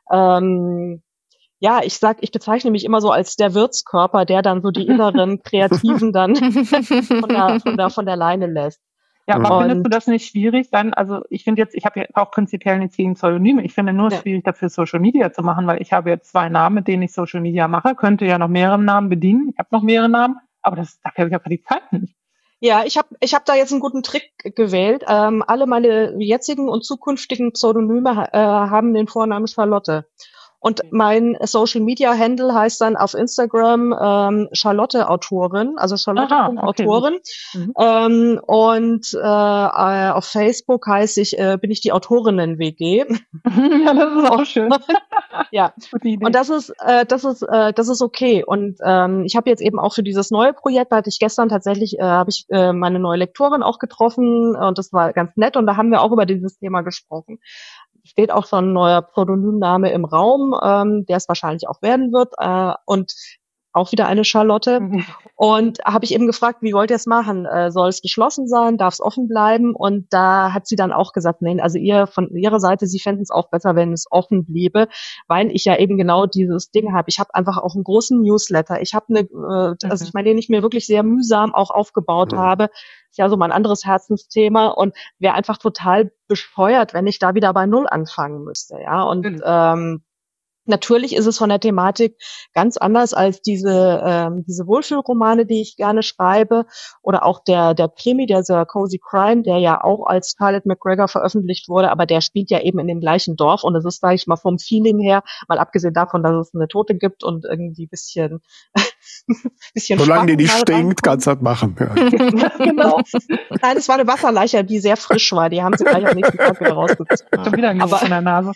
ähm, ja, ich sag, ich bezeichne mich immer so als der Wirtskörper, der dann so die inneren Kreativen dann von der, von der, von der Leine lässt. Ja, aber Und- findest du das nicht schwierig? Dann, also ich finde jetzt, ich habe ja auch prinzipiell nichts gegen Pseudonyme. Ich finde nur Ja. schwierig, dafür Social Media zu machen, weil ich habe jetzt zwei Namen, mit denen ich Social Media mache, könnte ja noch mehrere Namen bedienen. Ich habe noch mehrere Namen, aber das dafür habe ich einfach die Zeit nicht. Ja, ich habe ich hab da jetzt einen guten Trick gewählt. Ähm, alle meine jetzigen und zukünftigen Pseudonyme äh, haben den Vornamen Charlotte. Und mein Social Media Handle heißt dann auf Instagram ähm, Charlotte Autorin, also Charlotte Aha, okay, Autorin. Mhm. Ähm, und äh, äh, auf Facebook heiße ich, äh, bin ich die Autorinnen-W G. Ja, das ist auch schön. Ja. Gute Idee. Und das ist, äh, das ist, äh, das ist okay. Und ähm, ich habe jetzt eben auch für dieses neue Projekt, da hatte ich gestern tatsächlich, äh, habe ich äh, meine neue Lektorin auch getroffen und das war ganz nett. Und da haben wir auch über dieses Thema gesprochen. Steht auch schon ein neuer Pseudonymname im Raum, ähm, der es wahrscheinlich auch werden wird. Äh, und auch wieder eine Charlotte. Mhm. Und habe ich eben gefragt, wie wollt ihr es machen? Äh, soll es geschlossen sein? Darf es offen bleiben? Und da hat sie dann auch gesagt, nein, also ihr von ihrer Seite, sie fänden es auch besser, wenn es offen bliebe, weil ich ja eben genau dieses Ding habe. Ich habe einfach auch einen großen Newsletter. Ich habe eine, äh, also ich meine, den ich mir wirklich sehr mühsam auch aufgebaut Mhm. habe. Ist ja so mein anderes Herzensthema und wäre einfach total bescheuert, wenn ich da wieder bei Null anfangen müsste. Ja, und Mhm. ähm, natürlich ist es von der Thematik ganz anders als diese ähm, diese Wohlfühlromane, die ich gerne schreibe, oder auch der der Krimi, der The Cozy Crime, der ja auch als Charlotte McGregor veröffentlicht wurde, aber der spielt ja eben in dem gleichen Dorf und es ist, sage ich mal, vom Feeling her, mal abgesehen davon, dass es eine Tote gibt und irgendwie bisschen bisschen Solange die nicht Schwachsinn mal stinkt, kannst du das machen. Ja. reinkommt. Genau. Nein, es war eine Wasserleiche, die sehr frisch war. Die haben sie gleich am nächsten Tag wieder rausgezogen. Schon wieder ein Geruch Aber- in der Nase.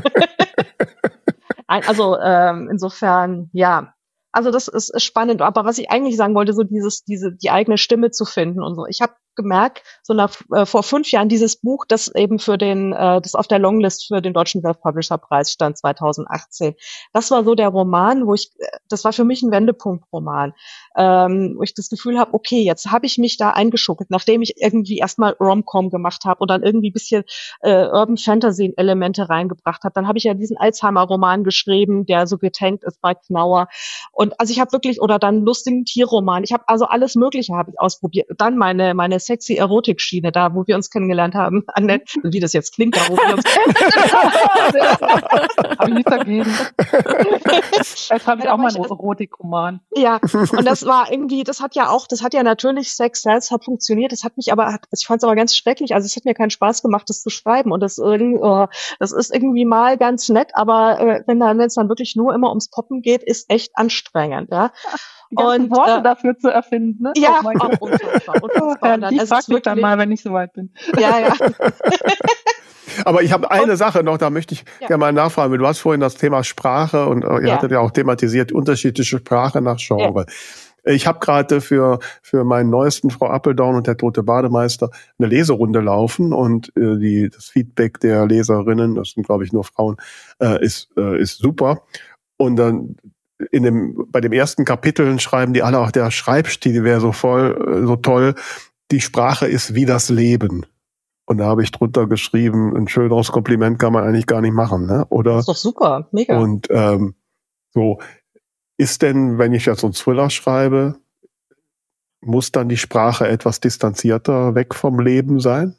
Ein- Also ähm, insofern, ja. Also das ist, ist spannend. Aber was ich eigentlich sagen wollte, so dieses, diese, die eigene Stimme zu finden und so. Ich habe gemerkt, so nach, äh, vor fünf Jahren dieses Buch, das eben für den, äh, das auf der Longlist für den Deutschen Self-Publisher-Preis stand zweitausendachtzehn. Das war so der Roman, wo ich, das war für mich ein Wendepunkt-Roman, ähm, wo ich das Gefühl habe, okay, jetzt habe ich mich da eingeschuckelt, nachdem ich irgendwie erstmal Rom-Com gemacht habe und dann irgendwie ein bisschen äh, Urban Fantasy-Elemente reingebracht habe. Dann habe ich ja diesen Alzheimer-Roman geschrieben, der so getankt ist bei Knauer. Und also ich habe wirklich, oder dann einen lustigen Tierroman. Ich habe also alles Mögliche habe ich ausprobiert. Dann meine meine sexy Erotik-Schiene, da wo wir uns kennengelernt haben, Annette, wie das jetzt klingt, da wo wir uns Habe ich nichts dagegen. Jetzt habe ich auch mal einen Erotikroman. Ja, und das war irgendwie, das hat ja auch, das hat ja natürlich Sex Sales hat funktioniert, das hat mich aber, hat, ich fand es aber ganz schrecklich, also es hat mir keinen Spaß gemacht, das zu schreiben und das irgendwie, oh, das ist irgendwie mal ganz nett, aber äh, wenn dann, wenn es dann wirklich nur immer ums Poppen geht, ist echt anstrengend, ja. Die ganzen Und, Worte äh, dafür zu erfinden, ne? Ja, oh mein auch Gott. unfassbar, unfassbar. Und dann, Ich also es frag ist mich dann wirklich- mal, wenn ich soweit bin. Ja, ja. Aber ich habe eine Sache noch, da möchte ich Ja. gerne mal nachfragen. Du hast vorhin das Thema Sprache und äh, ihr Ja. hattet ja auch thematisiert, unterschiedliche Sprache nach Genre. Ich habe gerade für für meinen neuesten Frau Appeldown und der tote Bademeister eine Leserunde laufen und äh, die das Feedback der Leserinnen, das sind glaube ich nur Frauen, äh, ist äh, ist super. Und dann in dem bei dem ersten Kapitel schreiben die alle auch, der Schreibstil wäre so voll äh, so toll. Die Sprache ist wie das Leben. Und da habe ich drunter geschrieben, ein schöneres Kompliment kann man eigentlich gar nicht machen, ne? Oder? Das ist doch super, mega. Und ähm, so ist denn, wenn ich jetzt so einen Thriller schreibe, muss dann die Sprache etwas distanzierter weg vom Leben sein?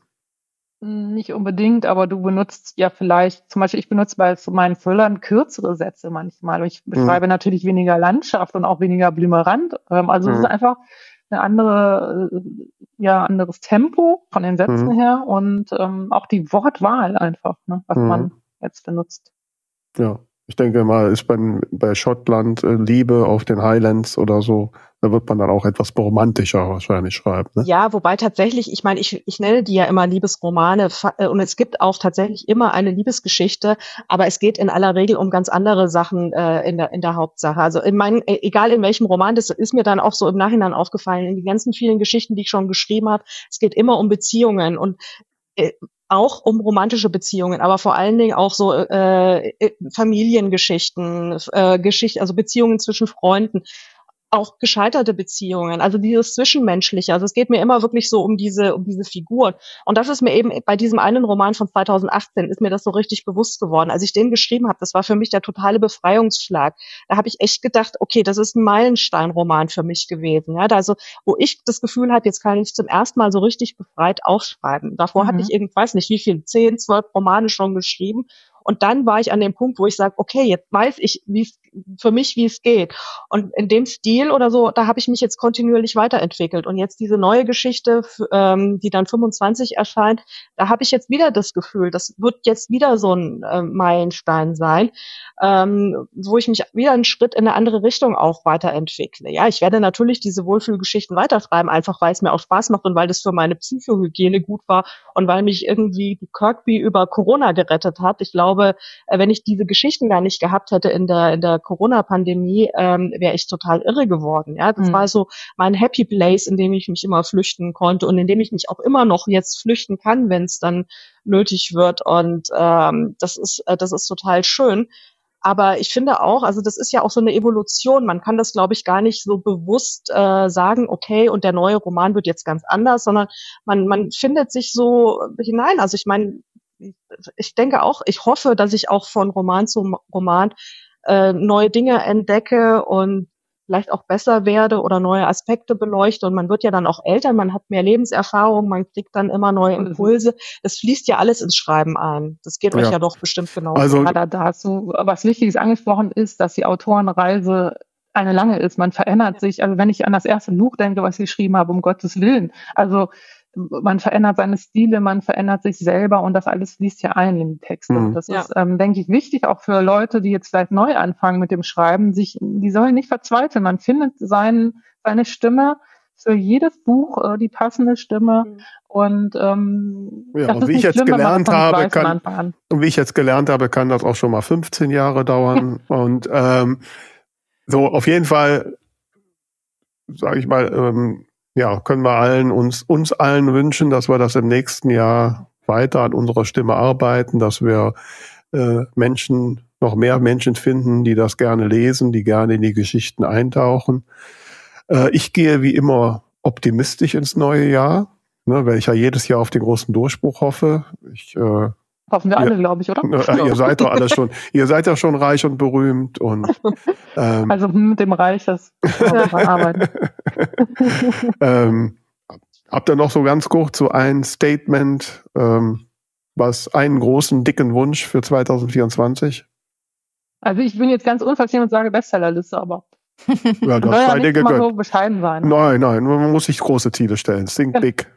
Nicht unbedingt, aber du benutzt ja vielleicht, zum Beispiel ich benutze bei so meinen Thrillern kürzere Sätze manchmal. Und ich beschreibe natürlich weniger Landschaft und auch weniger Blümerand. Ähm, also es Mhm. ist einfach eine andere, äh, ja, anderes Tempo von den Sätzen Mhm. her und ähm, auch die Wortwahl einfach, ne, was Mhm. man jetzt benutzt. Ja, ich denke mal, ist bei, bei Schottland äh, Liebe auf den Highlands oder so, da wird man dann auch etwas romantischer wahrscheinlich schreiben. Ne? Ja, wobei tatsächlich, ich meine, ich, ich nenne die ja immer Liebesromane fa- äh, und es gibt auch tatsächlich immer eine Liebesgeschichte, aber es geht in aller Regel um ganz andere Sachen äh, in der in der Hauptsache. Also in meinen, äh, egal in welchem Roman, das ist mir dann auch so im Nachhinein aufgefallen, in den ganzen vielen Geschichten, die ich schon geschrieben habe, es geht immer um Beziehungen und äh, auch um romantische Beziehungen, aber vor allen Dingen auch so äh, äh, Familiengeschichten, äh, Geschichten, also Beziehungen zwischen Freunden. Auch gescheiterte Beziehungen, also dieses Zwischenmenschliche. Also es geht mir immer wirklich so um diese, um diese Figuren. Und das ist mir eben bei diesem einen Roman von zweitausendachtzehn ist mir das so richtig bewusst geworden. Als ich den geschrieben habe, das war für mich der totale Befreiungsschlag. Da habe ich echt gedacht, okay, das ist ein Meilenstein-Roman für mich gewesen. Ja, da also, wo ich das Gefühl habe, jetzt kann ich zum ersten Mal so richtig befreit aufschreiben. Davor Mhm. hatte ich irgend, weiß nicht, wie viel, zehn, zwölf Romane schon geschrieben. Und dann war ich an dem Punkt, wo ich sage, okay, jetzt weiß ich, wie es für mich, wie es geht. Und in dem Stil oder so, da habe ich mich jetzt kontinuierlich weiterentwickelt. Und jetzt diese neue Geschichte, f- ähm, die dann fünfundzwanzig erscheint, da habe ich jetzt wieder das Gefühl, das wird jetzt wieder so ein äh, Meilenstein sein, ähm, wo ich mich wieder einen Schritt in eine andere Richtung auch weiterentwickle. Ja, ich werde natürlich diese Wohlfühlgeschichten weiterschreiben, einfach weil es mir auch Spaß macht und weil das für meine Psychohygiene gut war und weil mich irgendwie die Kirkby über Corona gerettet hat. Ich glaube, äh, wenn ich diese Geschichten gar nicht gehabt hätte in der in der Corona-Pandemie, ähm, wäre ich total irre geworden. Ja, das Mhm. war so mein Happy Place, in dem ich mich immer flüchten konnte und in dem ich mich auch immer noch jetzt flüchten kann, wenn es dann nötig wird. Und ähm, das ist äh, das ist total schön. Aber ich finde auch, also das ist ja auch so eine Evolution. Man kann das, glaube ich, gar nicht so bewusst äh, sagen, okay, und der neue Roman wird jetzt ganz anders, sondern man man findet sich so hinein. Also ich meine, ich denke auch, ich hoffe, dass ich auch von Roman zu Roman äh, neue Dinge entdecke und vielleicht auch besser werde oder neue Aspekte beleuchte. Und man wird ja dann auch älter, man hat mehr Lebenserfahrung, man kriegt dann immer neue Impulse. Das fließt ja alles ins Schreiben ein. Das geht Ja. euch ja doch bestimmt genauso. Also Ja, da, da hast du was Wichtiges angesprochen ist, dass die Autorenreise eine lange ist. Man verändert sich. Also wenn ich an das erste Buch denke, was ich geschrieben habe, um Gottes Willen. Also man verändert seine Stile, man verändert sich selber und das alles fließt ja ein in die Texte. Mhm. Und das Ja. ist, ähm, denke ich, wichtig auch für Leute, die jetzt vielleicht neu anfangen mit dem Schreiben. Sich, die sollen nicht verzweifeln. Man findet sein, seine Stimme für jedes Buch, äh, die passende Stimme. Mhm. Und ähm, Ja, das und ist wie ich nicht jetzt schlimm, wenn man gelernt das noch nicht habe, weiß von kann- Anfang an. Und wie ich jetzt gelernt habe, kann das auch schon mal fünfzehn Jahre dauern. Und ähm, so auf jeden Fall, sage ich mal, ähm, ja, können wir allen uns, uns allen wünschen, dass wir das im nächsten Jahr weiter an unserer Stimme arbeiten, dass wir äh, Menschen, noch mehr Menschen finden, die das gerne lesen, die gerne in die Geschichten eintauchen. Äh, ich gehe wie immer optimistisch ins neue Jahr, ne, weil ich ja jedes Jahr auf den großen Durchbruch hoffe. Ich, äh, Hoffen wir alle, glaube ich, oder? Äh, ihr seid doch alle schon, ihr seid ja schon reich und berühmt und ähm, also mit dem Reich, das kann man arbeiten. ähm, habt ihr noch so ganz kurz so ein Statement, ähm, was einen großen, dicken Wunsch für zwanzig vierundzwanzig? Also ich bin jetzt ganz unverschämt und sage Bestsellerliste, aber Ja, das soll ja sei dir nicht mal gegönnt. so bescheiden sein. Nein, nein, man muss sich große Ziele stellen. Think big.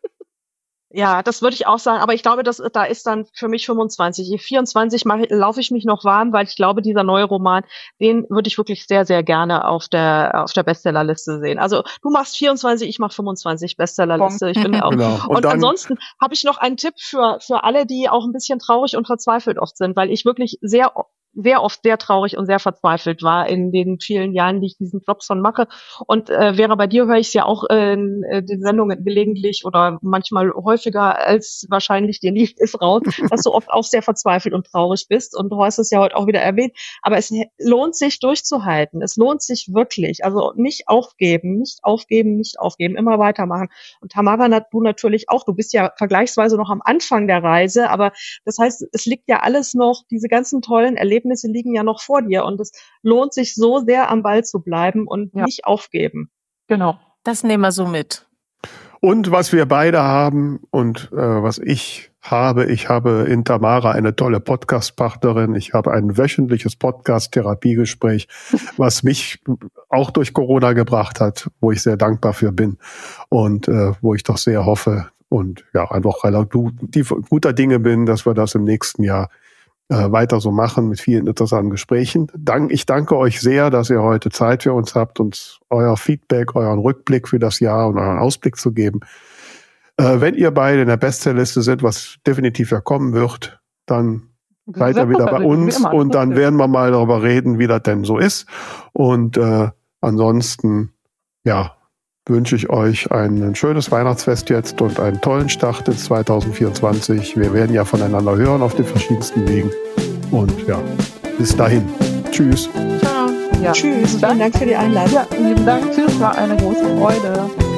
Ja, das würde ich auch sagen, aber ich glaube, das, da ist dann für mich fünfundzwanzig. vierundzwanzig mache, laufe ich mich noch warm, weil ich glaube, dieser neue Roman, den würde ich wirklich sehr, sehr gerne auf der auf der Bestsellerliste sehen. Also du machst vierundzwanzig, ich mache fünfundzwanzig Bestsellerliste. Ich bin auch. Genau. Und, Und dann, ansonsten habe ich noch einen Tipp für für alle, die auch ein bisschen traurig und verzweifelt oft sind, weil ich wirklich sehr sehr oft sehr traurig und sehr verzweifelt war in den vielen Jahren, die ich diesen Job schon mache. Und äh, Vera, bei dir höre ich es ja auch äh, in den Sendungen gelegentlich oder manchmal häufiger als wahrscheinlich dir lieb ist raus, dass du oft auch sehr verzweifelt und traurig bist. Und du hast es ja heute auch wieder erwähnt. Aber es lohnt sich durchzuhalten. Es lohnt sich wirklich. Also nicht aufgeben, nicht aufgeben, nicht aufgeben, immer weitermachen. Und Tamara, du natürlich auch. Du bist ja vergleichsweise noch am Anfang der Reise. Aber das heißt, es liegt ja alles noch, diese ganzen tollen Erlebnisse liegen ja noch vor dir und es lohnt sich so sehr am Ball zu bleiben und Ja. nicht aufgeben. Genau. Das nehmen wir so mit. und was wir beide haben und äh, was ich habe, ich habe in Tamara eine tolle Podcast-Partnerin. Ich habe ein wöchentliches Podcast-Therapiegespräch, was mich auch durch Corona gebracht hat, wo ich sehr dankbar für bin und äh, wo ich doch sehr hoffe und ja, einfach relativ guter Dinge bin, dass wir das im nächsten Jahr äh, weiter so machen mit vielen interessanten Gesprächen. Dank, ich danke euch sehr, dass ihr heute Zeit für uns habt, uns euer Feedback, euren Rückblick für das Jahr und euren Ausblick zu geben. Äh, wenn ihr beide in der Bestsellerliste sind, was definitiv ja kommen wird, dann seid ihr wieder bei uns und dann werden wir mal darüber reden, wie das denn so ist. Und äh, ansonsten, ja, wünsche ich euch ein schönes Weihnachtsfest jetzt und einen tollen Start in zwanzig vierundzwanzig. Wir werden ja voneinander hören auf den verschiedensten Wegen. Und ja, bis dahin. Tschüss. Ciao. Ja. Tschüss, vielen Dank für die Einladung. Ja, lieben Dank. Tschüss, war eine große Freude.